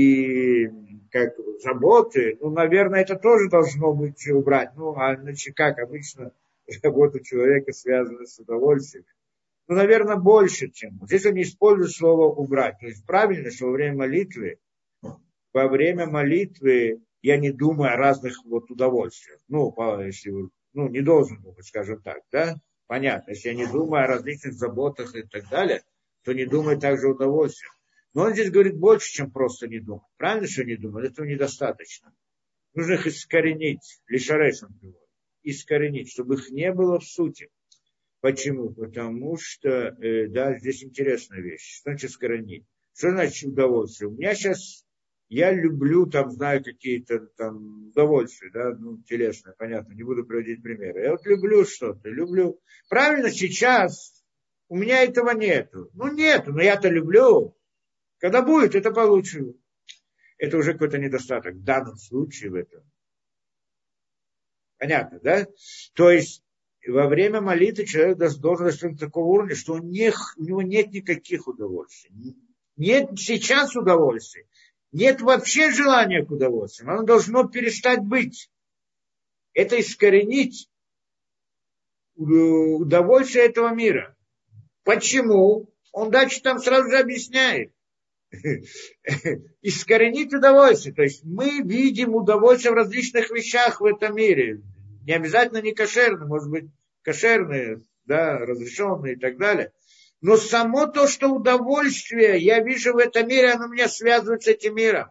A: и как заботы, ну, наверное, это тоже должно быть убрать. Ну, а значит, как обычно забота человека связана с удовольствием. Ну, наверное, больше, чем. Здесь он не использует слово «убрать». То есть правильно, что во время молитвы, во время молитвы я не думаю о разных вот удовольствиях. Ну, если, ну, не должен думать, скажем так, да? Понятно, если я не думаю о различных заботах и так далее, то не думаю также о удовольствиях. Но он здесь говорит больше, чем просто не думать. Правильно, что не думать? Этого недостаточно. Нужно их искоренить. Лишареш он говорит. Искоренить, чтобы их не было в сути. Почему? Потому что, э, да, здесь интересная вещь. Что значит искоренить? Что значит удовольствие? У меня сейчас, я люблю, там, знаю, какие-то там удовольствия, да, ну, телесное, понятно, не буду приводить примеры. Я вот люблю что-то, люблю. Правильно, сейчас у меня этого нету. Ну, нету, но я-то люблю. Когда будет, это получу. Это уже какой-то недостаток в данном случае в этом. Понятно, да? То есть, во время молитвы человек должен достигнуть такого уровня, что у, них, у него нет никаких удовольствий. Нет сейчас удовольствий. Нет вообще желания к удовольствиям. Оно должно перестать быть. Это искоренить удовольствие этого мира. Почему? Он дальше там сразу же объясняет. Искоренить удовольствие. То есть мы видим удовольствие в различных вещах в этом мире. Не обязательно не кошерные, может быть, кошерные, да, разрешенные и так далее. Но само то, что удовольствие я вижу в этом мире, оно меня связывает с этим миром.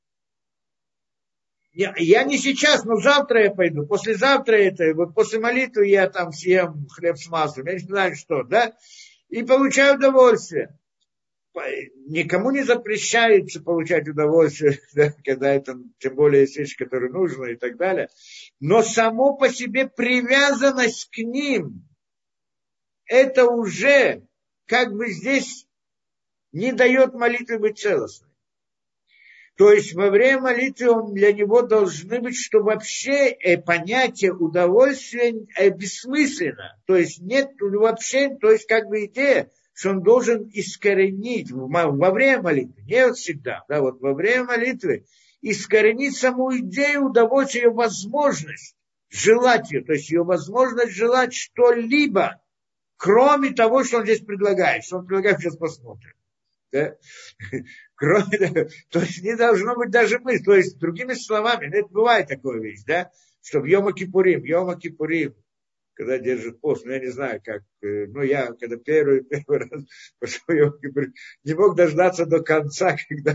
A: Я, я не сейчас, но завтра я пойду, послезавтра это, вот после молитвы я там съем хлеб с маслом, я не знаю что, да, и получаю удовольствие. Никому не запрещается получать удовольствие, да, когда это, тем более, есть вещи, которые нужны и так далее. Но само по себе привязанность к ним, это уже как бы здесь не дает молитве быть целостной. То есть во время молитвы он, для него должны быть, что вообще э, понятие удовольствия э, бессмысленно. То есть нет вообще, то есть как бы идея, что он должен искоренить во время молитвы, не вот всегда, да, вот во время молитвы, искоренить саму идею удовольствия, ее возможность желать ее, то есть ее возможность желать что-либо, кроме того, что он здесь предлагает. Что он предлагает, сейчас посмотрим. Да? Кроме того, то есть не должно быть даже мысли. То есть, другими словами, это бывает такая вещь, да, что в Йома Кипурим, Йома Кипурим, когда держит пост, ну, я не знаю, как, ну, я, когда первый, первый раз пошел в Йом Кипур, не мог дождаться до конца, когда,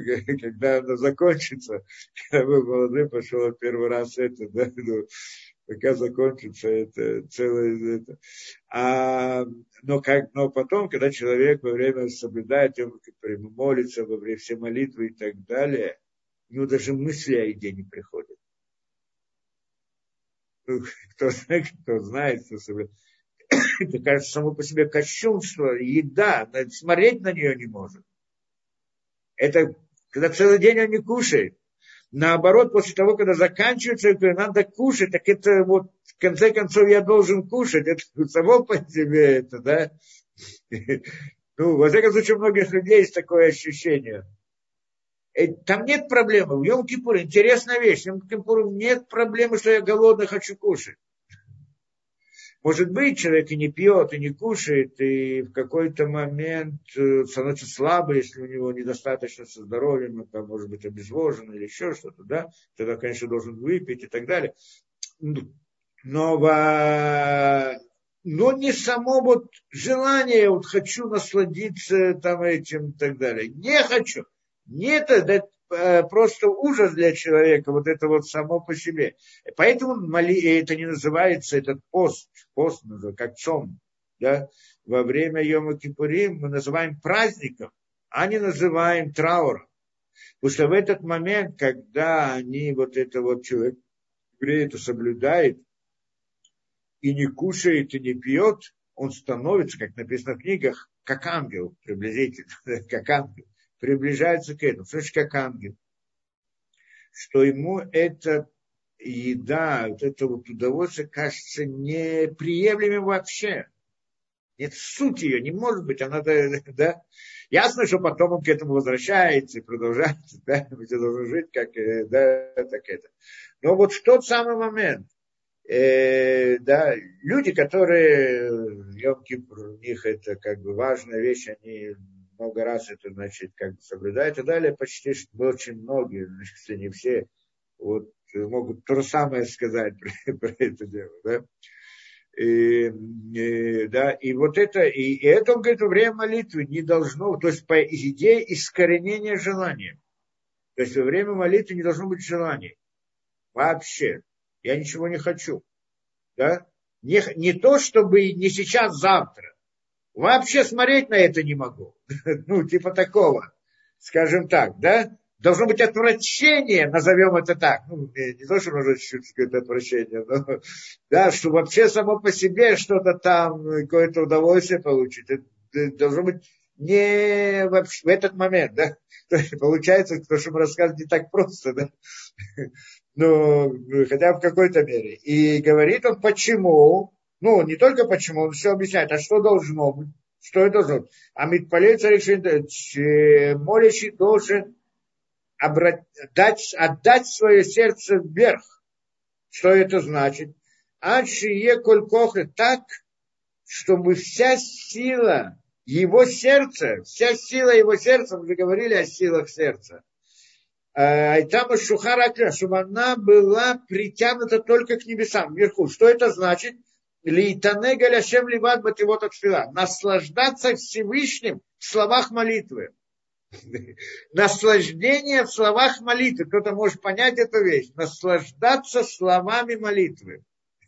A: когда оно закончится. Когда был молодым, пошел первый раз это, да, ну, пока закончится это целое это. А, но, как, но потом, когда человек во время соблюдает, Йом Кипурим, молится во время все молитвы и так далее, у него даже мысли о еде не приходят. Ну, кто, кто знает, кто соблюдает. Это, кажется, само по себе кощунство, еда, смотреть на нее не может. Это когда целый день он не кушает. Наоборот, после того, когда заканчивается, надо кушать, так это вот, в конце концов, я должен кушать. Это само по себе это, да. Ну, во всяком случае, у многих людей есть такое ощущение. Там нет проблемы. В Йом-Кипур интересная вещь. В Йом-Кипур нет проблемы, что я голодный, хочу кушать. Может быть, человек и не пьет, и не кушает, и в какой-то момент становится слабый, если у него недостаточно со здоровьем, он там, может быть, обезвожен или еще что-то, да, тогда, конечно, должен выпить и так далее. Но, но не само вот желание, вот хочу насладиться там этим и так далее. Не хочу. Нет, это просто ужас для человека, вот это вот само по себе. Поэтому это не называется, этот пост, пост как цом, да? Во время Йома Кипурим мы называем праздником, а не называем трауром. Потому что в этот момент, когда они, вот это вот человек, еврей это соблюдает, и не кушает, и не пьет, он становится, как написано в книгах, как ангел, приблизительно, как ангел. Приближается к этому. Слышишь, как ангел. Что ему эта еда, вот это вот удовольствие кажется неприемлемым вообще. Нет, суть ее не может быть, она, да. Ясно, что потом он к этому возвращается и продолжает, да, мы должны жить, как, да, так это. Но вот в тот самый момент, э, да, люди, которые, Йом-Кипур, у них это как бы важная вещь, они много раз это, значит, как бы соблюдают и далее, почти что очень многие, если не все, вот, могут то же самое сказать про, про это дело, да. И, и, да, и вот это, и, и это, он говорит, во время молитвы не должно, то есть по идее искоренения желания. То есть во время молитвы не должно быть желаний. Вообще. Я ничего не хочу. Да? Не, не то, чтобы не сейчас, завтра. Вообще смотреть на это не могу. Ну, типа такого. Скажем так, да? Должно быть отвращение, назовем это так. Ну, не то, что нужно чуть-чуть какое-то отвращение, но да, что вообще само по себе что-то там, какое-то удовольствие получить. Это должно быть не вообще, в этот момент, да. То есть, получается, то, что мы рассказываем, не так просто, да. Ну, хотя в какой-то мере. И говорит он, почему. Ну, не только почему, он все объясняет, а что должно быть, что это должно быть. А митпалей царь, молящий должен Отдать, отдать свое сердце вверх. Что это значит? Аншие коль кохе так, чтобы вся сила его сердца, вся сила его сердца, мы же говорили о силах сердца, и там шухара, чтобы она была притянута только к небесам, вверху. Что это значит? Лейтане галяшем ливат бативот отфила. Наслаждаться Всевышним в словах молитвы. Наслаждение в словах молитвы. Кто-то может понять эту вещь. Наслаждаться словами молитвы.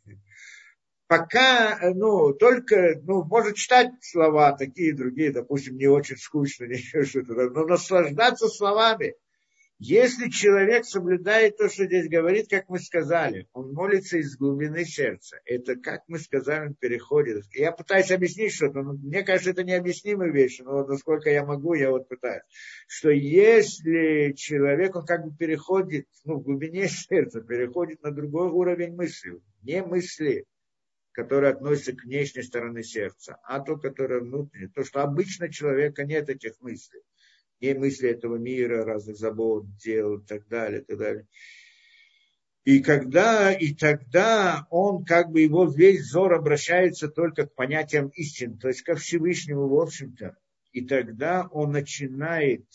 A: Пока, ну, только, ну, может читать слова такие, другие, допустим, не очень скучно, не что-то, но наслаждаться словами. Если человек соблюдает то, что здесь говорит, как мы сказали, он молится из глубины сердца. Это, как мы сказали, он переходит. Я пытаюсь объяснить что-то, но мне кажется, это необъяснимая вещь, но вот насколько я могу, я вот пытаюсь. Что если человек, он как бы переходит, ну, в глубине сердца, переходит на другой уровень мысли, не мысли, которые относятся к внешней стороне сердца, а то, которое внутреннее, то, что обычно человека нет этих мыслей. Не мысли этого мира, разных забот, дел и так далее, и так далее. И когда, и тогда он, как бы его весь взор обращается только к понятиям истины, то есть ко Всевышнему, в общем-то. И тогда он начинает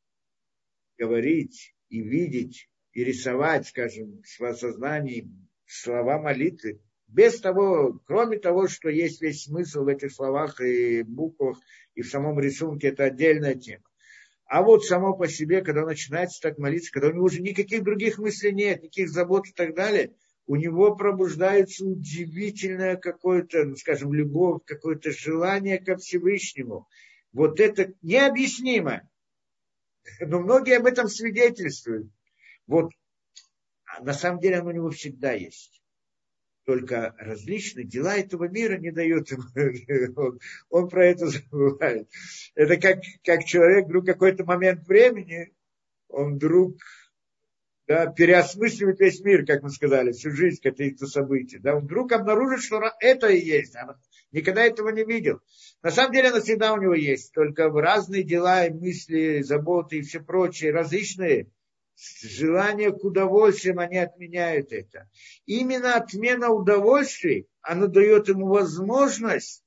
A: говорить и видеть, и рисовать, скажем, в своем сознании слова молитвы, без того, кроме того, что есть весь смысл в этих словах и буквах, и в самом рисунке, это отдельная тема. А вот само по себе, когда он начинается так молиться, когда у него уже никаких других мыслей нет, никаких забот и так далее, у него пробуждается удивительное какое-то, ну, скажем, любовь, какое-то желание ко Всевышнему. Вот это необъяснимо. Но многие об этом свидетельствуют. Вот, а на самом деле оно у него всегда есть. Только различные дела этого мира не дают ему. Он, он про это забывает. Это как, как человек вдруг какой-то момент времени, он вдруг да, переосмысливает весь мир, как мы сказали, всю жизнь каких-то событий. Да, он вдруг обнаружит, что это и есть. Он никогда этого не видел. На самом деле оно всегда у него есть. Только разные дела и мысли, заботы и все прочее, различные желания к удовольствиям, они отменяют это. Именно отмена удовольствий, она дает ему возможность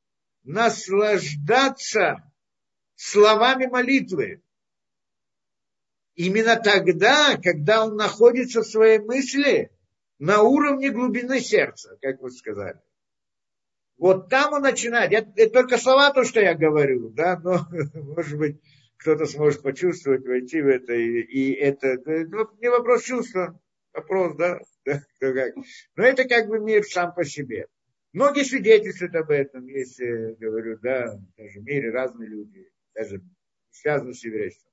A: наслаждаться словами молитвы. Именно тогда, когда он находится в своей мысли на уровне глубины сердца, как вы сказали. Вот там он начинает. Это, это только слова, то, что я говорю, да, но, может быть, кто-то сможет почувствовать, войти в это, и, и это, ну, не вопрос чувства, вопрос, да, да, как. Но это как бы мир сам по себе. Многие свидетельствуют об этом, если, говорю, да, даже в мире разные люди, даже связаны с еврейством.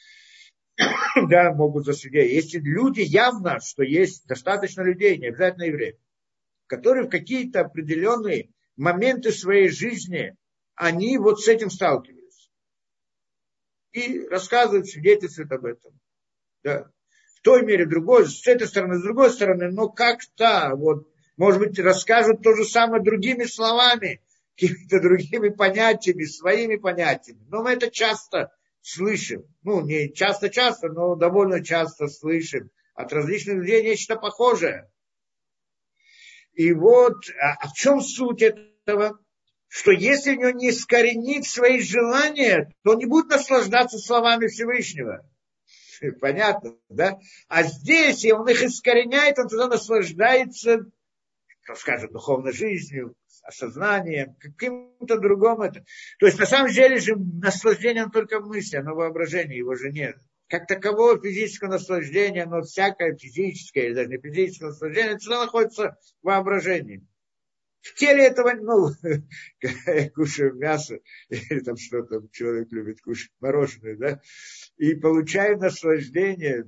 A: Да, могут засвидетельствовать. Если люди явно, что есть достаточно людей, не обязательно евреев, которые в какие-то определенные моменты своей жизни, они вот с этим сталкивались. И рассказывают, свидетельствуют об этом. Да. В той мере, в другой, с этой стороны, с другой стороны, но как-то, вот, может быть, расскажут то же самое другими словами, какими-то другими понятиями, своими понятиями. Но мы это часто слышим. Ну, не часто-часто, но довольно часто слышим от различных людей нечто похожее. И вот, а в чем суть этого? Что если он не искоренит свои желания, то он не будет наслаждаться словами Всевышнего. Понятно, да? А здесь, если он их искореняет, он тогда наслаждается, как скажем, духовной жизнью, осознанием, каким-то другим. Это. То есть, на самом деле же, наслаждение он только в мысли, оно в воображении, его же нет. Как такового физического наслаждения, оно всякое физическое, или даже не физическое наслаждение, это всегда находится в воображении. В теле этого, ну, когда я кушаю мясо, или там что-то, человек любит кушать мороженое, да, и получаю наслаждение,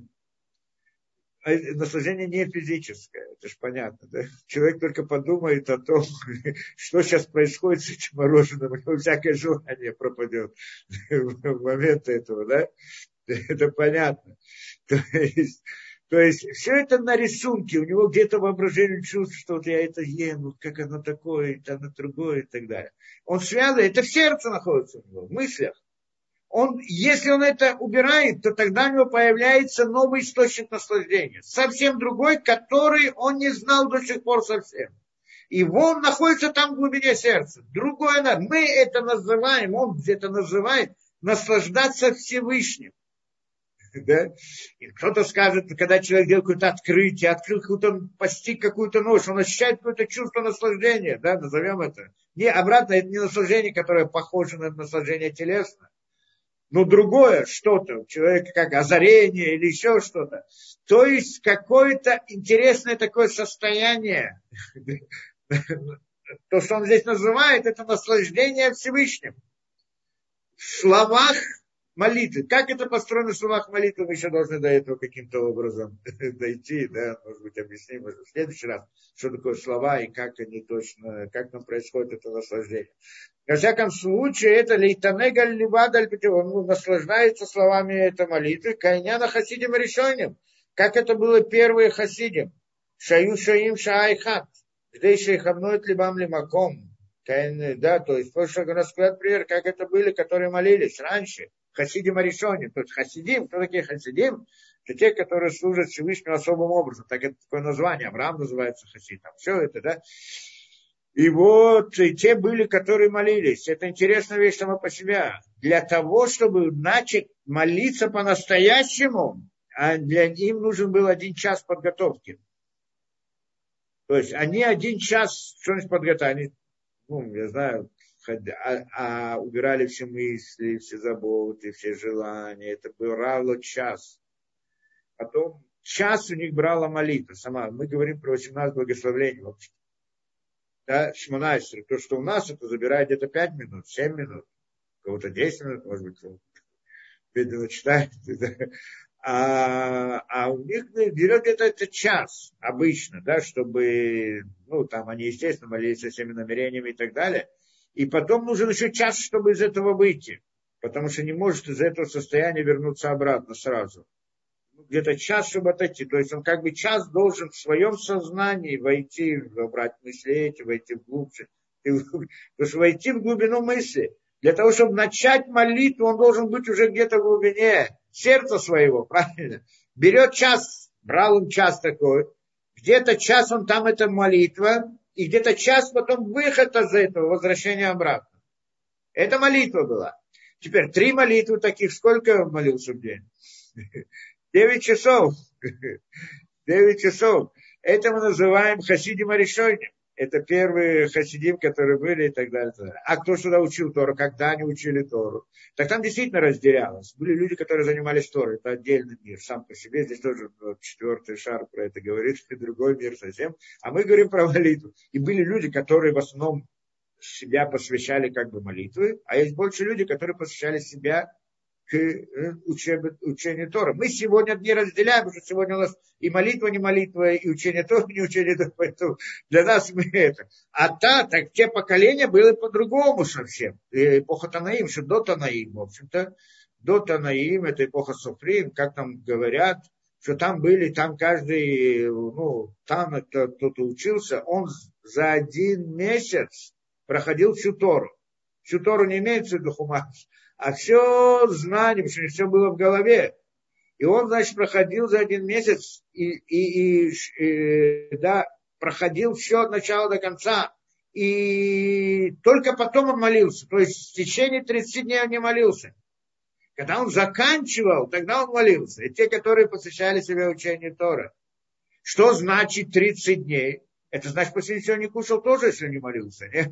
A: наслаждение не физическое, это же понятно, да. Человек только подумает о том, что сейчас происходит с этим мороженым, у него всякое желание пропадет в момент этого, да. Это понятно. То есть, то есть все это на рисунке, у него где-то воображение чувство, что вот я это ем, вот как оно такое, это оно другое и так далее. Он связан, это в сердце находится у него, в мыслях. Он, если он это убирает, то тогда у него появляется новый источник наслаждения. Совсем другой, который он не знал до сих пор совсем. И он находится там в глубине сердца. Другое, мы это называем, он где-то называет, наслаждаться Всевышним. Да? И кто-то скажет, когда человек делает какое-то открытие, открыл какую-то, постиг какую-то ночь, он ощущает какое-то чувство наслаждения, да, назовем это. Не, обратно, это не наслаждение, которое похоже на наслаждение телесное, но другое что-то, у человека как озарение или еще что-то. То есть какое-то интересное такое состояние, то, что он здесь называет, это наслаждение Всевышним. В словах молитвы. Как это построено в словах молитвы, мы еще должны до этого каким-то образом дойти, да, может быть, объясним может, в следующий раз, что такое слова и как они точно, как там происходит это наслаждение. Во всяком случае, это лейтанега ливадаль, он наслаждается словами этой молитвы, кайняна хасидим решением, как это было первые хасидим, шаю шаим шаайхат, где еще их обноет либам лимаком, да, то есть, просто рассказать пример, как это были, которые молились раньше, хасидим решением, то есть хасидим, кто такие хасидим? Это те, которые служат Всевышнему особым образом, так это такое название, Авраам называется хасид, там все это, да. И вот и те были, которые молились. Это интересная вещь сама по себе. Для того, чтобы начать молиться по-настоящему, а для них нужен был один час подготовки. То есть они один час что-нибудь подготовили. Ну, я знаю, а, а убирали все мысли, все заботы, все желания. Это был равно час. Потом час у них брала молитва сама. Мы говорим про восемнадцать благословений вообще. Да, шмонайсер. То, что у нас, это забирает где-то пять минут, семь минут, у кого-то десять минут, может быть, медленно читает. А, а у них берет где-то это час обычно, да, чтобы, ну, там они, естественно, молились со всеми намерениями и так далее. И потом нужен еще час, чтобы из этого выйти. Потому что не может из этого состояния вернуться обратно сразу. Где-то час, чтобы отойти. То есть он как бы час должен в своем сознании войти, вобрать мысли эти, войти вглубже. Потому что войти в глубину мысли. Для того, чтобы начать молитву, он должен быть уже где-то в глубине сердца своего, правильно? Берет час, брал он час такой, где-то час он там, это молитва, и где-то час потом выход из этого, возвращение обратно. Это молитва была. Теперь три молитвы таких, сколько молился в день? Девять часов. Девять часов. Это мы называем хасидим аришойним. Это первые хасидим, которые были и так далее. А кто сюда учил Тору? Когда они учили Тору? Так там действительно разделялось. Были люди, которые занимались Торой. Это отдельный мир сам по себе. Здесь тоже четвертый шар про это говорит. Другой мир совсем. А мы говорим про молитву. И были люди, которые в основном себя посвящали как бы молитвы. А есть больше люди, которые посвящали себя к учебе, учению Торы. Мы сегодня не разделяем, потому что сегодня у нас и молитва не молитва, и учение Торы не учение Торы, поэтому для нас мы это. А та, так те поколения были по-другому совсем. И эпоха Танаим, что до Танаим, в общем-то, до Танаим, это эпоха Софрим, как там говорят, что там были, там каждый, ну, там это кто-то учился, он за один месяц проходил всю Тору. Всю Тору не имеется в виду хумаш, а все знание, потому что все было в голове. И он, значит, проходил за один месяц и, и, и, и да, проходил все от начала до конца. И только потом он молился. То есть в течение тридцати дней он не молился. Когда он заканчивал, тогда он молился. И те, которые посвящали себе учению Торы. Что значит тридцать дней? Это значит, после всего не кушал тоже, если не молился. Нет?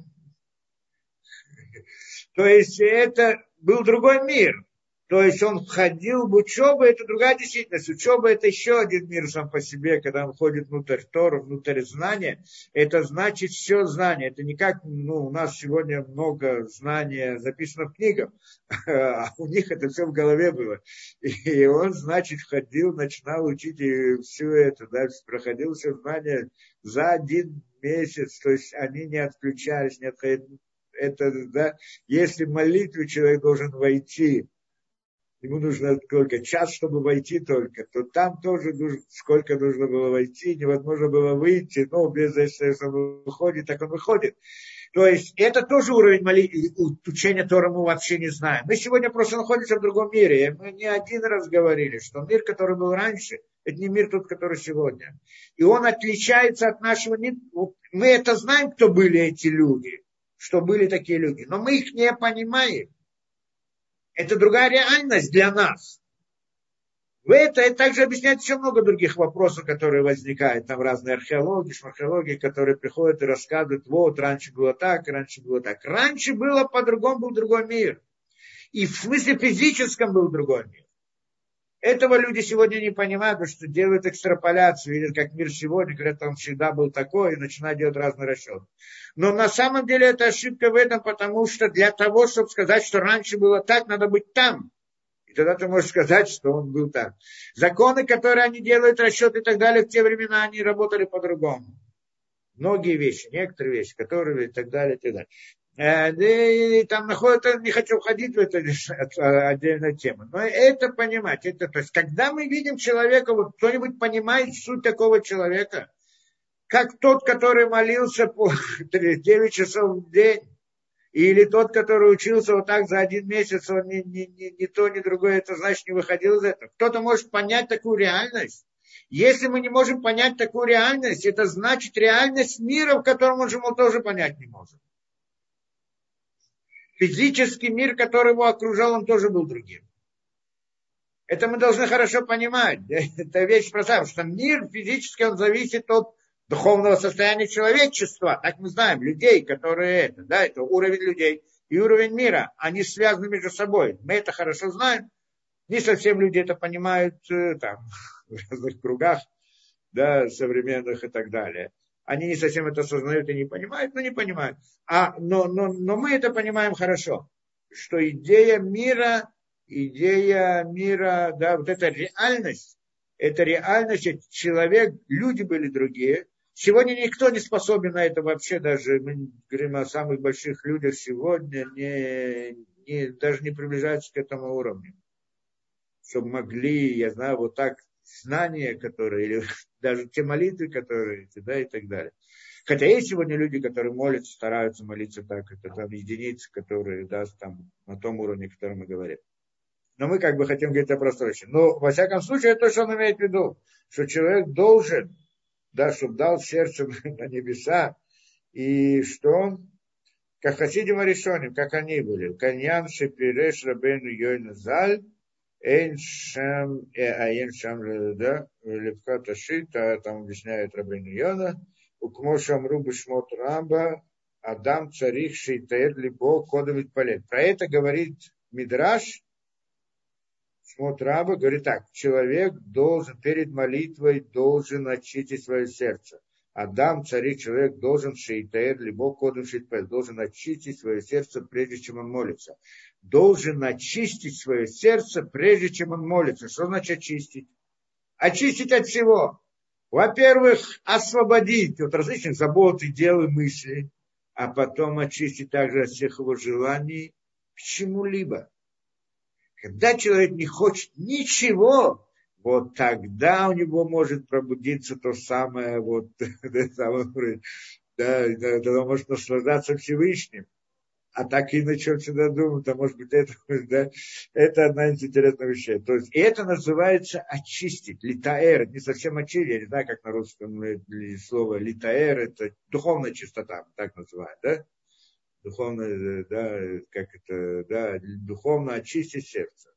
A: То есть это был другой мир. То есть он входил в учебу, это другая действительность. Учеба это еще один мир сам по себе, когда он входит внутрь Торы, внутрь знания. Это значит все знание. Это не как, ну, у нас сегодня много знания записано в книгах, а у них это все в голове было. И он, значит, входил, начинал учить и все это, да, проходил все знания за один месяц. То есть они не отключались, не отходили. Это, да, если в молитву человек должен войти, ему нужно только час, чтобы войти только, то там тоже нужно, сколько нужно было войти, невозможно было выйти, но без, если он выходит, так он выходит. То есть это тоже уровень молитвы, учения Торы мы вообще не знаем. Мы сегодня просто находимся в другом мире. Мы не один раз говорили, что мир, который был раньше, это не мир тот, который сегодня. И он отличается от нашего... Мы это знаем, кто были эти люди, что были такие люди, но мы их не понимаем. Это другая реальность для нас. В это, это также объясняет еще много других вопросов, которые возникают. Там разные археологии, шмархеологии, которые приходят и рассказывают, вот, раньше было так, раньше было так. Раньше было по-другому, был другой мир. И в смысле физическом был другой мир. Этого люди сегодня не понимают, потому что делают экстраполяцию, видят, как мир сегодня, говорят, он всегда был такой, и начинают делать разные расчеты. Но на самом деле это ошибка в этом, потому что для того, чтобы сказать, что раньше было так, надо быть там. И тогда ты можешь сказать, что он был там. Законы, которые они делают, расчеты и так далее, в те времена они работали по-другому. Многие вещи, некоторые вещи, которые и так далее, и так далее. И там находится, не хочу входить в это, отдельная тема. Но это понимать. Это, то есть, когда мы видим человека, вот кто-нибудь понимает суть такого человека, как тот, который молился по девять часов в день, или тот, который учился вот так за один месяц, он ни, ни, ни, ни то, ни другое, это значит не выходил из этого. Кто-то может понять такую реальность. Если мы не можем понять такую реальность, это значит реальность мира, в котором он же мы тоже понять не можем. Физический мир, который его окружал, он тоже был другим. Это мы должны хорошо понимать. Это вещь простая, потому что мир физически, он зависит от духовного состояния человечества. Так мы знаем, людей, которые это, да, это уровень людей и уровень мира, они связаны между собой. Мы это хорошо знаем. Не совсем люди это понимают там, в разных кругах, да, современных и так далее. Они не совсем это осознают и не понимают, но не понимают. А, но, но, но мы это понимаем хорошо, что идея мира, идея мира, да, вот эта реальность, это реальность, человек, люди были другие. Сегодня никто не способен на это вообще, даже мы говорим о самых больших людях сегодня, не, не, даже не приближаются к этому уровню. Чтобы могли, я знаю, вот так знания, которые, или даже те молитвы, которые, да, и так далее. Хотя есть сегодня люди, которые молятся, стараются молиться так, это там единицы, которые, да, там, на том уровне, о котором мы говорим. Но мы как бы хотим говорить о прострочке. Но, во всяком случае, это то, что он имеет в виду, что человек должен, да, чтобы дал сердце на небеса, и что он, как хасидим решеним, как они были, каньян шепиреш рабейну йойна заль, эйн шам, эйн шам, да, лепхата шита, там объясняет рабейну йона, укмо шамру бешмот рамба, адам царих шейтаэр либо кодовит палет. Про это говорит Мидраш, Шмот Раба говорит так: человек должен перед молитвой должен очистить свое сердце. Адам, царик, человек должен шейтаэр, либо кодом шейтаэр, должен очистить свое сердце, прежде чем он молится. Должен очистить свое сердце, прежде чем он молится. Что значит очистить? Очистить от всего. Во-первых, освободить от различных забот и дел и мыслей, а потом очистить также от всех его желаний к чему-либо. Когда человек не хочет ничего, вот тогда у него может пробудиться то самое, вот, да, тогда он может наслаждаться Всевышним. А так иначе он всегда думает, а может быть это, да, это одна из интересных вещей. То есть, и это называется очистить, литаэр, не совсем очистить, я не знаю, как на русском слово литаэр, это духовная чистота, так называют, да? Духовно, да, как это, да, духовно очистить сердце.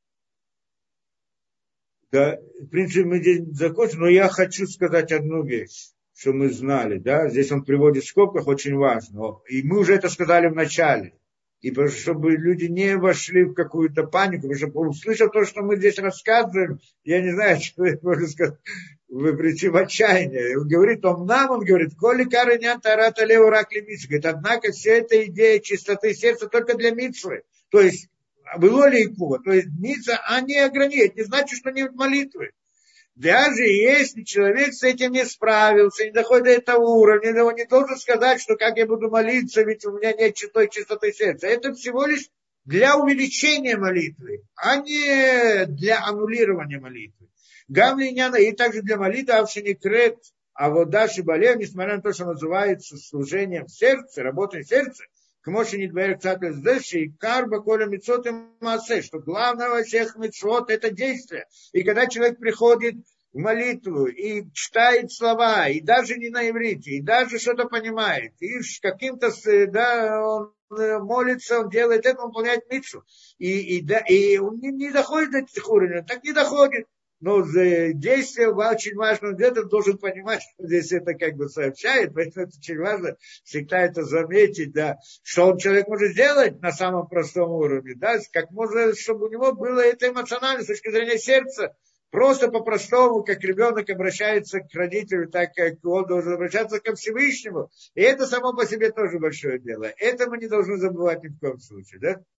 A: Да, в принципе, мы здесь закончим, но я хочу сказать одну вещь, что мы знали, да, здесь он приводит в скобках, очень важно, и мы уже это сказали в начале, и чтобы люди не вошли в какую-то панику, потому что, услышав то, что мы здесь рассказываем, я не знаю, что я могу сказать, вы прийти в отчаяние. Он говорит, он нам, он говорит, коли карыня тарата леурак лимитсу. Говорит, однако вся эта идея чистоты сердца только для митсвы. То есть, было ли икува, то есть митса, а не ограничить. Не значит, что нет молитвы. Даже если человек с этим не справился, не доходит до этого уровня, он не должен сказать, что как я буду молиться, ведь у меня нет той чистоты сердца. Это всего лишь для увеличения молитвы, а не для аннулирования молитвы. Гамлиняна и также для молитвы Авшеникрет, а вот Даши Балев, несмотря на то, что называется служением сердца, работой сердца, к Моше не дверь цапля сдэши, и карба коля митцот и массе, что главное во всех митцвот это действие. И когда человек приходит в молитву и читает слова, и даже не на иврите, и даже что-то понимает, и каким-то, да, он молится, он делает это, он выполняет митцву. И, и, да, и он не, не доходит до этих уровней, так не доходит. Но действие очень важно, где-то должен понимать, что здесь это как бы сообщает, поэтому это очень важно всегда это заметить, да, что он человек может сделать на самом простом уровне, да, как можно, чтобы у него было это эмоционально с точки зрения сердца, просто по-простому, как ребенок обращается к родителю, так как он должен обращаться ко Всевышнему, и это само по себе тоже большое дело, это мы не должны забывать ни в коем случае, да.